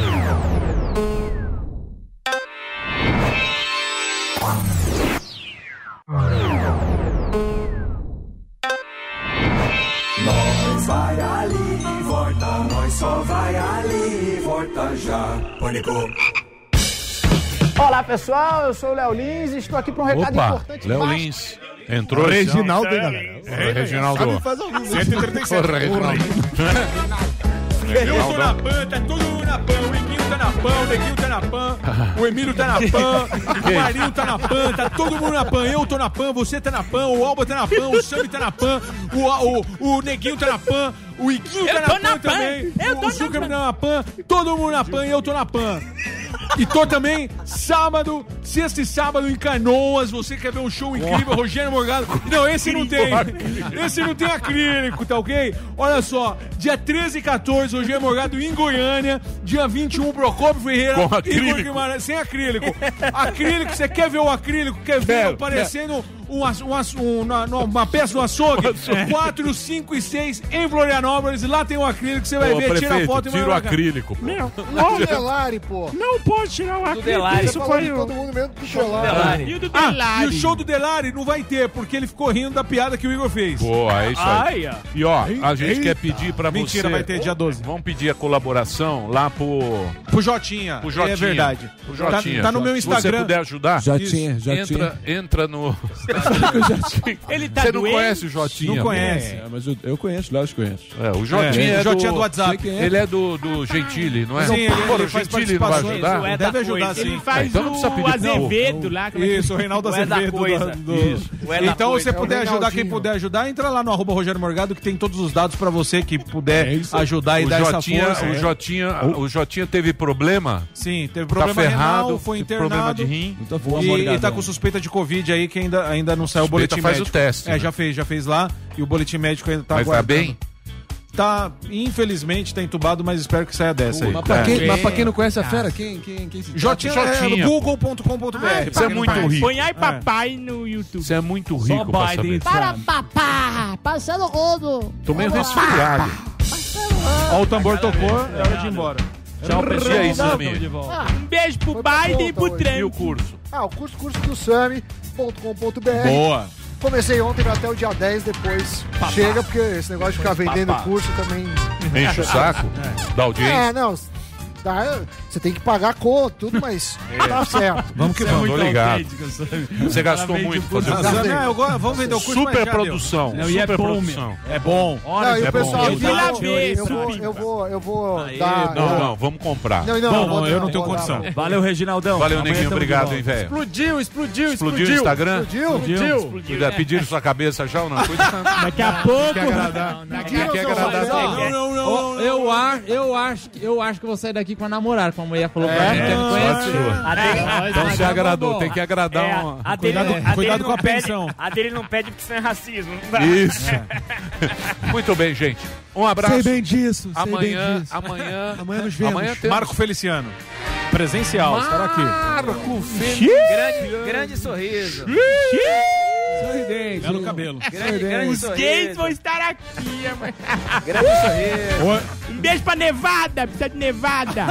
Speaker 2: Nós vai ali e volta, nós só vai ali e volta já. Pânico.
Speaker 12: Olá, pessoal, eu sou o Léo Lins e estou aqui para um recado
Speaker 6: Opa,
Speaker 12: importante.
Speaker 6: Léo
Speaker 12: Mas-
Speaker 6: Lins. Entrou
Speaker 9: Reginaldo,
Speaker 6: esse-
Speaker 9: hein, galera?
Speaker 6: É, Reginaldo.
Speaker 9: Sabe fazer alguns-
Speaker 6: cento e trinta e sete.
Speaker 9: Porra, Reginaldo.
Speaker 1: Eu tô na PAN, tá todo mundo na PAN. O Iguinho tá na PAN, o Neguinho tá na PAN, o Emílio tá na PAN, o Marinho tá na PAN, tá todo mundo na PAN. Eu tô na PAN, você tá na PAN, o Alba tá na PAN, o Sami tá na PAN, o, o, o Neguinho tá na PAN, o Iguinho
Speaker 22: Eu
Speaker 1: tá
Speaker 22: tô
Speaker 1: na
Speaker 22: na
Speaker 1: PAN
Speaker 22: PAN,
Speaker 1: também,
Speaker 22: eu tô
Speaker 1: o
Speaker 22: na
Speaker 1: Zuckerman tá na PAN, todo mundo na PAN e eu tô na PAN. E tô também sábado, sexta e sábado em Canoas. Você quer ver um show incrível, Rogério Morgado? Não, esse não tem. Esse não tem acrílico, tá ok? Olha só, dia treze e quatorze, Rogério Morgado em Goiânia. Dia vinte e um, Procópio Ferreira.
Speaker 6: Com
Speaker 1: Igor
Speaker 6: acrílico.
Speaker 1: Guimarães, sem acrílico. Acrílico, você quer ver o acrílico? Quer ver
Speaker 6: Quero,
Speaker 1: aparecendo um, aç- um, aç- um, uma, uma peça do açougue? quatro, cinco e seis em Florianópolis. Lá tem o acrílico, você vai
Speaker 6: Ô,
Speaker 1: ver, tira a
Speaker 6: prefeito,
Speaker 1: foto e
Speaker 6: tira o
Speaker 1: vai marcar.
Speaker 6: acrílico. pô.
Speaker 10: Meu, não, o Delari, pô.
Speaker 9: Não pode tirar o acrílico.
Speaker 22: Delari.
Speaker 9: Isso
Speaker 10: Tá
Speaker 9: foi
Speaker 10: falando de
Speaker 9: o...
Speaker 10: todo mundo mesmo do
Speaker 22: Delari.
Speaker 10: Delari.
Speaker 22: E o do
Speaker 1: Ah,
Speaker 22: Delari?
Speaker 1: e o show do Delari não vai ter, porque ele ficou rindo da piada que o Igor fez.
Speaker 6: Boa, é isso aí.
Speaker 22: Ai, ó.
Speaker 6: E ó, a gente
Speaker 9: Eita.
Speaker 6: quer pedir pra você...
Speaker 1: Mentira, vai ter dia doze.
Speaker 6: Vamos pedir a colaboração lá pro...
Speaker 1: Pro Jotinha.
Speaker 6: pro Jotinha.
Speaker 1: É verdade.
Speaker 6: Pro Jotinha.
Speaker 1: Tá, tá no meu
Speaker 6: Se você
Speaker 1: Instagram.
Speaker 6: puder ajudar...
Speaker 9: Jotinha,
Speaker 6: Isso.
Speaker 9: Jotinha.
Speaker 6: Entra, entra no...
Speaker 22: Ele tá
Speaker 6: Você não
Speaker 22: doente?
Speaker 6: conhece o Jotinha?
Speaker 1: Não conhece.
Speaker 9: É, mas eu, eu conheço, Léo, conheço.
Speaker 6: É, o Jotinha
Speaker 1: É,
Speaker 6: é,
Speaker 1: o Jotinha
Speaker 6: do...
Speaker 1: do WhatsApp.
Speaker 9: Sei quem é.
Speaker 6: Ele é do, do Gentili, não é?
Speaker 1: Sim, ele-
Speaker 6: Pô,
Speaker 1: ele
Speaker 6: o
Speaker 1: faz
Speaker 6: Gentili não vai
Speaker 1: participações.
Speaker 6: ajudar?
Speaker 22: É da
Speaker 1: Deve ajudar,
Speaker 22: coisa.
Speaker 1: sim.
Speaker 22: Ele faz
Speaker 6: Então não precisa
Speaker 22: o
Speaker 6: pedir de novo.
Speaker 22: Azevedo lá. como é que-
Speaker 1: Isso, o Reinaldo
Speaker 22: O é da
Speaker 1: Azevedo.
Speaker 22: coisa.
Speaker 1: do- do-
Speaker 22: Isso. O é da
Speaker 1: Então, se
Speaker 22: coisa.
Speaker 1: você puder
Speaker 10: É o
Speaker 1: ajudar, quem
Speaker 10: Reinaldinho.
Speaker 1: puder ajudar, entra lá no arroba Rogério Morgado, que tem todos os dados pra você que puder
Speaker 9: É isso.
Speaker 1: ajudar e
Speaker 6: O
Speaker 1: dar
Speaker 6: Jotinha,
Speaker 1: essa força.
Speaker 6: o, Jotinha, o Jotinha teve problema,
Speaker 1: Sim, teve
Speaker 6: tá
Speaker 1: problema
Speaker 6: ferrado,
Speaker 1: renal, foi
Speaker 6: teve problema
Speaker 1: internado.
Speaker 6: de rim.
Speaker 9: Muita força,
Speaker 1: E, e
Speaker 9: Morgadão.
Speaker 1: tá com suspeita de Covid aí, que ainda, ainda não saiu o
Speaker 6: Suspeita
Speaker 1: boletim
Speaker 6: faz o
Speaker 1: médico.
Speaker 6: teste,
Speaker 1: É,
Speaker 6: né?
Speaker 1: já fez, já fez lá. E o boletim médico ainda tá
Speaker 6: Mas tá
Speaker 1: aguardando.
Speaker 6: bem?
Speaker 1: Tá, infelizmente, tá entubado, mas espero que saia dessa aí.
Speaker 9: Mas pra,
Speaker 6: É.
Speaker 9: quem, mas pra quem não conhece a fera, quem, quem, quem se
Speaker 1: Jotinha,
Speaker 6: Jotinha,
Speaker 1: é google ponto com ponto b r.
Speaker 6: Você é muito rico.
Speaker 22: Põe aí papai no YouTube.
Speaker 6: Você é muito rico pra saber.
Speaker 17: Para papá, passando rodo.
Speaker 6: Tô meio resfriado.
Speaker 1: Ó, o tambor tocou, é hora de ir embora.
Speaker 6: Tchau, pessoal. E aí, Sami?
Speaker 22: Um beijo pro
Speaker 10: Foi pra
Speaker 22: Biden e
Speaker 10: conta
Speaker 22: pro
Speaker 10: hoje.
Speaker 6: E o
Speaker 22: Trump.
Speaker 6: curso?
Speaker 10: Ah, o curso, curso do sami ponto com ponto b r.
Speaker 1: Boa.
Speaker 10: Comecei ontem, vai até o dia dez, depois chega, porque esse negócio de ficar vendendo curso também...
Speaker 6: Enche o saco da audiência?
Speaker 10: É, não, tá, você tem que pagar a conta, tudo, mas tá certo.
Speaker 1: Vamos que
Speaker 6: Tô
Speaker 1: vamos.
Speaker 6: ligado. Você gastou muito pra fazer o curso?
Speaker 1: Não, eu go- vamos vender o curso, mas
Speaker 6: Super
Speaker 1: já deu.
Speaker 6: produção.
Speaker 22: Não, e é
Speaker 6: Super
Speaker 22: bom,
Speaker 6: produção.
Speaker 1: É bom.
Speaker 10: Não, e
Speaker 6: é
Speaker 10: o pessoal,
Speaker 6: bom.
Speaker 10: eu,
Speaker 22: Vila
Speaker 10: vou,
Speaker 22: Vez,
Speaker 10: eu, vou, eu vou, eu vou
Speaker 9: Aê,
Speaker 10: dar...
Speaker 6: Não,
Speaker 10: eu-
Speaker 6: não, vamos comprar.
Speaker 10: Não, não,
Speaker 1: Bom,
Speaker 10: vou
Speaker 1: eu
Speaker 10: dar,
Speaker 1: não tenho
Speaker 10: vou dar,
Speaker 1: condição.
Speaker 10: não.
Speaker 7: Valeu, Reginaldão.
Speaker 6: Valeu,
Speaker 7: Amanhã
Speaker 6: Neguinho.
Speaker 7: tamo de
Speaker 6: Obrigado,
Speaker 7: volta.
Speaker 6: hein, velho.
Speaker 23: Explodiu, explodiu,
Speaker 6: Explodiu o Instagram?
Speaker 10: Explodiu?
Speaker 23: Explodiu.
Speaker 6: Já pediram sua cabeça já ou não? Cuidado.
Speaker 22: Daqui a pouco.
Speaker 6: Quer agradar?
Speaker 10: Tira
Speaker 6: Quer
Speaker 10: o
Speaker 6: agradar?
Speaker 10: celular.
Speaker 1: Não, não, não.
Speaker 23: Ô, eu, ar, eu, acho, que- eu acho que vou sair daqui com a namorada, como a mulher falou pra mim, que não
Speaker 6: Sorte
Speaker 23: conhece.
Speaker 6: sua.
Speaker 22: A dele,
Speaker 6: Então você agradou, tem que agradar
Speaker 22: é,
Speaker 6: uma...
Speaker 22: a dele,
Speaker 1: Cuidado-
Speaker 22: a dele
Speaker 1: cuidado
Speaker 22: não
Speaker 1: com a
Speaker 22: pede-
Speaker 1: pensão.
Speaker 22: A dele não pede porque isso é racismo. Não dá.
Speaker 6: Isso. Muito bem, gente. Um abraço.
Speaker 9: Sei bem disso, sei
Speaker 6: Amanhã,
Speaker 9: bem disso.
Speaker 6: amanhã,
Speaker 9: Amanhã nos vemos.
Speaker 6: amanhã temos
Speaker 1: Marco Feliciano. Presencial, estará aqui.
Speaker 6: Marco
Speaker 21: Grande, grande sorriso.
Speaker 9: Sorridente.
Speaker 1: Belo cabelo.
Speaker 21: Grande, grande
Speaker 22: Os
Speaker 21: sorriso.
Speaker 22: gays vão estar aqui, amanhã.
Speaker 21: Grande sorriso.
Speaker 22: Um beijo pra Nevada, precisa de Nevada.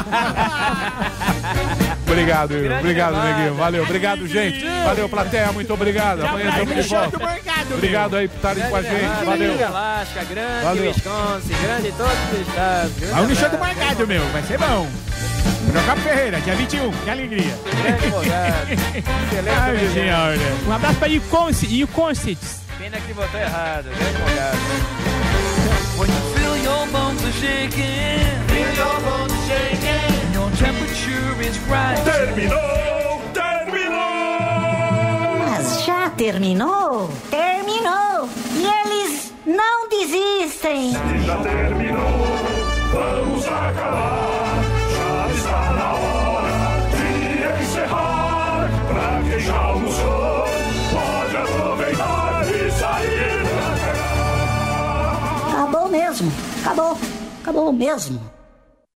Speaker 6: Obrigado, Igor.
Speaker 21: Grande
Speaker 6: Obrigado,
Speaker 21: debate.
Speaker 6: Neguinho. Valeu, obrigado, gente. Valeu, plateia. Muito obrigado. Amanhã estamos de volta. Obrigado aí por estarem com a gente. Valeu.
Speaker 21: Grande Alasca, grande
Speaker 6: Valeu.
Speaker 21: Wisconsin, grande todos os estados. grande
Speaker 22: Vai o lixo do
Speaker 21: abraço.
Speaker 22: mercado, meu. Vai ser bom. Procopio Ferreira, dia vinte e um. Que alegria.
Speaker 21: Grande advogado. Excelente
Speaker 22: Ai,
Speaker 21: comediante.
Speaker 22: senhora. Um abraço pra Iconsits.
Speaker 21: Pena que votou errado. Grande advogado.
Speaker 2: When you feel your bones are shaking, feel your bones are shaking, your temperature is rising. Terminou, terminou.
Speaker 17: Mas já terminou? Terminou! E eles não desistem!
Speaker 2: Já terminou, vamos acabar. Já está na hora de encerrar. Pra quem já almoçou, pode aproveitar e sair pra cá.
Speaker 17: Acabou mesmo! Acabou! Acabou mesmo!